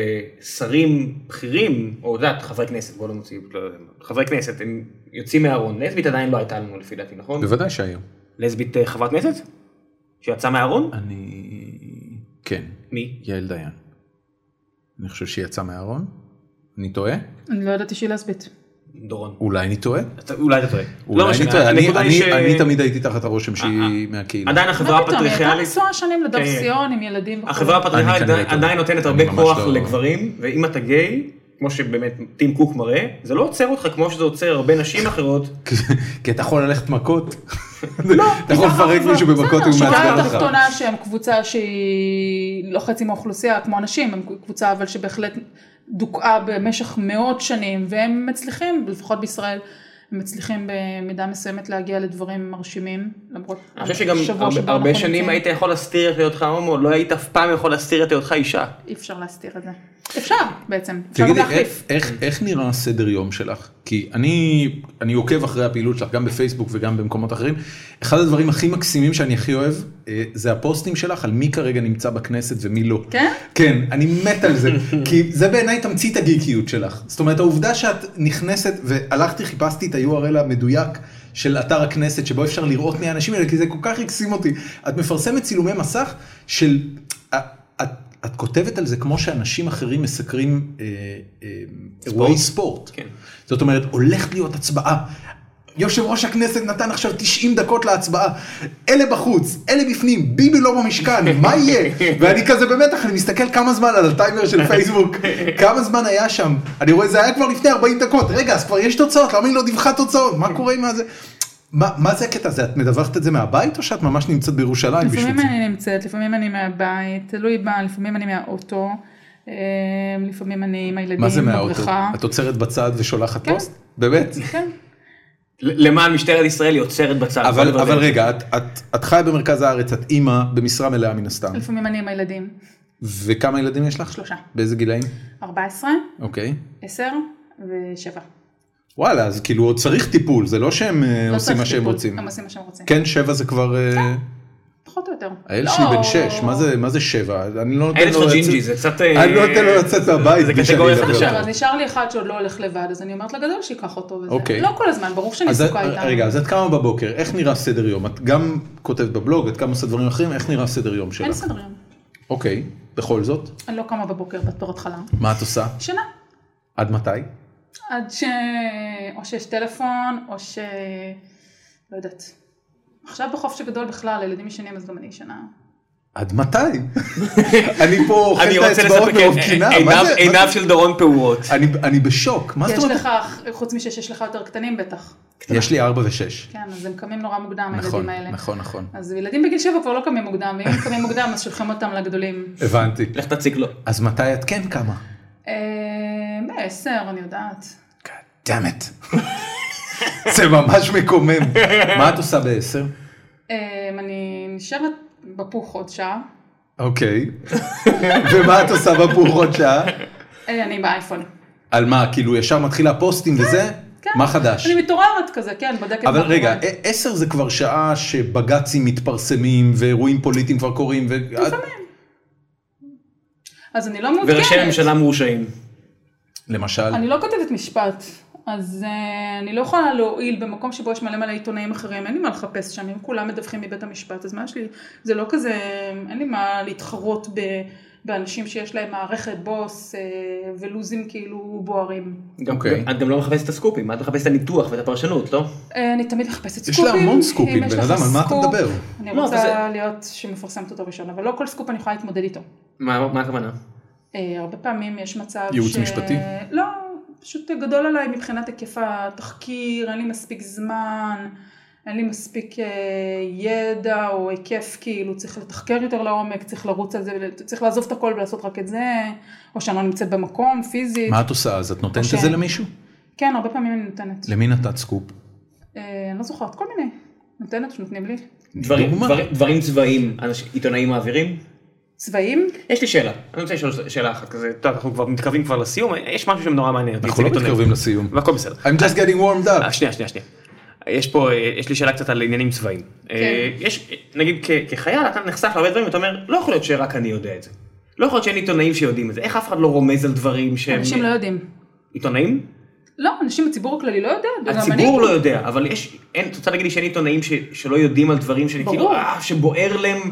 ושרים בכירים, או יודעת, חברי כנסת, בוא לא מוציא, חברי כנסת, הם יוצאים מהארון, לסבית עדיין לא הייתה לנו לפי דעתי, נכון? בוודאי שהיום. לסבית חברת כנסת? שיצאה מהארון? אני... כן. מי? יעל דיין. אני חושב שהיא יצאה מהארון. אני טועה? אני לא ידעתי שהיא לסבית. דורון. אולי אני טועה? אולי אתה טועה. אולי אני טועה. אני תמיד הייתי תחת הרושם שהיא מהקהילה. עדיין החברה הפטריארכלית... היא הייתה נשואה שנים לדוב ציון עם ילדים. החברה הפטריארכלית עדיין נותנת הרבה כוח לגברים, ואם אתה גיי, כמו שבאמת טים קוק מראה, זה לא עוצר אותך כמו שזה עוצר הרבה נשים אחרות. כי אתה יכול ללכת מכות. אתה יכול לפרק מישהו במכות עם מעצבן שורה לך. התחתונה שהם קבוצה שהיא לא חצי מהאוכלוסייה כמו אנשים, הם קבוצה אבל שבהחלט דוכאה במשך מאות שנים, והם מצליחים, לפחות בישראל, הם מצליחים במידה מסוימת להגיע לדברים מרשימים, למרות אני חושב שגם הרבה שנים היית יכול להסתיר את היותך הומו, לא היית אף פעם יכול להסתיר את היותך אישה. אי אפשר להסתיר את זה. אפשר בעצם, אפשר תגידי, להחליף. איך, איך נראה הסדר יום שלך? כי אני, אני עוקב אחרי הפעילות שלך, גם בפייסבוק וגם במקומות אחרים. אחד הדברים הכי מקסימים שאני הכי אוהב, זה הפוסטים שלך על מי כרגע נמצא בכנסת ומי לא. כן? כן, אני מת על זה. כי זה בעיניי תמצית הגיקיות שלך. זאת אומרת, העובדה שאת נכנסת, והלכתי, חיפשתי את ה-יו אר אל המדויק של אתר הכנסת, שבו אפשר לראות מי האנשים האלה, כי זה כל כך הקסים אותי. את מפרסמת צילומי מסך של... את, את כותבת על זה כמו שאנשים אחרים מסקרים אה, אה, אירועי ספורט. כן. זאת אומרת, הולכת להיות הצבעה. יושב ראש הכנסת נתן עכשיו תשעים דקות להצבעה. אלה בחוץ, אלה בפנים, ביבי לא במשכן, מה יהיה? ואני כזה במתח, אני מסתכל כמה זמן על הטיימר של פייסבוק, כמה זמן היה שם. אני רואה, זה היה כבר לפני ארבעים דקות. רגע, אז כבר יש תוצאות, למה היא לא דיווחה תוצאות? מה קורה עם זה? מה, מה זה הקטע הזה? את מדווחת את זה מהבית או שאת ממש נמצאת בירושלים? לפעמים אני נמצאת, לפעמים אני מהבית, תלוי בה, לפעמים אני מהאוטו, לפעמים אני עם הילדים בבריכה. מה זה מהאוטו? את עוצרת בצד ושולחת פוסט? באמת? כן. למען משטרת ישראל היא עוצרת בצד. אבל, אבל רגע, את, את, את חיה במרכז הארץ, את אימא במשרה מלאה מן הסתם. לפעמים אני עם הילדים. וכמה ילדים יש לך? שלושה. באיזה גילאים? ארבע עשרה. אוקיי. עשר ושבע. וואלה, אז כאילו עוד צריך טיפול, זה לא שהם לא עושים מה שהם רוצים. הם עושים מה שהם רוצים. כן, שבע זה כבר... כן, פחות או יותר. הילד שלי בן שש, מה זה, מה זה שבע? אני לא נותן הילד לו שלך ג'ינג'י, זה קצת... אני לא נותן לו לצאת מהבית. זה קטגוריה חדשה. אז נשאר לי אחד שעוד לא הולך לבד, אז אני אומרת לגדול שיקח אותו וזה. אוקיי. לא כל הזמן, ברור שאני עסוקה איתם. רגע, אז את קמה בבוקר, איך נראה סדר יום? את גם כותבת בבלוג, את גם עושה דברים אחרים, איך נראה סדר יום שלך? אין סדר יום. אוקיי, בכל זאת? אני לא קמה בבוקר בתור התחלה. מה את עושה? שינה. עד מתי? עד ש... או שיש טלפון, או ש... לא יודעת. עכשיו בחופש הגדול בכלל, הילדים ישנים, אז גם אני ישנה. עד מתי? אני פה אוכל את האצבעות מרוב קינה. עיניו של דורון פעורות. אני בשוק. מה זאת אומרת? יש לך, חוץ משש, יש לך יותר קטנים בטח. יש לי ארבע ושש. כן, אז הם קמים נורא מוקדם, הילדים האלה. נכון, נכון. אז ילדים בגיל שבע כבר לא קמים מוקדם, ואם הם קמים מוקדם, אז שולחים אותם לגדולים. הבנתי. לך תציג לו. אז מתי את כן קמה? בעשר, אני יודעת. God damn it. זה ממש מקומם. מה את עושה בעשר? אני נשארת בפוך עוד שעה. אוקיי. ומה את עושה בפוך עוד שעה? אני באייפון. על מה? כאילו ישר מתחילה פוסטים וזה? מה חדש? אני מתעוררת כזה, כן, בודקת. אבל רגע, עשר זה כבר שעה שבגצים מתפרסמים ואירועים פוליטיים כבר קורים. לפעמים. אז אני לא מעודכנת. וראשי הממשלה מורשעים. למשל? אני לא כותבת משפט, אז uh, אני לא יכולה להועיל במקום שבו יש מלא מלא עיתונאים אחרים, אין לי מה לחפש שם, אם כולם מדווחים מבית המשפט, אז מה יש לי? זה לא כזה, אין לי מה להתחרות ב, באנשים שיש להם מערכת בוס uh, ולוזים כאילו בוערים. Okay. את גם לא מחפשת את הסקופים, את מחפשת את הניתוח ואת הפרשנות, לא? Uh, אני תמיד מחפשת סקופים. יש לה המון סקופים, בן אדם, על מה אתה מדבר? אני רוצה לא, וזה... להיות שמפרסמת אותו ראשון, אבל לא כל סקופ אני יכולה להתמודד איתו. מה, מה הכוונה? Uh, הרבה פעמים יש מצב ייעוץ ש... משפטי? לא. פשוט גדול עליי מבחינת היקף התחקיר, אין לי מספיק זמן, אין לי מספיק ידע או היקף, כאילו צריך לתחקר יותר לעומק, צריך לרוץ על זה, צריך לעזוב את הכל ולעשות רק את זה, או שאני לא נמצאת במקום, פיזית. מה את עושה? אז את נותנת את זה למישהו? כן, הרבה פעמים אני נותנת. למי נתת סקופ? אני לא זוכרת, כל מיני. נותנת שנותנים לי. דברים צבאיים, עיתונאים מעבירים? צבעים? יש לי שאלה, אני רוצה לשאול שאלה אחת כזה, אנחנו כבר מתקרבים כבר לסיום, יש משהו שנורא מעניין. אנחנו לא מתקרבים לסיום. והכל בסדר. I'm just getting warmed up. שנייה, שנייה, שנייה. יש פה, יש לי שאלה קצת על עניינים צבאיים. יש, נגיד כחייל, אתה נחשף להרבה דברים, ואתה אומר, לא יכול להיות שרק אני יודע את זה. לא יכול להיות שאין עיתונאים שיודעים את זה. איך אף אחד לא רומז על דברים שהם... אנשים לא יודעים. עיתונאים? לא, אנשים, הציבור הכללי לא יודע. הציבור לא יודע, אבל יש, אתה רוצה להגיד לי שאין עיתונאים שלא יודעים על דברים שבוער להם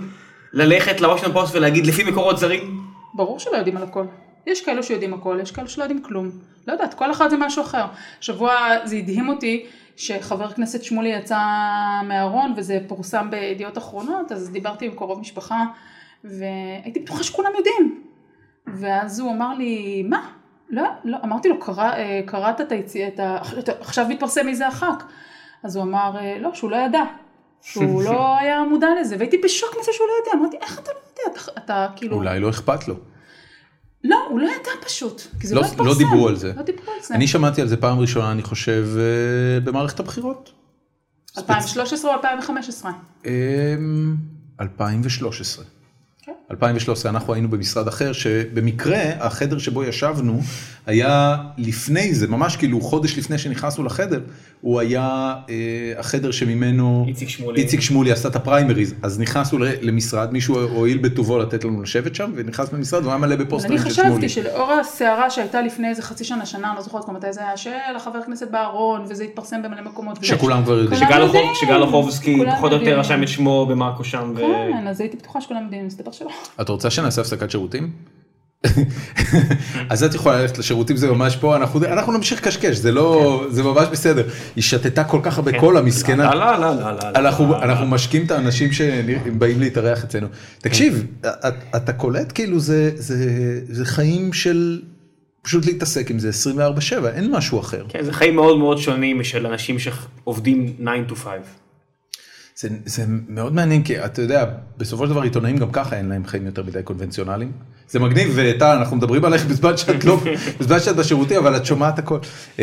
ללכת לוושינגטון פוסט ולהגיד לפי מקורות זרים? ברור שלא יודעים על הכל. יש כאלו שיודעים הכל, יש כאלו שלא יודעים כלום. לא יודעת, כל אחד זה משהו אחר. שבוע זה הדהים אותי שחבר כנסת שמולי יצא מהארון וזה פורסם בידיעות אחרונות, אז דיברתי עם קרוב משפחה והייתי בטוחה שכולם יודעים. ואז הוא אמר לי, מה? לא, לא, אמרתי לו, קרא, קראת את היציאה, את ה... עכשיו מתפרסם מי זה הח"כ. אז הוא אמר, לא, שהוא לא ידע. שהוא לא היה מודע לזה, והייתי בשוק מזה שהוא לא יודע. אמרתי, איך אתה לא יודע? אתה, אתה כאילו... אולי לא אכפת לו. לא, הוא לא ידע פשוט, כי זה לא, לא התפרסם. לא דיברו על זה. לא דיברו על זה. אני שמעתי על זה פעם ראשונה, אני חושב, במערכת הבחירות. אלפיים ושלוש עשרה או אלפיים וחמש עשרה? אלפיים ושלוש עשרה. אלפיים ושלוש עשרה אנחנו היינו במשרד אחר, שבמקרה החדר שבו ישבנו היה לפני זה, ממש כאילו חודש לפני שנכנסנו לחדר, הוא היה החדר שממנו איציק שמולי, איציק שמולי עשה את הפריימריז, אז נכנסנו למשרד, מישהו הועיל בטובו לתת לנו לשבת שם, ונכנס למשרד, והוא היה מלא בפוסטרים של שמולי. אני חשבתי שלאור הסערה שהייתה לפני איזה חצי שנה, שנה, אני לא זוכרת מתי זה היה, של החבר כנסת בארון, וזה התפרסם במלא מקומות. שכולם כבר יודעים. שגל אוחובסקי פחות או יותר רשם את שמו במאקו שם. כן, אז הייתי בטוחה שכולם יודעים, מסתבר שלא. את רוצה שנעשה הפסקת שירותים? אז את יכולה ללכת לשירותים, זה ממש פה, אנחנו נמשיך קשקש, זה לא, זה ממש בסדר. היא שתתה כל כך הרבה קול, המסכנה. לא, לא, לא, לא. אנחנו משקים את האנשים שבאים להתארח אצלנו. תקשיב, אתה קולט כאילו זה חיים של פשוט להתעסק עם זה עשרים וארבע שבע, אין משהו אחר. כן, זה חיים מאוד מאוד שונים של אנשים שעובדים תשע to חמש. זה, זה מאוד מעניין, כי אתה יודע, בסופו של דבר עיתונאים גם ככה אין להם חיים יותר מדי קונבנציונליים. זה מגניב, ואתה, אנחנו מדברים עליך בזמן שאת לא, בזמן שאת בשירותי, אבל את שומעת הכל.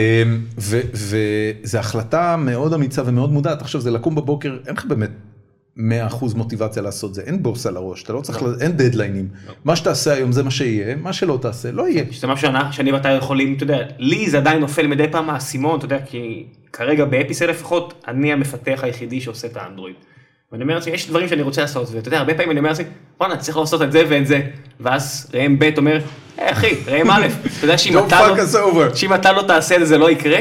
וזו החלטה מאוד אמיצה ומאוד מודעת. עכשיו, זה לקום בבוקר, אין לך באמת מאה אחוז מוטיבציה לעשות זה, אין בוס על הראש, אתה לא צריך, אין דדליינים. מה שתעשה היום זה מה שיהיה, מה שלא תעשה, לא יהיה. שזה משהו שאני ואתה יכולים, אתה יודע, לי זה עדיין נופל מדי פעם מהסימון, אתה יודע, כי כרגע באפיסל לפחות, אני המפתח היחידי שעושה את האנדרואיד. ואני אומר לעצמי, יש דברים שאני רוצה לעשות, ואתה יודע, הרבה פעמים אני אומר לעצמי, בוא אני צריך לעשות את זה ואת זה, ואז ראם ב' אומר, היי אחי, ראם א', אתה יודע שאם אתה לא תעשה את זה, זה לא יקרה,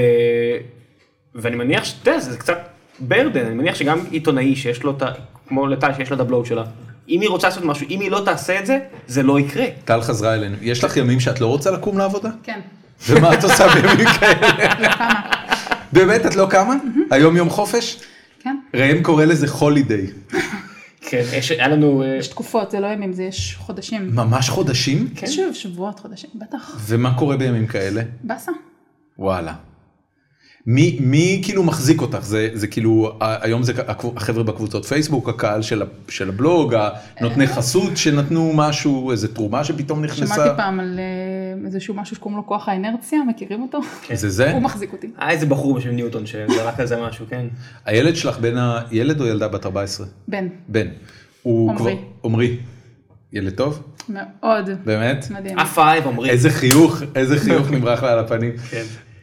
ואני מניח שאתה יודע, זה קצת ברדן, אני מניח שגם עיתונאי שיש לו, כמו לטל שיש לה את הבלוג שלה, אם היא רוצה לעשות משהו, אם היא לא תעשה את זה, זה לא יקרה. טל חזרה אלינו, יש לך ימים שאת לא רוצה לקום לעבודה? כן. ומה את עושה בימים כאלה? לא כמה. באמת, את לא קמה? היום יום חופש? כן. ראם קורא לזה הולידיי. כן, היה לנו... יש תקופות, זה לא ימים, זה יש חודשים. ממש חודשים? כן. שוב, שבועות, חודשים, בטח. ומה קורה בימים כאלה? בסה. וואלה. מי, מי כאילו מחזיק אותך? זה, זה כאילו, היום זה החבר'ה בקבוצות פייסבוק, הקהל של, של הבלוג, הנותני חסות שנתנו משהו, איזו תרומה שפתאום נכנסה. שמעתי פעם על איזשהו משהו שקוראים לו כוח האנרציה, מכירים אותו? כן. זה זה? הוא מחזיק אותי. אה, איזה בחור בשם ניוטון שזרק על זה משהו, כן. הילד שלך בין הילד או ילדה בת ארבע עשרה? בן. בן. עומרי. עומרי. ילד טוב? מאוד. באמת? מדהים. אפייב, עומרי. איזה חיוך, איזה חיוך נמרח לה על הפנים. כן.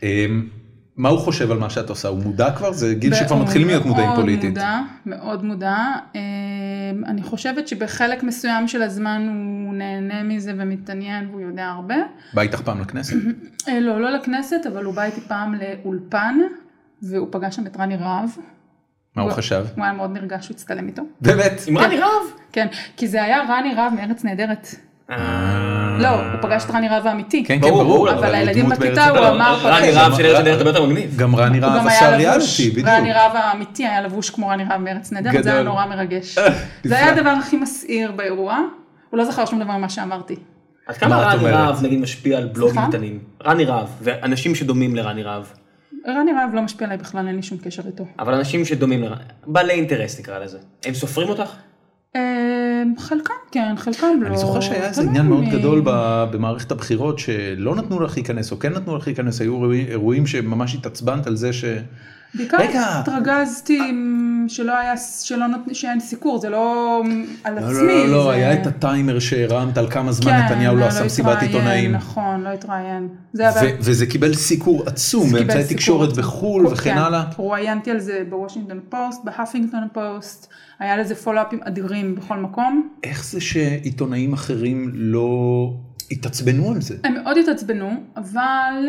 מה הוא חושב על מה שאת עושה? הוא מודע כבר? זה גיל שכבר מתחילים להיות מודעים פוליטית. מאוד מודע, מאוד מודע. אני חושבת שבחלק מסוים של הזמן הוא נהנה מזה ומתעניין והוא יודע הרבה. בא איתך פעם לכנסת? לא, לא לכנסת, אבל הוא בא איתי פעם לאולפן, והוא פגש שם את רני רהב. מה הוא חשב? הוא היה מאוד נרגש, הוא הצטלם איתו. באמת? עם רני רהב? כן, כי זה היה רני רהב מארץ נהדרת. לא, הוא פגש את רני רהב האמיתי. כן, כן, ברור. אבל הילדים בכיתה הוא אמר... רני רהב של ארץ נהדרת הרבה יותר מגניב. גם רני רהב עשה ריאליטי, בדיוק. רני רהב האמיתי היה לבוש כמו רני רהב מארץ נהדרת, זה היה נורא מרגש. זה היה הדבר הכי מסעיר באירוע. הוא לא זכר שום דבר ממה שאמרתי. עד כמה רני רהב נגיד משפיע על בלוגים קטנים? רני רהב, ואנשים שדומים לרני רהב. רני רהב לא משפיע עליי בכלל, אין לי שום קשר איתו. אבל אנשים שדומים לרני, בעלי אינטרס נקרא לזה. הם סופרים אותך? חלקם כן, חלקם לא. אני זוכר שהיה איזה עניין מאוד גדול במערכת הבחירות, שלא נתנו לך להיכנס, או כן נתנו לך להיכנס, היו אירועים שממש התעצבנת על זה ש... בעיקר התרגזתי שלא היה, שאין סיקור, זה לא על עצמי. לא, לא, לא, היה את הטיימר שהרמת על כמה זמן נתניהו לא עשה מסיבת עיתונאים. נכון, לא התראיין. וזה קיבל סיקור עצום, באמצעי תקשורת בחול וכן הלאה. רואיינתי על זה בוושינגטון פוסט, בהפינגטון פוסט, היה לזה פולו-אפים אדירים בכל מקום. איך זה שעיתונאים אחרים לא התעצבנו על זה? הם מאוד התעצבנו, אבל...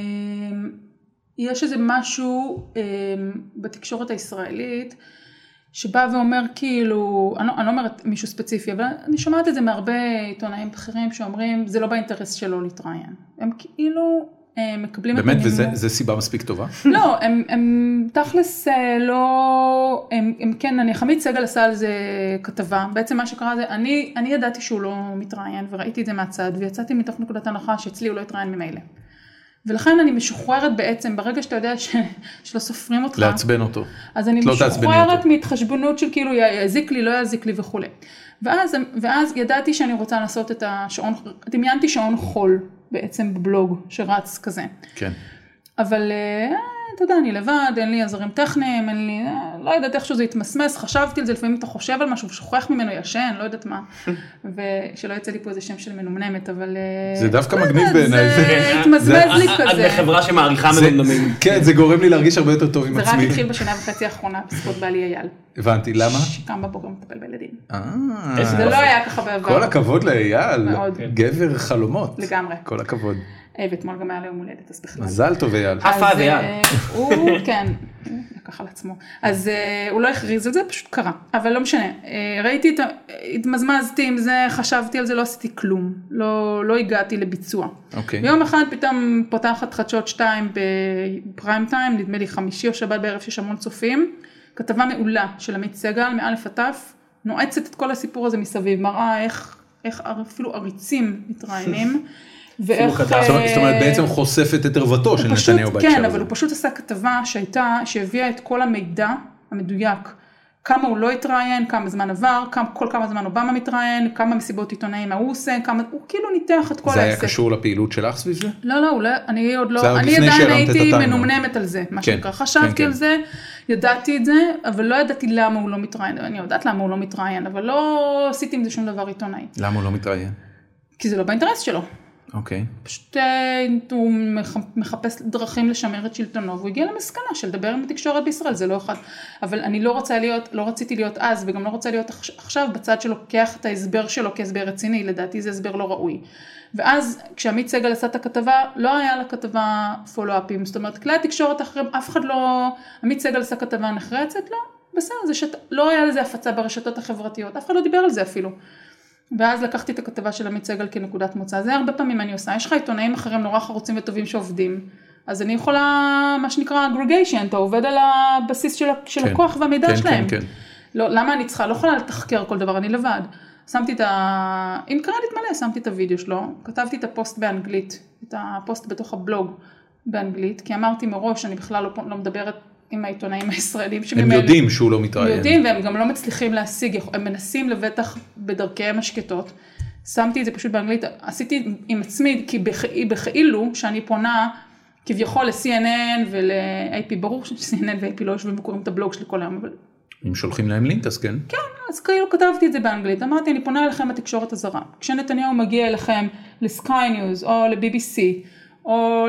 יש איזה משהו אה, בתקשורת הישראלית, שבא ואומר כאילו, אני לא, אני לא אומרת מישהו ספציפי, אבל אני שומעת את זה מהרבה עיתונאים בכירים שאומרים, זה לא באינטרס שלו להתראיין. הם כאילו הם מקבלים באמת, את הנימוק. באמת, וזה סיבה מספיק טובה? לא, הם, הם תכלס לא, הם, הם כן, אני חמית סגל עשה על זה כתבה, בעצם מה שקרה זה, אני, אני ידעתי שהוא לא מתראיין, וראיתי את זה מהצד, ויצאתי מתוך נקודת הנחה שאצלי הוא לא יתראיין ממילא. ולכן אני משוחררת בעצם, ברגע שאתה יודע ש... שלא סופרים אותך. לעצבן אותו. אז אני לא משוחררת מהתחשבנות של כאילו יזיק לי, לא יזיק לי וכו'. ואז, ואז ידעתי שאני רוצה לעשות את השעון, דמיינתי שעון חול בעצם בבלוג שרץ כזה. כן. אבל אתה יודע, אני לבד, אין לי עזרים טכניים, אין לי, לא יודעת איך שזה יתמסמס, חשבתי על זה, לפעמים אתה חושב על משהו ושוכח ממנו ישן, לא יודעת מה, ושלא יצא לי פה איזה שם של מנומנמת, אבל... זה דווקא מגניב בעיניי. זה התמזמז לי כזה. את בחברה שמעריכה מנומנמים. כן, זה גורם לי להרגיש הרבה יותר טוב עם עצמי. זה רק התחיל בשנה וחצי האחרונה, בזכות בעלי אייל. הבנתי, למה? שקם בבוקר מטפל בילדים. אה. זה לא היה ככה בעבר. כל הכבוד לאייל, מאוד. גבר חלומות. לגמרי. כל הכבוד. ואתמול גם היה לו יום הולדת, אז בכלל. מזל טוב אייל. אף עד אייל. הוא, כן, לקח על עצמו. אז הוא לא הכריז על זה, פשוט קרה. אבל לא משנה. ראיתי, התמזמזתי עם זה, חשבתי על זה, לא עשיתי כלום. לא, לא הגעתי לביצוע. אוקיי. ביום אחד פתאום פותחת חדשות שתיים בפריים טיים, נדמה לי חמישי או שבת בערב שיש המון צופים. כתבה מעולה של עמית סגל, מאלף עטף, נועצת את כל הסיפור הזה מסביב, מראה איך, איך אפילו עריצים מתראיינים. ואיך... זאת אומרת, בעצם חושפת את ערוותו של נתניהו בהקשר הזה. כן, אבל הוא פשוט עשה כתבה שהייתה, שהביאה את כל המידע המדויק, כמה הוא לא התראיין, כמה זמן עבר, כל כמה זמן אובמה מתראיין, כמה מסיבות עיתונאים הוא עושה, כמה, הוא כאילו ניתח את כל העסק. זה היה קשור לפעילות שלך סביב זה? לא, לא, לא, אני עוד לא, אני עדיין הייתי מנומנמת על זה, מה שנקרא, חשבתי על זה, ידעתי את זה, אבל לא ידעתי למה הוא לא מתראיין, אני יודעת למה הוא לא מתראיין, אבל לא עשיתי עם זה שום דבר עיתונאי. למה הוא לא מתראיין? כי זה לא באינטרס שלו. אוקיי. פשוט הוא מחפש דרכים לשמר את שלטונו, והוא הגיע למסקנה של לדבר עם התקשורת בישראל, זה לא אחד. אבל אני לא רוצה להיות, לא רציתי להיות אז, וגם לא רוצה להיות עכשיו בצד שלוקח את ההסבר שלו כהסבר רציני, לדעתי זה הסבר לא ראוי. ואז כשעמית סגל עשה את הכתבה, לא היה לה כתבה פולו-אפים, זאת אומרת, כלי התקשורת אחרים, אף אחד לא, עמית סגל עשה כתבה נחרצת, לא, בסדר, זה שת, לא היה לזה הפצה ברשתות החברתיות, אף אחד לא דיבר על זה אפילו. ואז לקחתי את הכתבה של עמית סגל כנקודת מוצא, זה הרבה פעמים אני עושה, יש לך עיתונאים אחרים נורא חרוצים וטובים שעובדים, אז אני יכולה, מה שנקרא aggregation, אתה עובד על הבסיס של, של כן. הכוח והמידע כן, שלהם. כן, כן. לא, למה אני צריכה? לא יכולה לתחקר כל דבר, אני לבד. שמתי את ה... עם קרדיט מלא, שמתי את הוידאו שלו, כתבתי את הפוסט באנגלית, את הפוסט בתוך הבלוג באנגלית, כי אמרתי מראש, אני בכלל לא, לא מדברת עם העיתונאים הישראלים. הם יודעים שהוא לא מתראיין. הם יודעים, והם גם לא מצליחים להשיג, הם מנסים לבטח בדרכיהם השקטות. שמתי את זה פשוט באנגלית, עשיתי עם עצמי, כי בכאילו, שאני פונה כביכול ל-סי אן אן ול-איי פי, ברור ש-סי אן אן ו-איי פי לא יושבים וקוראים את הבלוג שלי כל היום, אבל... אם שולחים להם לינק, אז כן. כן, אז כאילו כתבתי את זה באנגלית, אמרתי, אני פונה אליכם בתקשורת הזרה. כשנתניהו מגיע אליכם ל-סקיי ניוז או ל-בי בי סי, או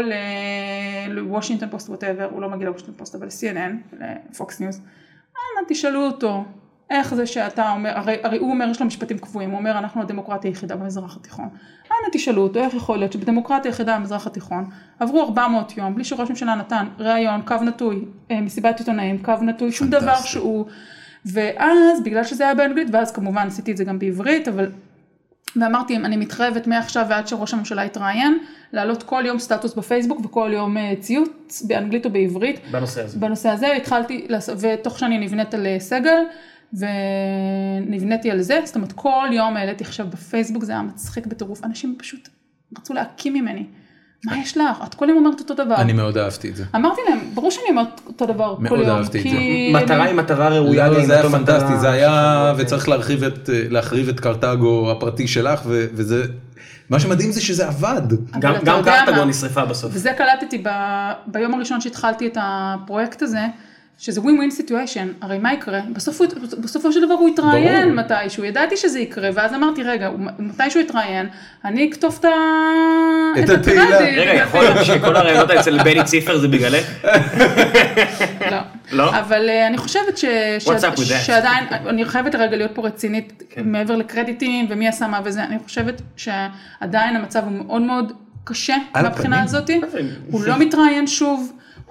לוושינגטון פוסט, whatever, הוא לא מגיע לוושינגטון פוסט, אבל ל-סי אן אן, לפוקס ניוז, אנא תשאלו אותו, איך זה שאתה אומר, הרי, הרי הוא אומר, יש לו משפטים קבועים, הוא אומר, אנחנו הדמוקרטיה היחידה במזרח התיכון. אנא תשאלו אותו, איך יכול להיות שבדמוקרטיה היחידה במזרח התיכון, עברו ארבע מאות יום, בלי שראש ממשלה נתן ראיון, קו נטוי, מסיבת עיתונאים, קו נטוי, שום דבר שהוא, ואז, בגלל שזה היה באנגלית, ואז כמובן עשיתי את זה גם בעברית, אבל ואמרתי, אני מתחייבת מעכשיו ועד שראש הממשלה יתראיין, להעלות כל יום סטטוס בפייסבוק וכל יום ציוץ באנגלית או בעברית. בנושא הזה. בנושא הזה התחלתי, ותוך שאני נבנית על סגל, ונבניתי על זה, זאת אומרת, כל יום העליתי עכשיו בפייסבוק, זה היה מצחיק בטירוף, אנשים פשוט רצו להקים ממני. מה יש לך? את כל יום אומרת אותו דבר. אני מאוד אהבתי את זה. אמרתי להם, ברור שאני אומרת אותו דבר כל יום. מאוד אהבתי את זה. מטרה היא מטרה ראויה. לא, זה היה פנטסטי, זה היה, וצריך להחריב את קרתגו הפרטי שלך, וזה, מה שמדהים זה שזה עבד. גם קרתגו נשרפה בסוף. וזה קלטתי ביום הראשון שהתחלתי את הפרויקט הזה, שזה win-win situation, הרי מה יקרה? בסופו, בסופו של דבר הוא יתראיין מתישהו, ידעתי שזה יקרה, ואז אמרתי, רגע, מתישהו יתראיין, אני אכתוב את התהילה. רגע, יכול להיות שכל הרעיונות אצל בני ציפר זה בגללך? לא. לא? אבל אני חושבת שעדיין, אני חייבת הרגע להיות פה רצינית, מעבר לקרדיטים ומי עשה מה וזה, אני חושבת שעדיין המצב הוא מאוד מאוד קשה מהבחינה הזאת, הוא לא מתראיין שוב,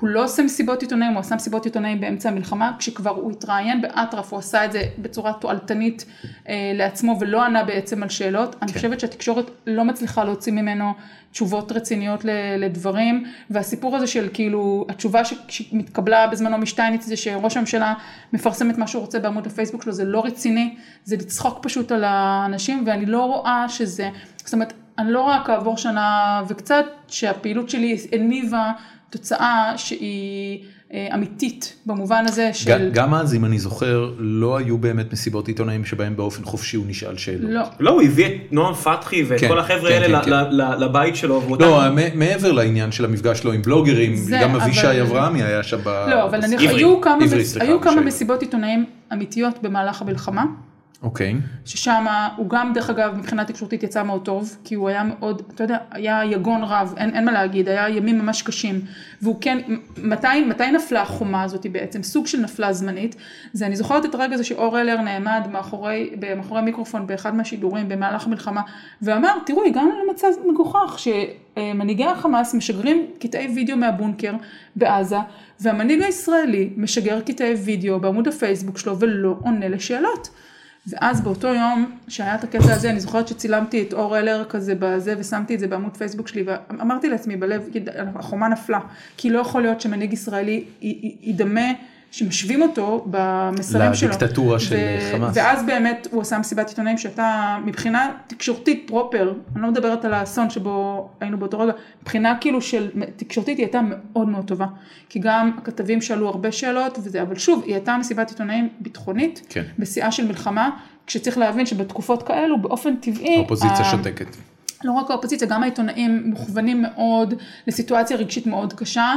הוא לא עושה מסיבות עיתונאים, הוא עשה מסיבות עיתונאים באמצע המלחמה, כשכבר הוא התראיין באטרף, הוא עשה את זה בצורה תועלתנית אה, לעצמו, ולא ענה בעצם על שאלות. כן. אני חושבת שהתקשורת לא מצליחה להוציא ממנו תשובות רציניות לדברים, והסיפור הזה של כאילו, התשובה שמתקבלה בזמנו משטייניץ, זה שראש הממשלה מפרסם את מה שהוא רוצה בעמוד הפייסבוק שלו, זה לא רציני, זה לצחוק פשוט על האנשים, ואני לא רואה שזה, זאת אומרת, אני לא רואה כעבור שנה וקצת, שהפעילות שלי הניבה תוצאה שהיא אמיתית, במובן הזה של... גם אז, אם אני זוכר, לא היו באמת מסיבות עיתונאים שבהם באופן חופשי הוא נשאל שאלות. לא. לא, הוא הביא את נועם פתחי ואת כל החבר'ה האלה לבית שלו. לא, מעבר לעניין של המפגש שלו עם בלוגרים, גם אבישי אברהמי היה שם ב... לא, אבל היו כמה מסיבות עיתונאים אמיתיות במהלך המלחמה. אוקיי. ששם הוא גם, דרך אגב, מבחינה תקשורתית יצא מאוד טוב, כי הוא היה מאוד, אתה יודע, היה יגון רב, אין, אין מה להגיד, היה ימים ממש קשים, והוא כן, מתי, מתי נפלה החומה הזאת בעצם, סוג של נפלה זמנית, זה אני זוכרת את הרגע הזה שאור אלר נעמד מאחורי, מאחורי מיקרופון באחד מהשידורים במהלך המלחמה, ואמר, תראו, הגענו למצב מגוחך, שמנהיגי החמאס משגרים קטעי וידאו מהבונקר בעזה, והמנהיג הישראלי משגר קטעי וידאו בעמוד הפייסבוק שלו, ולא עונה לשאלות. ואז באותו יום שהיה את הקטע הזה, אני זוכרת שצילמתי את אור אלר כזה בזה, ושמתי את זה בעמוד פייסבוק שלי, ואמרתי לעצמי בלב, החומה נפלה, כי לא יכול להיות שמנהיג ישראלי ידמה, שמשווים אותו במסרים שלו. לדיקטטורה של חמאס. ואז באמת הוא עשה מסיבת עיתונאים, שאתה מבחינה תקשורתית פרופר, אני לא מדברת על האסון שבו היינו באותו רגע, מבחינה כאילו של תקשורתית היא הייתה מאוד מאוד טובה, כי גם הכתבים שאלו הרבה שאלות וזה, אבל שוב, היא הייתה מסיבת עיתונאים ביטחונית, כן. בשיאה של מלחמה, כשצריך להבין שבתקופות כאלו, באופן טבעי, האופוזיציה שותקת. לא רק האופוזיציה, גם העיתונאים מוכוונים מאוד לסיטואציה רגשית מאוד קשה,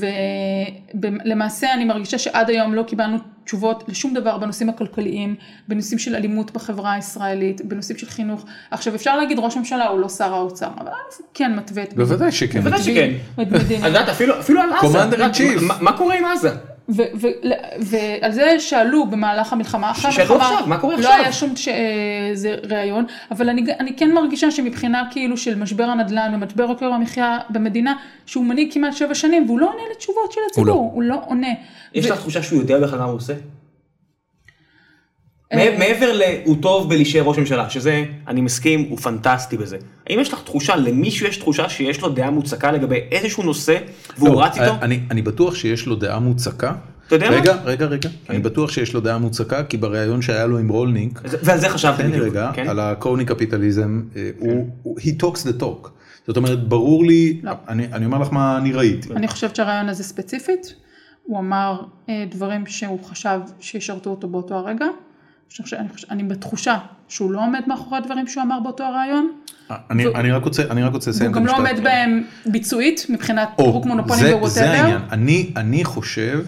ולמעשה אני מרגישה שעד היום לא קיבלנו תשובות לשום דבר בנושאים הכלכליים, בנושאים של אלימות בחברה הישראלית, בנושאים של חינוך. עכשיו אפשר להגיד ראש הממשלה הוא לא שר האוצר, אבל כן מתווה את... בוודאי שכן. בוודאי שכן. אפילו על עזה. מה קורה עם עזה? ועל זה שאלו במהלך המלחמה, שאלו עכשיו, מה קורה עכשיו? לא היה שום רעיון, אבל אני כן מרגישה שמבחינה כאילו של משבר הנדל"ן ומשבר יוקר המחיה במדינה, שהוא מנהיג כמעט שבע שנים, והוא לא עונה לתשובות של הציבור, הוא לא עונה. יש לך תחושה שהוא יודע בכלל מה הוא עושה? מעבר הוא טוב בלהישאר ראש ממשלה, שזה, אני מסכים, הוא פנטסטי בזה. האם יש לך תחושה, למישהו יש תחושה שיש לו דעה מוצקה לגבי איזשהו נושא, והוא רץ איתו? אני בטוח שיש לו דעה מוצקה. אתה יודע מה? רגע, רגע, רגע. אני בטוח שיש לו דעה מוצקה, כי בריאיון שהיה לו עם רולניק, ועל זה חשבתי בדיוק. רגע, על הקרוני קפיטליזם, he talks the talk. זאת אומרת, ברור לי, אני אומר לך מה אני ראיתי. אני חושבת שהרעיון הזה ספציפית, הוא אמר דברים שהוא חשב שישרתו אותו באותו הרגע, אני בתחושה שהוא לא עומד מאחורי הדברים שהוא אמר באותו הרעיון. אני רק רוצה, אני רק רוצה לסיים את המשפט. הוא גם לא עומד בהם ביצועית, מבחינת פירוק מונופולים ווואטאבר. זה העניין. אני, אני חושב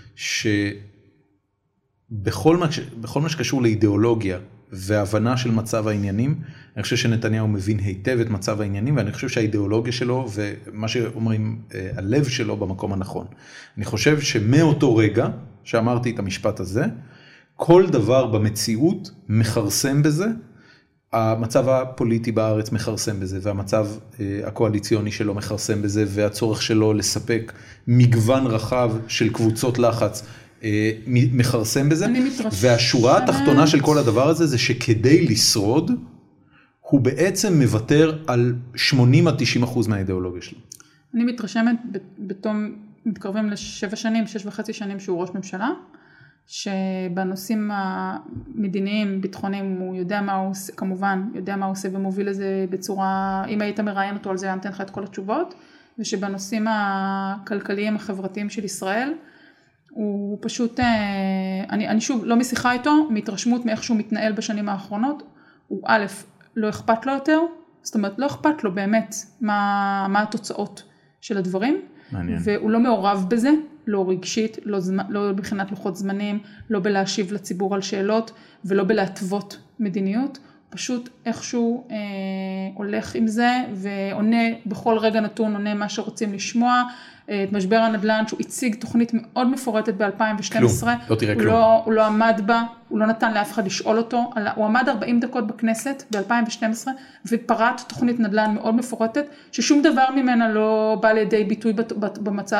שבכל מה, בכל מה שקשור לאידיאולוגיה והבנה של מצב העניינים, אני חושב שנתניהו מבין היטב את מצב העניינים, ואני חושב שהאידיאולוגיה שלו ומה שאומרים, הלב שלו במקום הנכון. אני חושב שמאותו רגע שאמרתי את המשפט הזה, כל דבר במציאות מחרסם בזה, המצב הפוליטי בארץ מחרסם בזה, והמצב הקואליציוני שלו מחרסם בזה, והצורך שלו לספק מגוון רחב של קבוצות לחץ מחרסם בזה, והשורה התחתונה של כל הדבר הזה, זה שכדי לשרוד, הוא בעצם מוותר על שמונים עד תשעים אחוז מהאידיאולוגיה שלו. אני מתרשמת בתום, מתקרבים לשבע שנים, שש וחצי שנים שהוא ראש ממשלה, שבנושאים המדיניים, ביטחוניים, הוא יודע מה הוא עושה, כמובן, יודע מה הוא עושה ומוביל לזה בצורה, אם היית מראיין אותו על זה, אני אתן לך את כל התשובות, ושבנושאים הכלכליים, החברתיים של ישראל, הוא פשוט, אני, אני שוב לא משיחה איתו, מהתרשמות מאיך שהוא מתנהל בשנים האחרונות, הוא א', לא אכפת לו יותר, זאת אומרת, לא אכפת לו באמת מה, מה התוצאות של הדברים, מעניין. והוא לא מעורב בזה, לא רגשית, לא, זמ... לא מבחינת לוחות זמנים, לא בלהשיב לציבור על שאלות, ולא בלהטוות מדיניות, הוא פשוט איכשהו אה, הולך עם זה, ועונה בכל רגע נתון, עונה מה שרוצים לשמוע, אה, את משבר הנדל"ן, שהוא הציג תוכנית מאוד מפורטת ב-אלפיים ושתים עשרה, כלום, לא תראה הוא כלום. לא, הוא לא עמד בה, הוא לא נתן לאף אחד לשאול אותו, הוא עמד ארבעים דקות בכנסת ב-אלפיים ושתים עשרה, ופרט תוכנית נדל"ן מאוד מפורטת, ששום דבר ממנה לא בא לידי ביטוי במצע,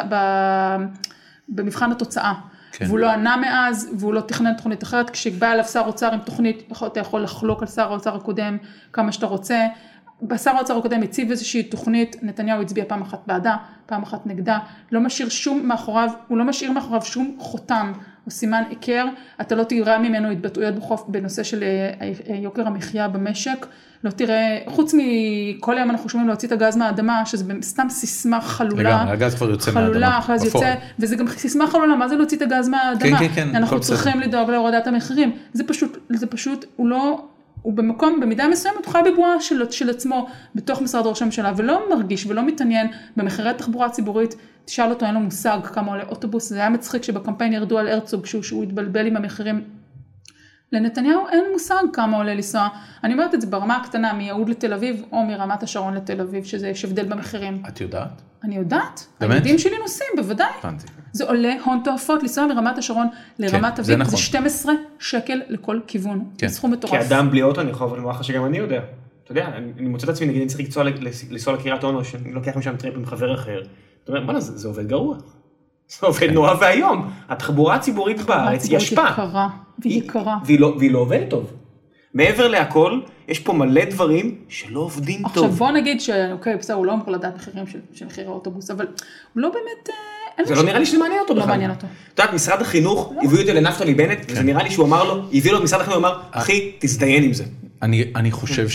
במבחן התוצאה. כן. והוא לא ענה מאז, והוא לא תכנן תוכנית אחרת, כשבא אליו שר אוצר עם תוכנית, אתה יכול לחלוק על שר האוצר הקודם כמה שאתה רוצה, שר האוצר הקודם הציב איזושהי תוכנית, נתניהו הצביע פעם אחת בעדה, פעם אחת נגדה, לא משאיר שום מאחוריו, הוא לא משאיר מאחוריו שום חותם, או סימן עיקר, אתה לא תראה ממנו התבטאויות בחוף בנושא של יוקר המחיה במשק, לא תראה, חוץ מכל יום אנחנו שומעים להוציא את הגז מהאדמה, שזה סתם סיסמה חלולה. לגמרי, הגז כבר יוצא חלולה, מהאדמה. חלולה, יוצא, וזה גם סיסמה חלולה, מה זה להוציא את הגז מהאדמה? כן, כן, כן. אנחנו צריכים לדאוג להורדת המחירים. זה פשוט, זה פשוט, הוא לא, הוא במקום, במידה מסוימת, הוא חי בבועה של, של עצמו, בתוך משרד ראש הממשלה, ולא מרגיש ולא מתעניין במחירי תחבורה ציבורית, תשאל אותו, אין לו מושג כמה עולה אוטובוס, זה היה מצחיק שבקמפיין ירדו על הרצוג, שהוא, שהוא התבלבל עם המחירים. לנתניהו אין מושג כמה עולה לנסוע. אני אומרת את זה ברמה הקטנה, מיהוד לתל אביב, או מרמת השרון לתל אביב, שזה יש הבדל במחירים. את יודעת? אני יודעת. באמת? הילדים שלי נוסעים, בוודאי. הבנתי. זה עולה הון תועפות, לנסוע מרמת השרון לרמת אביב, נכון. זה שנים עשר שקל לכל כיוון. כן. זה סכום מטורף. כאדם בלי אוטו, אני יכול לומר לך שגם אני יודע. אתה יודע, אני מוצא את עצמי, נגיד, אני צריך לנסוע לקריית אונו, שאני לוקח משם טריפ עם חבר אחר. אתה אומר, בוא'נה, זה עובד גרוע. זה עובד נורא והיום. התחבורה הציבורית בארץ היא השפעה. יקרה, והיא יקרה. והיא לא עובדת טוב. מעבר להכל, יש פה מלא דברים שלא עובדים טוב. עכשיו בוא נגיד שאוקיי, בסדר, הוא לא אמור לדעת מחירים של מחירי האוטובוס, אבל הוא לא באמת... זה לא נראה לי שזה מעניין אותו בכלל. לא מעניין אותו. אתה יודעת, משרד החינוך הביאו אותו לנפתלי בנט, וזה נראה לי שהוא אמר לו, הביא לו משרד החינוך, הוא אמר, אחי, תזדיין עם זה. אני חושב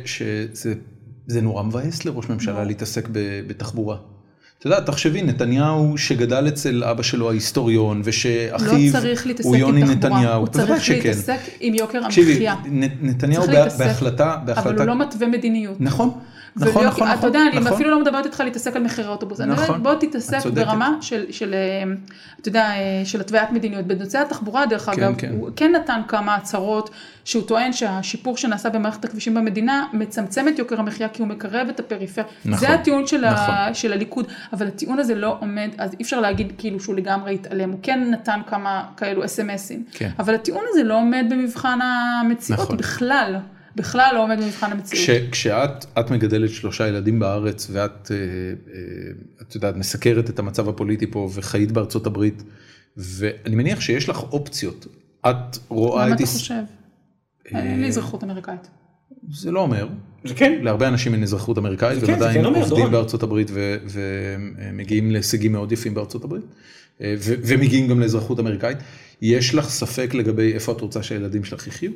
שזה נורא מבאס לראש ממשלה להתעסק בתחבורה. אתה יודע, תחשבי, נתניהו שגדל אצל אבא שלו ההיסטוריון, ושאחיו הוא יוני נתניהו. הוא צריך להתעסק עם יוקר המחיה. נתניהו בהחלטה... אבל הוא לא מתווה מדיניות. נכון, נכון, נכון. אתה יודע, אני אפילו לא מדברת איתך להתעסק על מחירי האוטובוס. בוא תתעסק ברמה של, אתה יודע, של התוויית מדיניות. בנושא התחבורה, דרך אגב, הוא כן נתן כמה הצהרות, שהוא טוען שהשיפור שנעשה במערכת הכבישים במדינה, מצמצם את יוקר המחיה, כי הוא מקרב את הפריפריה. זה הטיעון של הליכוד, אבל הטיעון הזה לא עומד, אז אי אפשר להגיד כאילו שהוא לגמרי התעלם. הוא כן נתן כמה כאלו אס אם אסים. אבל הטיעון הזה לא עומד במבחן המציאות בכלל. בכלל לא עומד במבחן המציאות. כשאת מגדלת שלושה ילדים בארץ, ואת, את יודעת, מסקרת את המצב הפוליטי פה, וחיית בארצות הברית, ואני מניח שיש לך אופציות. את רואה את... מה אתה חושב? אין לי אזרחות אמריקאית. זה לא אומר. זה כן. להרבה אנשים אין אזרחות אמריקאית, ועדיין עובדים בארצות הברית, ומגיעים להישגים מאוד יפים בארצות הברית, ומגיעים גם לאזרחות אמריקאית. יש לך ספק לגבי איפה את רוצה שהילדים שלך יחיו?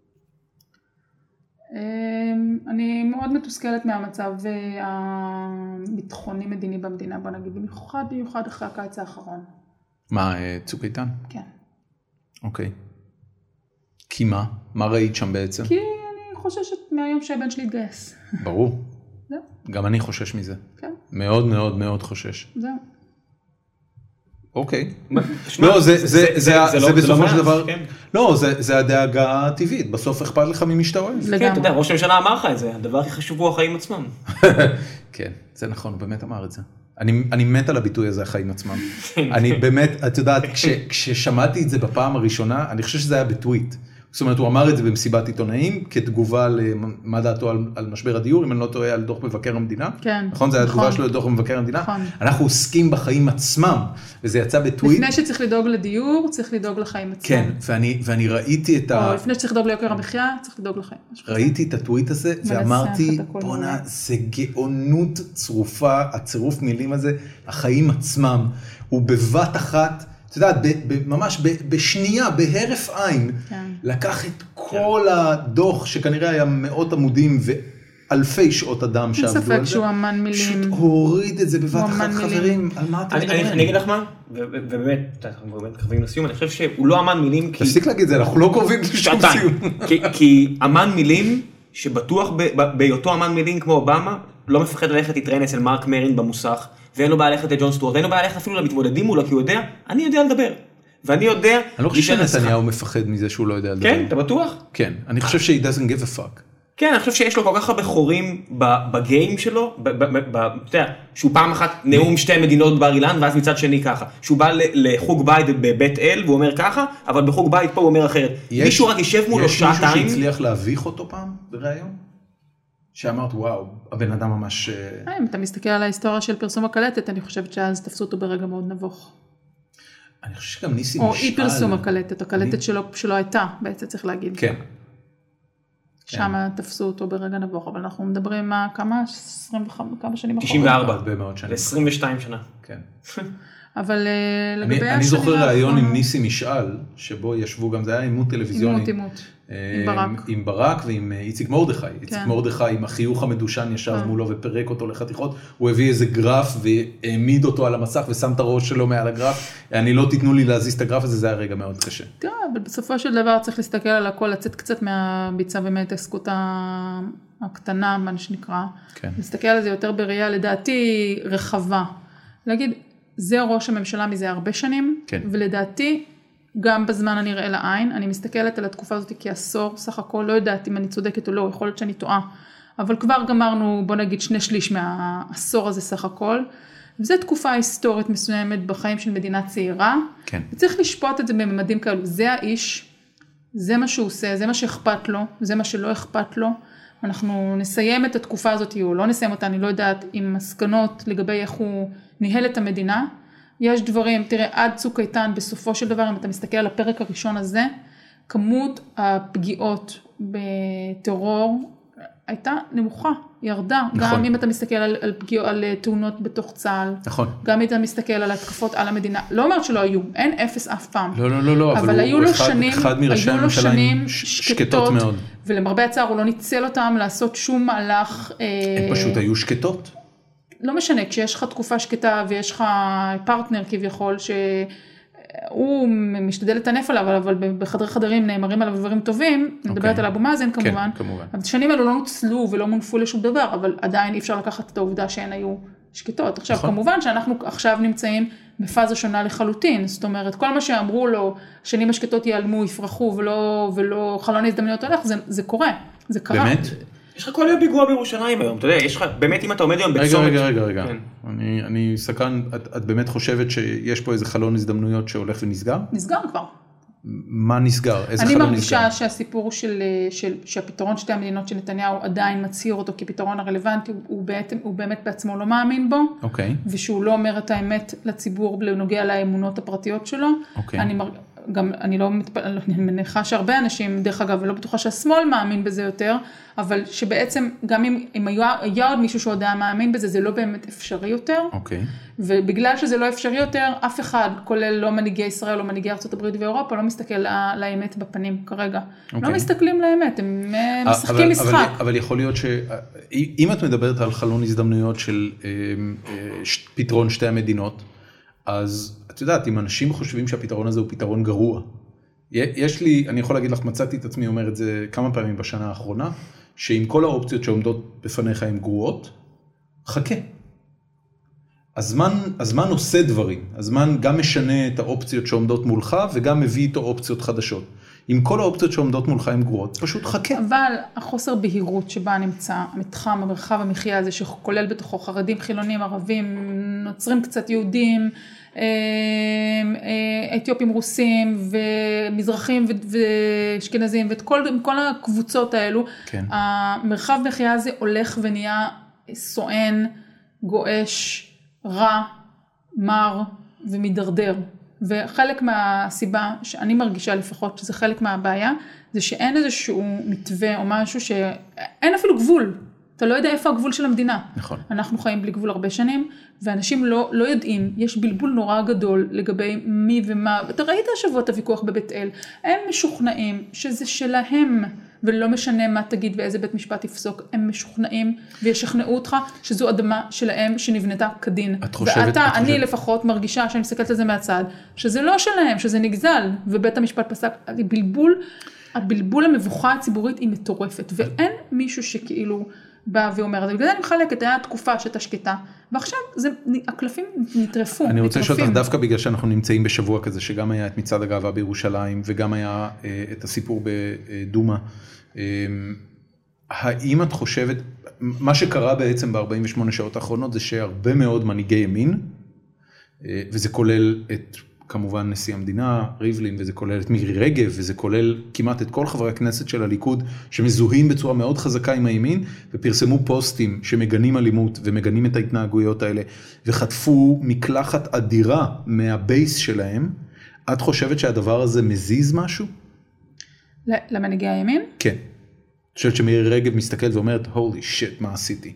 אני מאוד מתוסכלת מהמצב הביטחוני מדיני במדינה, בוא נגיד, במיוחד במיוחד אחרי הקיץ האחרון. מה, צוק איתן? כן. אוקיי. כי מה? מה ראית שם בעצם? כי אני חוששת מהיום שהבן שלי יתגייס. ברור. זהו. גם אני חושש מזה. כן. מאוד מאוד מאוד חושש. זהו. אוקיי. לא, זה בסופו של דבר, לא, זה הדאגה הטבעית, בסוף אכפת לך ממי שאתה אוהב. כן, אתה יודע, ראש הממשלה אמר לך את זה, הדבר הכי חשוב הוא החיים עצמם. כן, זה נכון, הוא באמת אמר את זה. אני מת על הביטוי הזה, החיים עצמם. אני באמת, את יודעת, כששמעתי את זה בפעם הראשונה, אני חושב שזה היה בטוויט. זאת אומרת, הוא אמר את זה במסיבת עיתונאים, כתגובה למה דעתו על משבר הדיור, אם אני לא טועה על דוח מבקר המדינה. כן. נכון? זה היה התגובה שלו לדוח מבקר המדינה. נכון. אנחנו עוסקים בחיים עצמם, וזה יצא בטוויט. לפני שצריך לדאוג לדיור, צריך לדאוג לחיים עצמם. כן, ואני, ואני ראיתי את ה... או לפני שצריך לדאוג ליוקר המחיה, צריך לדאוג לחיים. ראיתי את הטוויט הזה, ואמרתי, בונה, זה גאונות צרופה, הצירוף מילים הזה, החיים עצמם, הוא בבת אחת, את יודעת, ממש בשנייה, בהרף עין, לקח את כל הדוח, שכנראה היה מאות עמודים ואלפי שעות אדם שעבדו על זה. אין ספק שהוא אמן מילים. פשוט הוריד את זה בבת אחת, חברים, על מה אתם מדברים? אני אגיד לך מה, ובאמת, אנחנו באמת קרבים לסיום, אני חושב שהוא לא אמן מילים, תפסיק להגיד את זה, אנחנו לא קרובים לשום סיום. כי אמן מילים, שבטוח בהיותו אמן מילים כמו אובמה, לא מפחד ללכת להתראיין אצל מרק מרין במוסך, ואין לו בעיה ללכת לג'ון סטוארט, ואין לו בעיה ללכת אפילו למתמודדים מולו, כי הוא יודע, אני יודע לדבר. ואני יודע... אני לא חושב שנתניהו מפחד מזה שהוא לא יודע לדבר. כן, אתה בטוח? כן, אני חושב שהוא doesn't give a fuck. כן, אני חושב שיש לו כל כך הרבה חורים בגיים שלו, אתה יודע, שהוא פעם אחת נאום שתי מדינות בר אילן, ואז מצד שני ככה. שהוא בא לחוג בית בבית אל, והוא אומר ככה, אבל בחוג בית פה הוא אומר אחרת. מישהו רק יישב מולו שעתיים. יש מישהו שהצליח להביך אותו פעם בראיון? שאמרת, וואו, הבן אדם ממש... אם אתה מסתכל על ההיסטוריה של פרסום הקלטת, אני חושבת שאז תפסו אותו ברגע מאוד נבוך. אני חושב שגם ניסי משאל... או אי פרסום הקלטת, הקלטת שלו הייתה, בעצם צריך להגיד. כן. שם תפסו אותו ברגע נבוך, אבל אנחנו מדברים מה, כמה, עשרים וחמש, כמה שנים אחורה? תשעים וארבע, הרבה מאוד שנים. עשרים ושתיים שנה. כן. אבל לגבי השנים... אני זוכר ראיון עם ניסי משאל, שבו ישבו גם, זה היה עימות טלוויזיוני. עימות, עימות. עם ברק. עם ברק ועם איציק מרדכי. איציק מרדכי עם החיוך המדושן ישב מולו ופרק אותו לחתיכות. הוא הביא איזה גרף והעמיד אותו על המסך ושם את הראש שלו מעל הגרף. אני לא תיתנו לי להזיז את הגרף הזה, זה היה רגע מאוד קשה. תראה, אבל בסופו של דבר צריך להסתכל על הכל, לצאת קצת מהביצה ומהתעסקות הקטנה, מה שנקרא. כן. להסתכל על זה יותר בראייה, לדעתי, רחבה. להגיד, זה ראש הממשלה מזה הרבה שנים, כן. ולדעתי, גם בזמן הנראה לעין, אני מסתכלת על התקופה הזאת כעשור, סך הכל לא יודעת אם אני צודקת או לא, יכול להיות שאני טועה, אבל כבר גמרנו, בוא נגיד, שני שליש מהעשור הזה סך הכל, וזו תקופה היסטורית מסוימת בחיים של מדינה צעירה, כן. וצריך לשפוט את זה בממדים כאלו, זה האיש, זה מה שהוא עושה, זה מה שאכפת לו, זה מה שלא אכפת לו, אנחנו נסיים את התקופה הזאת, או לא נסיים אותה, אני לא יודעת, עם מסקנות לגבי איך הוא ניהל את המדינה, יש דברים, תראה, עד צוק איתן, בסופו של דבר, אם אתה מסתכל על הפרק הראשון הזה, כמות הפגיעות בטרור הייתה נמוכה, ירדה. נכון. גם אם אתה מסתכל על, על, פגיע, על תאונות בתוך צה"ל. נכון. גם אם אתה מסתכל על התקפות על המדינה. לא אומרת שלא היו, אין אפס אף פעם. לא, לא, לא, לא. אבל, אבל היו לו אחד, שנים, אחד מראשי היו לו שנים ש... שקטות מאוד. ולמרבה הצער הוא לא ניצל אותם לעשות שום מהלך. הם אה... פשוט היו שקטות. לא משנה, כשיש לך תקופה שקטה ויש לך פרטנר כביכול שהוא משתדל לטנף עליו, אבל בחדרי חדרים נאמרים עליו דברים טובים, okay. מדברת על אבו מאזן כמובן, כן, כמובן. אבל השנים האלו לא נוצלו ולא מונפו לשום דבר, אבל עדיין אי אפשר לקחת את העובדה שהן היו שקטות. עכשיו נכון. כמובן שאנחנו עכשיו נמצאים בפאזה שונה לחלוטין, זאת אומרת כל מה שאמרו לו, שנים השקטות ייעלמו, יפרחו ולא, ולא חלון הזדמנויות הולך, זה, זה קורה, זה קרה. באמת? יש לך כל יום פיגוע בירושלים היום, אתה יודע, יש לך, באמת אם אתה עומד היום בצומת... רגע, רגע, רגע, רגע. אני, אני סקרן, את, את באמת חושבת שיש פה איזה חלון הזדמנויות שהולך ונסגר? נסגר כבר. מה נסגר? איזה חלון נסגר? אני מרגישה שהסיפור של, של, שהפתרון שתי המדינות של נתניהו עדיין מצהיר אותו כפתרון הרלוונטי, הוא באמת, הוא באמת בעצמו לא מאמין בו, אוקיי. ושהוא לא אומר את האמת לציבור בנוגע לאמונות הפרטיות שלו. אוקיי. אני מרגישה... גם אני לא מתפעל, אני מניחה שהרבה אנשים, דרך אגב, ולא בטוחה שהשמאל מאמין בזה יותר, אבל שבעצם גם אם, אם היה, היה עוד מישהו שעוד היה מאמין בזה, זה לא באמת אפשרי יותר. אוקיי. ובגלל שזה לא אפשרי יותר, אף אחד, כולל לא מנהיגי ישראל, לא מנהיגי ארצות הברית ואירופה, לא מסתכל לה, לאמת בפנים כרגע. אוקיי. לא מסתכלים לאמת, הם משחקים אבל, משחק. אבל, אבל יכול להיות שאם את מדברת על חלון הזדמנויות של פתרון שתי המדינות, אז את יודעת, אם אנשים חושבים שהפתרון הזה הוא פתרון גרוע, יש לי, אני יכול להגיד לך, מצאתי את עצמי אומר את זה כמה פעמים בשנה האחרונה, שעם כל האופציות שעומדות בפניך הן גרועות, חכה. הזמן, הזמן עושה דברים, הזמן גם משנה את האופציות שעומדות מולך, וגם מביא איתו אופציות חדשות. עם כל האופציות שעומדות מולך הן גרועות, פשוט חכה. אבל החוסר בהירות שבה נמצא המתחם, המרחב המחיה הזה, שכולל בתוכו חרדים, חילונים, ערבים, נוצרים קצת יהודים, אתיופים, רוסים, ומזרחים ואשכנזים, ואת כל, כל הקבוצות האלו, כן. המרחב מחיה הזה הולך ונהיה סואן, גואש, רע, מר ומדרדר. וחלק מהסיבה שאני מרגישה לפחות, שזה חלק מהבעיה, זה שאין איזשהו מתווה או משהו שאין אפילו גבול. אתה לא יודע איפה הגבול של המדינה. נכון. אנחנו חיים בלי גבול הרבה שנים, ואנשים לא, לא יודעים, יש בלבול נורא גדול לגבי מי ומה, ואתה ראית השבוע את הוויכוח בבית אל, הם משוכנעים שזה שלהם, ולא משנה מה תגיד ואיזה בית משפט יפסוק, הם משוכנעים וישכנעו אותך שזו אדמה שלהם שנבנתה כדין. את חושבת, ואתה, את אני חושבת... לפחות מרגישה שאני מסתכלת על זה מהצד, שזה לא שלהם, שזה נגזל, ובית המשפט פסק, בלבול, הבלבול המבוכה הציבורית היא מטורפת, ואין מישהו שכאילו בא ואומר, אז בגלל זה אני מחלקת, היה תקופה שאתה שקטה, ועכשיו זה, הקלפים נטרפו. אני רוצה לשאול אותך דווקא בגלל שאנחנו נמצאים בשבוע כזה, שגם היה את מצעד הגאווה בירושלים, וגם היה את הסיפור בדומה. האם את חושבת, מה שקרה בעצם ב-ארבעים ושמונה שעות האחרונות, זה שהרבה מאוד מנהיגי ימין, וזה כולל את כמובן נשיא המדינה, ריבלין, וזה כולל את מירי רגב, וזה כולל כמעט את כל חברי הכנסת של הליכוד, שמזוהים בצורה מאוד חזקה עם הימין, ופרסמו פוסטים שמגנים אלימות, ומגנים את ההתנהגויות האלה, וחטפו מקלחת אדירה מהבייס שלהם. את חושבת שהדבר הזה מזיז משהו? למנהיגי הימין? כן. את חושבת שמירי רגב מסתכלת ואומרת, holy shit, מה עשיתי?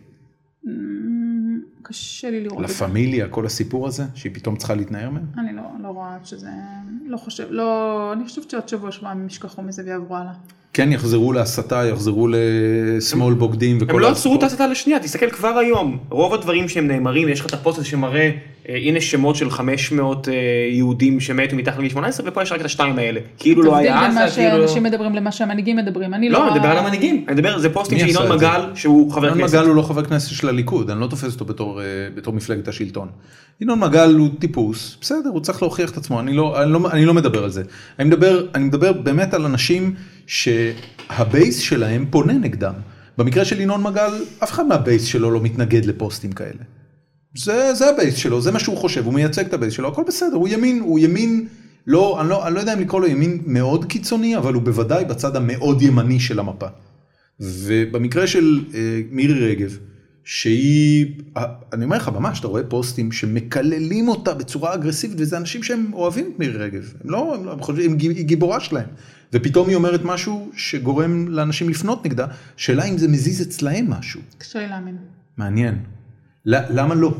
קשה לי לראות את זה. לפמיליה, כל הסיפור הזה, שהיא פתאום צריכה להתנער מהם? אני לא, לא רואה שזה, לא חושב, לא, אני חושבת שעוד שבוע שבוע הם ישכחו מזה ויעברו הלאה. כן, יחזרו להסתה, יחזרו לשמאל בוגדים וכל... הם לא עצרו את ההסתה לשנייה, תסתכל כבר היום. רוב הדברים שהם נאמרים, יש לך את הפוסט הזה שמראה, הנה שמות של חמש מאות יהודים שמתו מתחת לגיל שמונה עשרה, ופה יש רק את השתיים האלה. כאילו לא היה אז, תבדיל בין מה שאנשים מדברים למה שהמנהיגים מדברים. אני לא, אני מדבר על המנהיגים. אני מדבר, זה פוסטים של ינון מגל, שהוא חבר כנסת. ינון מגל הוא לא חבר כנסת של הליכוד, אני לא תופס אותו בתור מפלגת השלטון. ינון מגל הוא טיפוס, בסדר, הוא צריך להוכיח את עצמו, אני לא, אני לא, אני לא מדבר על זה. אני מדבר, אני מדבר באמת על אנשים שהבייס שלהם פונה נגדם. במקרה של ינון מגל, אף אחד מהבייס שלו לא מתנגד לפוסטים כאלה. זה, זה הבייס שלו, זה מה שהוא חושב, הוא מייצג את הבייס שלו, הכל בסדר, הוא ימין, הוא ימין, לא, אני לא, אני לא יודע אם לקרוא לו ימין מאוד קיצוני, אבל הוא בוודאי בצד המאוד ימני של המפה. ובמקרה של אה, מירי רגב, שהיא, אני אומר לך ממש, אתה רואה פוסטים שמקללים אותה בצורה אגרסיבית, וזה אנשים שהם אוהבים את מירי רגב, הם לא, הם לא, הם חושבים, היא גיבורה שלהם, ופתאום היא אומרת משהו שגורם לאנשים לפנות נגדה, שאלה אם זה מזיז אצלהם משהו. קשה לי להאמין. מעניין. למה לא?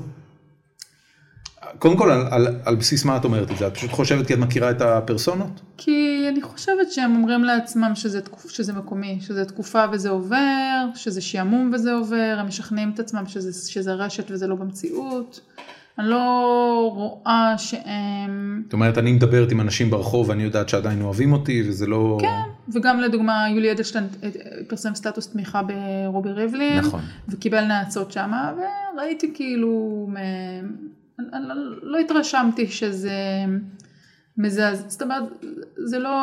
קודם כל, על, על, על בסיס מה את אומרת את זה? את פשוט חושבת כי את מכירה את הפרסונות? כי אני חושבת שהם אומרים לעצמם שזה, שזה מקומי, שזה תקופה וזה עובר, שזה שיעמום וזה עובר, הם משכנעים את עצמם שזה, שזה רשת וזה לא במציאות. אני לא רואה שהם... זאת אומרת, אני מדברת עם אנשים ברחוב ואני יודעת שעדיין אוהבים אותי וזה לא... כן, וגם לדוגמה, יולי אדלשטיין פרסם סטטוס תמיכה ברובי ריבלין. נכון. וקיבל נעצות שמה, וראיתי כאילו... אני לא התרשמתי שזה מזעזע, זאת אומרת, זה לא,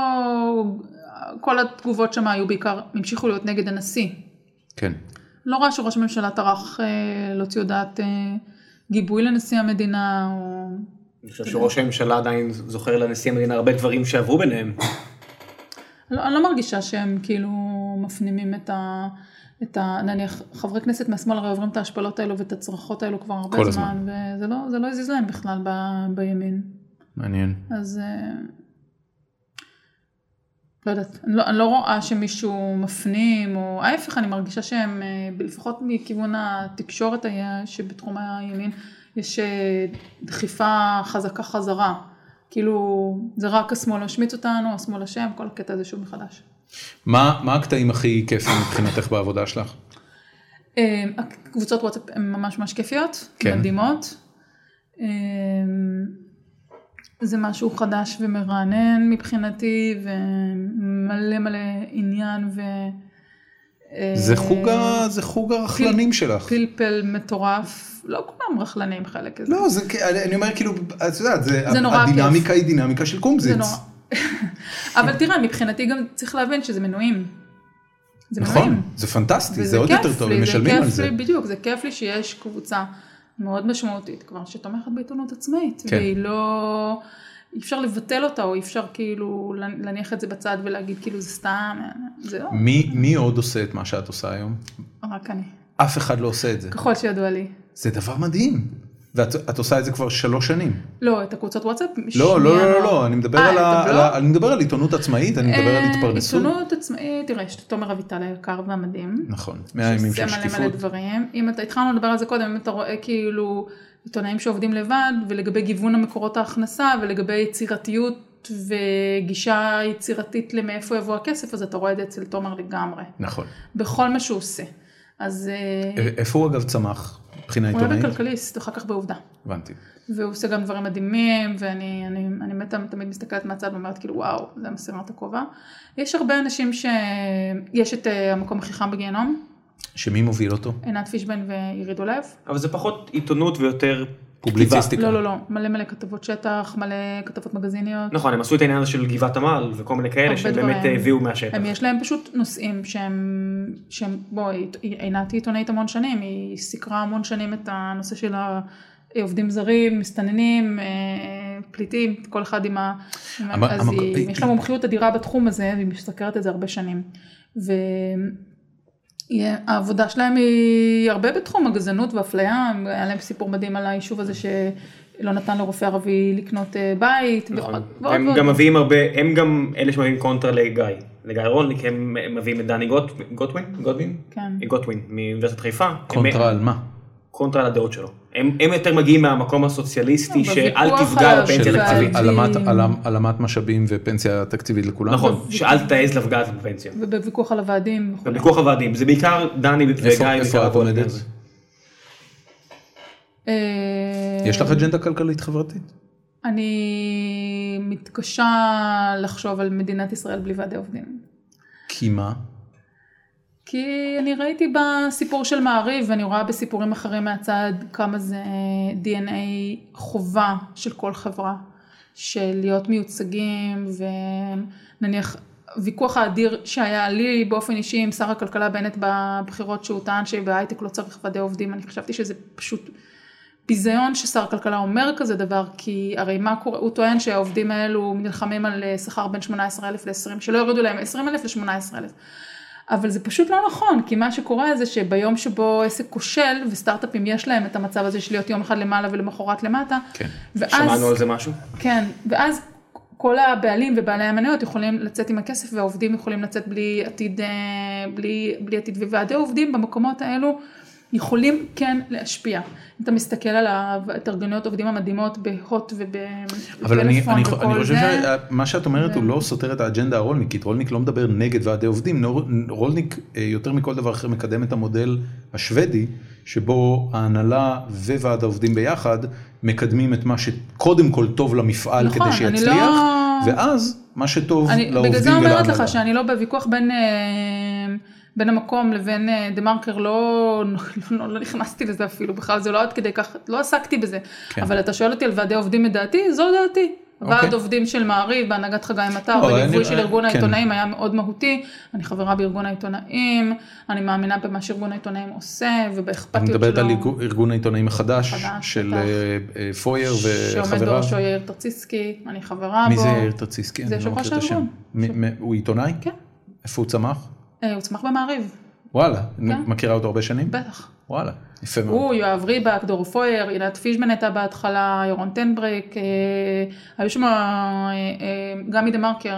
כל התגובות שם היו בעיקר, המשיכו להיות נגד הנשיא. כן. לא רואה שראש הממשלה טרח להוציא הודעת גיבוי לנשיא המדינה. או... אני חושב שראש הממשלה עדיין זוכר לנשיא המדינה הרבה דברים שעברו ביניהם. לא, אני לא מרגישה שהם כאילו מפנימים את ה... את ה... נניח, חברי כנסת מהשמאל הרי עוברים את ההשפלות האלו ואת הצרחות האלו כבר הרבה זמן, הזמן, וזה לא, זה לא הזיז להם בכלל ב... בימין. מעניין. אז, לא יודעת, אני לא, אני לא רואה שמישהו מפנים, או ההפך, אני מרגישה שהם, לפחות מכיוון התקשורת היה, שבתחום הימין, יש דחיפה חזקה חזרה. כאילו, זה רק השמאל השמיץ אותנו, השמאל השם, כל הקטע הזה שוב מחדש. מה, מה הקטעים הכי כיפים מבחינתך בעבודה שלך? הקבוצות וואטסאפ הן ממש ממש כיפיות, כן. מדהימות. זה משהו חדש ומרענן מבחינתי, ומלא מלא עניין ו... זה חוג, זה חוג הרכלנים שלך. פלפל מטורף, לא כולם רכלנים חלק הזה. לא, זה, אני אומר כאילו, את יודעת, זה, הדינמיקה היא דינמיקה של קומזיץ. זה נורא. אבל תראה, מבחינתי גם צריך להבין שזה מנויים. זה נכון, מנויים. זה פנטסטי, זה עוד יותר טוב, הם משלמים על זה. בדיוק, זה כיף לי שיש קבוצה מאוד משמעותית כבר, שתומכת בעיתונות עצמאית, והיא לא, אי אפשר לבטל אותה, או אי אפשר כאילו להניח את זה בצד ולהגיד כאילו זה סתם, זה לא. מי עוד עושה את מה שאת עושה היום? רק אני. אף אחד לא עושה את זה. ככל שידוע לי. זה דבר מדהים. ואת עושה את זה כבר שלוש שנים. לא, את הקבוצות וואטסאפ? לא, לא, לא, לא, אני מדבר על ה... אני מדבר על עיתונות עצמאית, אני מדבר על התפרנסות. עיתונות עצמאית, תראה, יש תומר אביטל היקר והמדהים. נכון, מאה ימים של שקיפות. שעושה מלא מלא דברים. אם אתה התחלנו לדבר על זה קודם, אם אתה רואה כאילו עיתונאים שעובדים לבד, ולגבי גיוון המקורות ההכנסה, ולגבי יצירתיות וגישה יצירתית למאיפה יבוא הכסף, אז אתה רואה את זה אצל תומר לגמרי. נכון. בכל מה שהוא עושה. אז... איפה הוא אגב צמח? מבחינה עיתונאית? הוא היה בכלכליסט, אחר כך בעובדה. הבנתי. והוא עושה גם דברים מדהימים, ואני אני, אני תמיד מסתכלת מהצד ואומרת כאילו וואו, זה מסירת הכובע. יש הרבה אנשים שיש את המקום הכי חם בגיהנום. שמי מוביל אותו? עינת פישבן וירי דולב. אבל זה פחות עיתונות ויותר פובליציסטיקה. לא, לא, לא, מלא מלא כתבות שטח, מלא כתבות מגזיניות. נכון, הם עשו את העניין הזה של גבעת עמל וכל מיני כאלה שהם באמת הביאו מהשטח. הם יש להם פשוט נושאים שהם, שהם, בואי, עינתי עיתונאית המון שנים, היא סיקרה המון שנים את הנושא של העובדים זרים, מסתננים, פליטים, כל אחד עם ה... אז יש לה מומחיות אדירה בתחום הזה, והיא מסתכרת את זה הרבה שנים. והעבודה שלהם היא הרבה בתחום הגזענות והאפליה, היה להם סיפור מדהים על היישוב הזה שלא נתן לרופא ערבי לקנות בית. הם גם מביאים הרבה, הם גם אלה שמביאים קונטרה לגיא, לגיא רולניק, הם מביאים את דני גוטווין, גוטווין? כן. גוטווין, מאוניברסיטת חיפה. קונטרה על מה? קונטרה על הדעות שלו. הם, הם יותר מגיעים מהמקום הסוציאליסטי שאל תפגע בפנסיה תקציבית. העלמת משאבים ופנסיה תקציבית לכולם. נכון, שאל תעז לפגעת בפנסיה. ובוויכוח על הוועדים. בוויכוח הוועדים, זה בעיקר דני וגיא. איפה את עומדת? יש לך אג'נדה כלכלית חברתית? אני מתקשה לחשוב על מדינת ישראל בלי ועדי עובדים. כי מה? כי אני ראיתי בסיפור של מעריב, ואני רואה בסיפורים אחרים מהצד, כמה זה די אן איי חובה של כל חברה, של להיות מיוצגים, ונניח ויכוח האדיר שהיה לי באופן אישי עם שר הכלכלה בנט בבחירות, שהוא טען שבהייטק לא צריך ועדי עובדים, אני חשבתי שזה פשוט ביזיון ששר הכלכלה אומר כזה דבר, כי הרי מה קורה, הוא טוען שהעובדים האלו נלחמים על שכר בין שמונה עשרה אלף ל-עשרים, שלא יורידו להם עשרים אלף ל-שמונה עשרה אלף. אבל זה פשוט לא נכון, כי מה שקורה זה שביום שבו עסק כושל, וסטארט-אפים יש להם את המצב הזה של להיות יום אחד למעלה ולמחרת למטה. כן, ואז, שמענו על זה משהו? כן, ואז כל הבעלים ובעלי המניות יכולים לצאת עם הכסף, והעובדים יכולים לצאת בלי עתיד, בלי, בלי עתיד, וועדי עובדים במקומות האלו, יכולים כן להשפיע. אם אתה מסתכל על התארגנויות עובדים המדהימות בהוט ובפלאפון אבל אני, אני, וכל אני חושב זה. שמה שאת אומרת הוא לא סותר את האג'נדה הרולניקית, רולניק לא מדבר נגד ועדי עובדים, רולניק יותר מכל דבר אחר מקדם את המודל השוודי, שבו ההנהלה וועד העובדים ביחד מקדמים את מה שקודם כל טוב למפעל נכון, כדי שיצליח, לא... ואז מה שטוב אני, לעובדים ולהנהלה. בגלל זה אומרת לך שאני לא בוויכוח בין... בין המקום לבין דה מרקר, לא, לא, לא נכנסתי לזה אפילו, בכלל זה לא עד כדי כך, לא עסקתי בזה, כן. אבל אתה שואל אותי על ועדי עובדים את דעתי, זו דעתי. ועד אוקיי. עובדים של מעריב, בהנהגת חגי מטר, בליווי של ארגון כן. העיתונאים היה מאוד מהותי, אני חברה בארגון העיתונאים, אני מאמינה במה שארגון העיתונאים עושה, ובאכפתיות שלו. אני מדברת על ארגון העיתונאים החדש, חדש של בטח. פויר וחבריו. שעומד בראשו יאיר תרציסקי, אני חברה מי בו. מי זה יאיר תרציסקי? זה יושב ראש הארגון. הוא עיתונאי? כן. איפה הוא צמח? הוא צמח במעריב. וואלה, מכירה אותו הרבה שנים? בטח. וואלה, יפה מאוד. הוא, יואב ריבק, דור פויר, עינת פישמן הייתה בהתחלה, ירון טנבריק, היו שם גם מדה מרקר,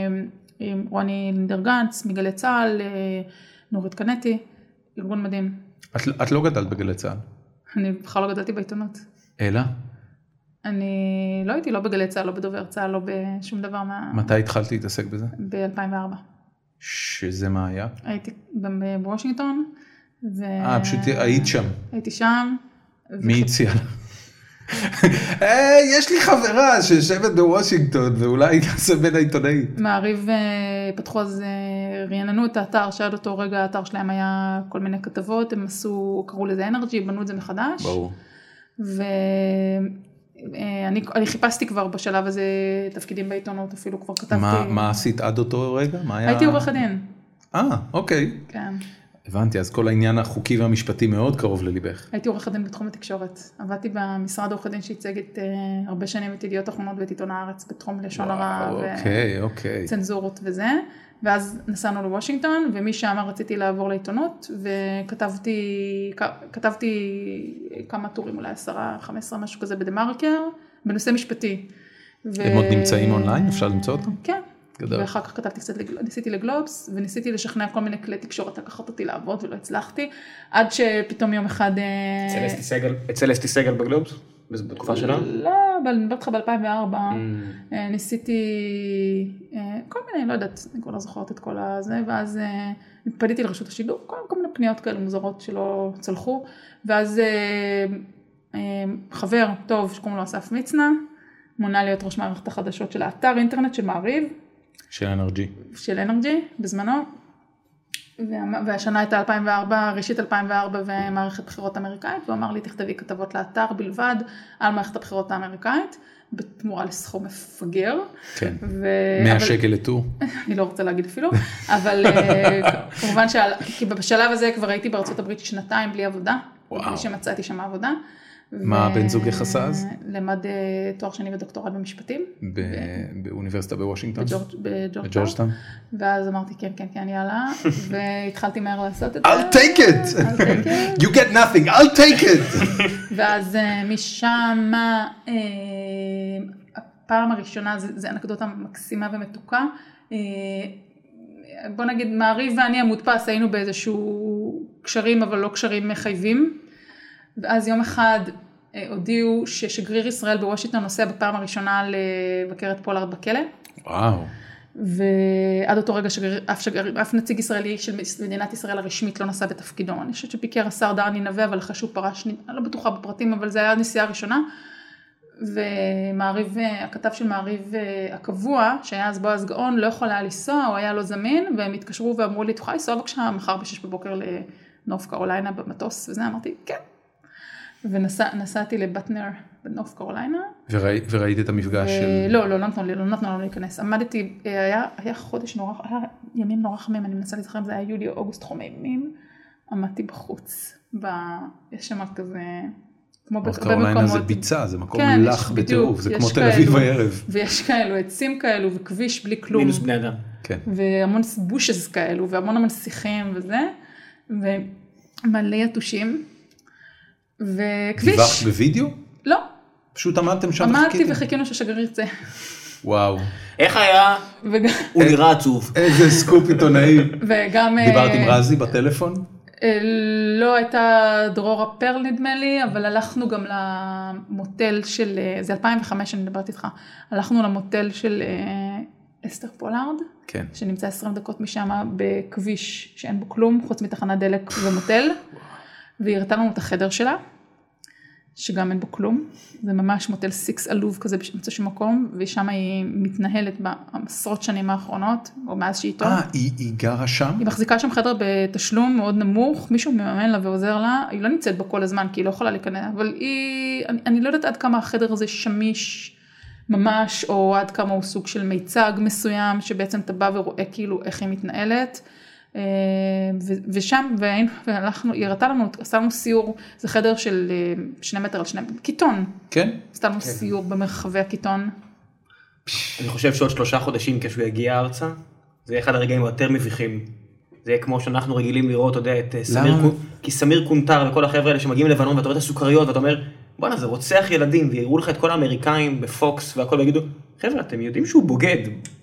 רוני לינדרגנץ, מגלי צהל, נורית קנטי, ארגון מדהים. את לא גדלת בגלי צהל? אני בכלל לא גדלתי בעיתונות. אלא? אני לא הייתי לא בגלי צהל, לא בדובר צהל, לא בשום דבר מה... מתי התחלתי להתעסק בזה? ב-אלפיים וארבע. שזה מה היה? הייתי בוושינגטון. אה, פשוט היית שם. הייתי שם. מי הציע לה? יש לי חברה שיושבת בוושינגטון, ואולי נעשה בין העיתונאים. מעריב פתחו אז, רעננו את האתר, שעד אותו רגע האתר שלהם היה כל מיני כתבות, הם עשו, קראו לזה אנרג'י, בנו את זה מחדש. ברור. ואני אני חיפשתי כבר בשלב הזה תפקידים בעיתונות, אפילו כבר כתבתי. מה, מה עשית עד אותו רגע? מה היה? הייתי עורך הדין. אה, אוקיי. כן. הבנתי, אז כל העניין החוקי והמשפטי מאוד קרוב לליבך. הייתי עורך הדין בתחום התקשורת. עבדתי במשרד עורך הדין שהצג את uh, הרבה שנים את ידיעות אחרונות ואת עיתון הארץ בתחום לשון הרע אוקיי, אוקיי. וצנזורות וזה. ואז נסענו לוושינגטון, ומשם רציתי לעבור לעיתונות, וכתבתי כתבתי כמה טורים, אולי עשרה, חמש עשרה, משהו כזה בדה מרקר, בנושא משפטי. הם עוד נמצאים אונליין? אפשר למצוא אותם? כן. ואחר כך כתבתי קצת, ניסיתי לגלובס, וניסיתי לשכנע כל מיני כלי תקשורת, לקחת אותי לעבוד ולא הצלחתי, עד שפתאום יום אחד... אצל אסתי סגל בגלובס? בתקופה שלה? לא, אבל אני מדברת לך ב-אלפיים וארבע, ניסיתי כל מיני, לא יודעת, אני כבר לא זוכרת את כל הזה, ואז פניתי לרשות השידור, כל מיני פניות כאלה מוזרות שלא צלחו, ואז חבר טוב שקוראים לו אסף מצנע, מונה להיות ראש מערכת החדשות של האתר אינטרנט של מעריב, של אנרג'י. של אנרג'י, בזמנו. והשנה הייתה אלפיים וארבע, ראשית אלפיים וארבע ומערכת בחירות אמריקאית, והוא אמר לי תכתבי כתבות לאתר בלבד על מערכת הבחירות האמריקאית, בתמורה לסכום מפגר. כן, מאה שקל לטור. אני לא רוצה להגיד אפילו, אבל כמובן כי בשלב הזה כבר הייתי בארצות הברית שנתיים בלי עבודה, בלי שמצאתי שם עבודה. מה בן זוגך עשה אז? למד תואר שני ודוקטורט במשפטים. באוניברסיטה בוושינגטון? בג'ורג'טאון. ואז אמרתי כן, כן, כן, יאללה, והתחלתי מהר לעשות את זה. I'll take it! You get nothing, I'll take it! ואז משם, הפעם הראשונה, זה אנקדוטה מקסימה ומתוקה, בוא נגיד, מעריב ואני המודפס, היינו באיזשהו קשרים, אבל לא קשרים מחייבים, ואז יום אחד הודיעו ששגריר ישראל בוושינגטון נוסע בפעם הראשונה לבקר את פולארד בכלא. וואו. ועד אותו רגע שגריר, אף, שגריר, אף נציג ישראלי של מדינת ישראל הרשמית לא נסע בתפקידו. אני חושבת שביקר השר דני נווה, אבל אחרי שהוא פרש, אני לא בטוחה בפרטים, אבל זה היה הנסיעה הראשונה. ומעריב, הכתב של מעריב הקבוע, שהיה אז בועז גאון, לא יכול היה לנסוע, הוא היה לא זמין, והם התקשרו ואמרו לי, תוכל לנסוע בבקשה מחר בשש בבוקר לנורף קרוליינה במטוס, וזה אמרתי, כן. ונסעתי לבטנר בנורף קרוליינה. וראי, וראית את המפגש של... לא, לא, לא נתנו לי, לא נתנו לנו להיכנס. עמדתי, היה, היה חודש נורא, היה ימים נורא חמים, אני מנסה לזכר אם זה היה יולי או אוגוסט חומי ימים. עמדתי בחוץ, ב... יש שם כזה... נורף קרוליינה זה ביצה, זה מקום לח בטירוף, זה כמו תל אביב הערב. ויש כאלו עצים כאלו, וכביש בלי כלום. מינוס בני אדם. כן. והמון בושס כאלו, והמון המון שיחים וזה, ומלא יתושים. וכביש. דיווחת בווידאו? לא. פשוט עמדתם שם וחיכיתם? עמדתי וחיכינו ששגריר יצא. וואו. איך היה? הוא נראה עצוב. איזה סקופ עיתונאי. וגם... דיברת עם רזי בטלפון? לא, הייתה דרורה פרל נדמה לי, אבל הלכנו גם למוטל של, זה אלפיים וחמש אני מדברת איתך, הלכנו למוטל של אסתר פולארד, כן. שנמצא עשרים דקות משם בכביש שאין בו כלום, חוץ מתחנת דלק ומוטל, והיא הראתה לנו את החדר שלה, שגם אין בו כלום, זה ממש מוטל סיקס עלוב כזה במצוא של מקום, ושם היא מתנהלת בעשרות שנים האחרונות, או מאז שהיא איתו. אה, היא, היא גרה שם? היא מחזיקה שם חדר בתשלום מאוד נמוך, מישהו מממן לה ועוזר לה, היא לא נמצאת בו כל הזמן, כי היא לא יכולה להיכנס, אבל היא, אני, אני לא יודעת עד כמה החדר הזה שמיש ממש, או עד כמה הוא סוג של מיצג מסוים, שבעצם אתה בא ורואה כאילו איך היא מתנהלת, ושם, והלכנו, היא הראתה לנו, עשה לנו סיור, זה חדר של שני מטר על שני, קיטון. כן. עשתה לנו סיור במרחבי הקיטון. אני חושב שעוד שלושה חודשים כשהוא יגיע ארצה, זה אחד הרגעים היותר מביכים. זה יהיה כמו שאנחנו רגילים לראות, אתה יודע, את סמיר, כי סמיר קונטר וכל החבר'ה האלה שמגיעים לבנון, ואתה רואה את הסוכריות, ואתה אומר, בוא'נה, זה רוצח ילדים, ויראו לך את כל האמריקאים בפוקס, והכל, ויגידו, חבר'ה, אתם יודעים שהוא בוגד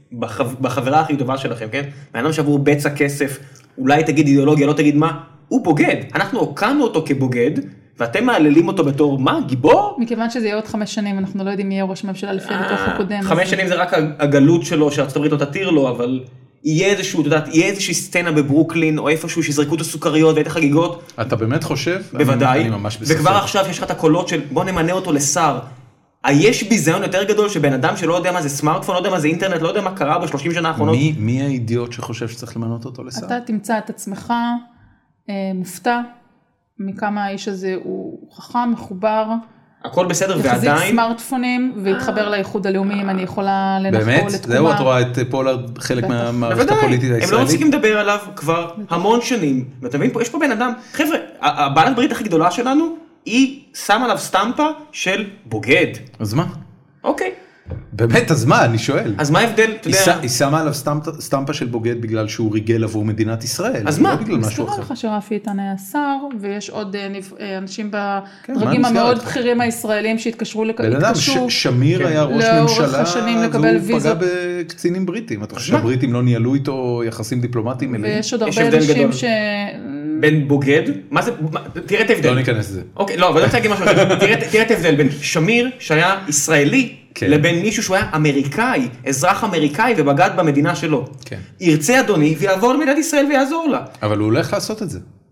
בחברה הכי טובה שלכם, כן? ואנחנו שעבור בצע כסף, אולי תגיד אידיאולוגיה, לא תגיד מה, הוא בוגד. אנחנו הוקענו אותו כבוגד, ואתם מעללים אותו בתור מה? גיבור? מכיוון שזה יהיה עוד חמש שנים, אנחנו לא יודעים מי יהיה ראש הממשלה לפי הניתוח הקודם. חמש שנים זה רק הגלות שלו, שארצות הברית לא תתיר לו, אבל יהיה איזשהו, אתה יודעת, יהיה איזושהי סצנה בברוקלין, או איפשהו שיזרקו את הסוכריות ואת החגיגות. אתה באמת חושב? בוודאי. וכבר עכשיו יש לך את הקולות של בוא נמנה אותו לשר. יש ביזיון יותר גדול שבן אדם שלא יודע מה זה סמארטפון, לא יודע מה זה אינטרנט, לא יודע מה קרה ב-שלושים שנה האחרונות. מי, מי האידיוט שחושב שצריך למנות אותו לשר? אתה תמצא את עצמך אה, מופתע מכמה האיש הזה הוא חכם, מחובר. הכל בסדר ועדיין. יחזיק סמארטפונים והתחבר לאיחוד הלאומי, אם אני יכולה לנחו לתקומה. באמת? זהו, את רואה את פולארד חלק מהמערכת הפוליטית הישראלית? הם לא מפסיקים לדבר עליו כבר המון שנים. ואתה מבין פה, יש פה בן אדם, חבר'ה, הבעלת ברית הכי גדולה שלנו, היא שמה עליו סטמפה של בוגד. אז מה? אוקיי. באמת, אז מה? אני שואל. אז מה ההבדל? היא שמה עליו סטמפה של בוגד בגלל שהוא ריגל עבור מדינת ישראל. אז מה? לא בגלל משהו אחר. מסתבר לך שרפי איתן היה שר, ויש עוד אנשים בדרגים המאוד בכירים הישראלים שהתקשרו. בן אדם, שמיר היה ראש ממשלה, והוא פגע בקצינים בריטים. אתה חושב שהבריטים לא ניהלו איתו יחסים דיפלומטיים מלאים? ויש עוד הרבה אנשים ש... בין בוגד, מה זה, תראה את ההבדל. לא ניכנס לזה. אוקיי, לא, אבל אני רוצה להגיד משהו אחר. תראה את ההבדל בין שמיר, שהיה ישראלי, לבין מישהו שהוא היה אמריקאי, אזרח אמריקאי ובגד במדינה שלו. ירצה אדוני ויעבור למדינת ישראל ויעזור לה. אבל הוא הולך לעשות את זה.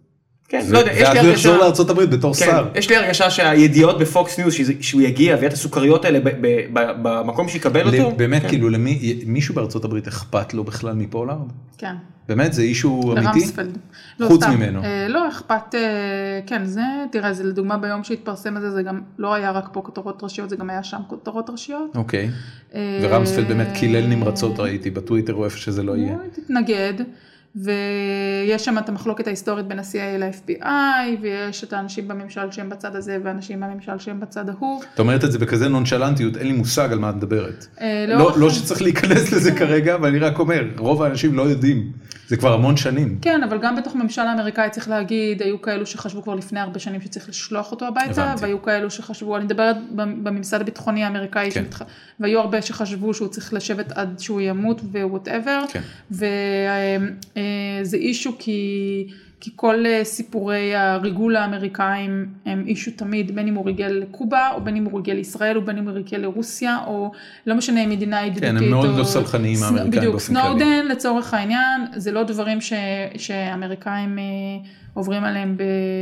כן, לא יודע, יש לי ואז הוא יחזור לארצות הברית בתור שר. יש לי הרגשה שהידיעות בפוקס ניוז, שהוא יגיע ויהיה את הסוכריות האלה במקום שיקבל אותו. באמת, כאילו, מישהו בארצות הברית אכפת לו בכלל מפולארד? כן. באמת, זה אישו אמיתי? לרמספלד. חוץ ממנו. לא, אכפת, כן, זה, תראה, זה לדוגמה ביום שהתפרסם הזה, זה גם לא היה רק פה כותרות ראשיות, זה גם היה שם כותרות ראשיות. אוקיי. ורמספלד באמת קילל נמרצות, ראיתי בטוויטר או איפה שזה לא יהיה. תתנגד. ויש שם את המחלוקת ההיסטורית בין ה-סי איי איי ל-אף בי איי, ויש את האנשים בממשל שהם בצד הזה, ואנשים בממשל שהם בצד ההוא. את אומרת את זה בכזה נונשלנטיות, אין לי מושג על מה את מדברת. לא, לא שצריך להיכנס לזה כרגע, אבל אני רק אומר, רוב האנשים לא יודעים. זה כבר המון שנים. כן, אבל גם בתוך ממשל האמריקאי צריך להגיד, היו כאלו שחשבו כבר לפני הרבה שנים שצריך לשלוח אותו הביתה, והיו כאלו שחשבו, אני מדברת בממסד הביטחוני האמריקאי, והיו הרבה שחשבו שהוא צריך לשבת עד שהוא ימות ו-whatever, וזה אישו כי... כי כל סיפורי הריגול האמריקאים הם אישו תמיד, בין אם הוא ריגל לקובה, או בין אם הוא ריגל לישראל, או בין אם הוא ריגל לרוסיה, או לא משנה מדינה ידידותית. כן, הם מאוד לא סלחניים האמריקאים באופן כללי. בדיוק, סנודן לצורך העניין, זה לא דברים ש, שהאמריקאים עוברים עליהם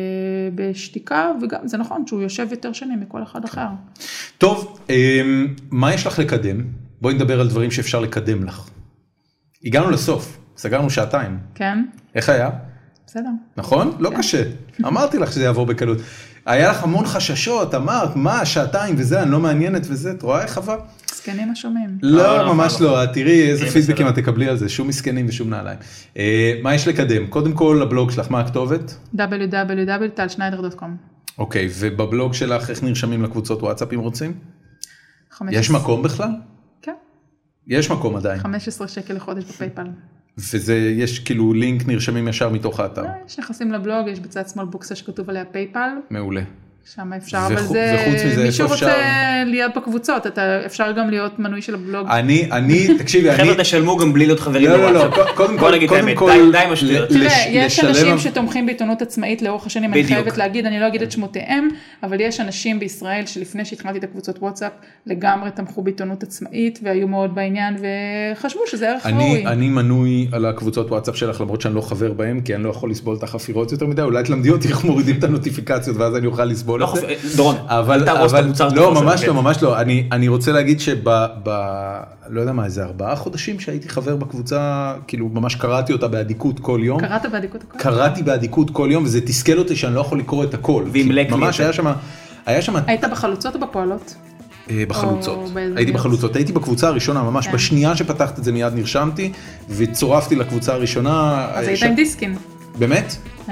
בשתיקה, וגם זה נכון שהוא יושב יותר שנים מכל אחד אחר. טוב, מה יש לך לקדם? בואי נדבר על דברים שאפשר לקדם לך. הגענו לסוף, סגרנו שעתיים. כן. איך היה? בסדר. נכון? לא קשה. אמרתי לך שזה יעבור בקלות. היה לך המון חששות, אמרת, מה, שעתיים וזה, אני לא מעניינת וזה, את רואה איך עבר? מסכנים השומעים. לא, ממש לא, תראי איזה פידבקים את תקבלי על זה, שום מסכנים ושום נעליים. מה יש לקדם? קודם כל, הבלוג שלך, מה הכתובת? דאבליו דאבליו דאבליו דוט טל שניידר דוט קום. אוקיי, ובבלוג שלך, איך נרשמים לקבוצות וואטסאפ אם רוצים? יש מקום בכלל? כן. יש מקום עדיין. חמישה עשר שקל לחודש בפייפל. וזה, יש כאילו לינק נרשמים ישר מתוך האתר. יש נכנסים לבלוג, יש בצד שמאל בוקסה שכתוב עליה פייפל. מעולה. שם אפשר, אבל זה, מי שרוצה להיות בקבוצות, אפשר גם להיות מנוי של הבלוג. אני, אני, תקשיבי, אני... חבר'ה תשלמו גם בלי להיות חברים. לא, לא, לא, קודם כל, קודם כל, די משטויות. תראה, יש אנשים שתומכים בעיתונות עצמאית לאורך השנים, אני חייבת להגיד, אני לא אגיד את שמותיהם, אבל יש אנשים בישראל שלפני שהתחלתי את הקבוצות וואטסאפ, לגמרי תמכו בעיתונות עצמאית, והיו מאוד בעניין, וחשבו שזה ערך ראוי. אני מנוי על הקבוצות וואטסאפ שלך, למרות שאני לא חבר בהם, כי אני לא יכול לסבול את החפירות יותר מדי, אולי תלמדי אותי איך מורידים את הנוטיפיקציות, ואז אני אוכל לסבול את זה. דורון, אבל, אבל, לא, ממש לא, ממש לא. אני, אני רוצה להגיד שב, ב, לא יודע מה, איזה ארבעה חודשים שהייתי חבר בקבוצה, כאילו ממש קראתי אותה באדיקות כל יום. קראת באדיקות כל יום? קראתי באדיקות כל יום, וזה תסכל אותי שאני לא יכול לקרוא את הכל. ממש היה שם, היה שם... היית בחלוצות או בפועלות? בחלוצות. הייתי בחלוצות. הייתי בקבוצה הראשונה, ממש בשנייה שפתחת את זה מיד נרשמתי, וצורפתי לקבוצה הראשונה. אז היית עם דיסקין. באמת?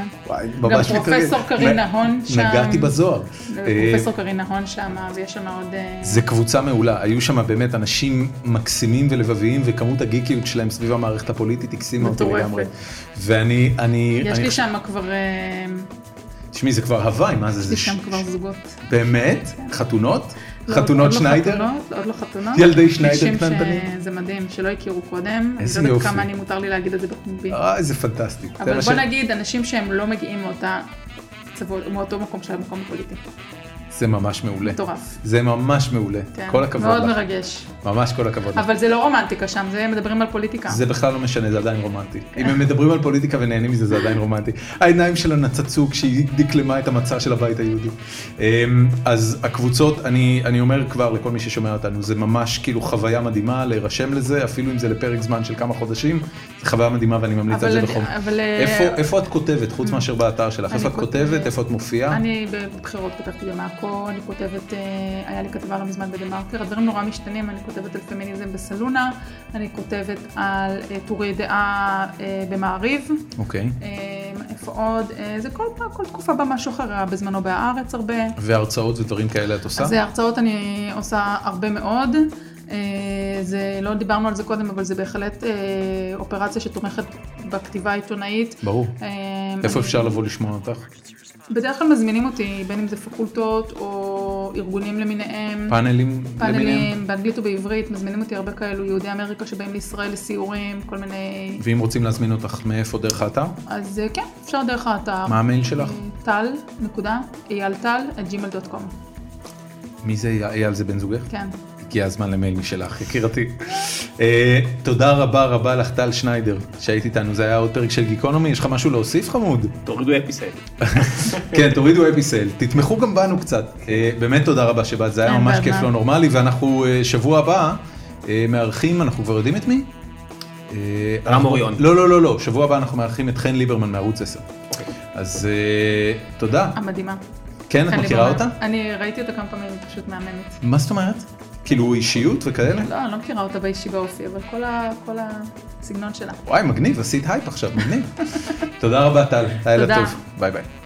גם פרופסור קרינה הון שם. נגעתי בזוהר. פרופסור קרינה הון שם, ויש שם עוד... זה קבוצה מעולה. היו שם באמת אנשים מקסימים ולבביים, וכמות הגיקיות שלהם סביב המערכת הפוליטית הקסימה אותי לגמרי. ואני... יש לי שם כבר... תשמעי, זה כבר הוואי, מה זה? יש לי שם כבר זוגות. באמת? חתונות? חתונות שניידר? עוד לא חתונות. ילדי שניידר קטנטנים? זה מדהים, שלא הכירו קודם. איזה יופי. אני לא יודעת יופי. כמה אני מותר לי להגיד את זה בפומבי. אה, איזה פנטסטי. אבל בוא נגיד, אנשים שהם לא מגיעים מאותה צבוע, מאותו מקום של המקום הפוליטי. זה ממש מעולה. מטורף. זה ממש מעולה. כן, כל הכבוד מאוד לך. מרגש. ממש כל הכבוד לך. אבל זה לא רומנטיקה שם, זה מדברים על פוליטיקה. זה בכלל לא משנה, זה עדיין רומנטי. אם הם מדברים על פוליטיקה ונהנים מזה, זה עדיין רומנטי. העיניים שלה נצצו כשהיא דקלמה את המצע של הבית היהודי. אז הקבוצות, אני, אני אומר כבר לכל מי ששומע אותנו, זה ממש כאילו חוויה מדהימה להירשם לזה, אפילו אם זה לפרק זמן של כמה חודשים, זה חוויה מדהימה ואני ממליץ על זה בחום. אבל... איפה, איפה את כותבת, חוץ מאשר באתר שלך? איפה את כותבת, איפה את מופיעה? אני בבחירות כתבתי במאקו, אני כותבת, היה לי כתבה לא מזמן בדמרקר, הדברים נורא משתנים, אני כותבת על פמיניזם בסלונה, אני כותבת על טורי דעה במעריב. אוקיי. איפה עוד? זה כל פעם, כל תקופה במשהו אחר, בזמנו בהארץ הרבה. והרצאות ודברים כאלה את עושה? אז הרצאות אני עושה הרבה מאוד. זה, לא דיברנו על זה קודם, אבל זה בהחלט אופרציה שתומכת בכתיבה העיתונאית. ברור. איפה אפשר לבוא לשמוע אותך? בדרך כלל מזמינים אותי, בין אם זה פקולטות או ארגונים למיניהם. פאנלים למיניהם? פאנלים, באנגלית ובעברית, מזמינים אותי הרבה כאלו, יהודי אמריקה שבאים לישראל לסיורים, כל מיני... ואם רוצים להזמין אותך מאיפה, דרך האתר? אז כן, אפשר דרך האתר. מה המייל שלך? טל, נקודה, אייל טל, את ג'ימייל דוט קום. מי זה אייל? זה בן זוגך? כן. הגיע הזמן למייל משלך, יקירתי. תודה רבה רבה לך טל שניידר, שהיית איתנו, זה היה עוד פרק של גיקונומי, יש לך משהו להוסיף חמוד? תורידו אפיסייל. כן, תורידו אפיסייל, תתמכו גם בנו קצת. באמת תודה רבה שבאת, זה היה ממש כיף לא נורמלי, ואנחנו שבוע הבא מארחים, אנחנו כבר יודעים את מי? רם אוריון. לא, לא, לא, לא, שבוע הבא אנחנו מארחים את חן ליברמן מערוץ עשר. אז תודה. המדהימה. כן, את מכירה אותה? אני ראיתי אותה כמה פעמים, פשוט מהממת. מה זאת אומרת? כאילו אישיות וכאלה? לא, אני לא מכירה אותה באישי באופי, אבל כל הסגנון שלה. וואי, מגניב, עשית הייפ עכשיו, מגניב. תודה רבה טל, לילה טוב. ביי ביי.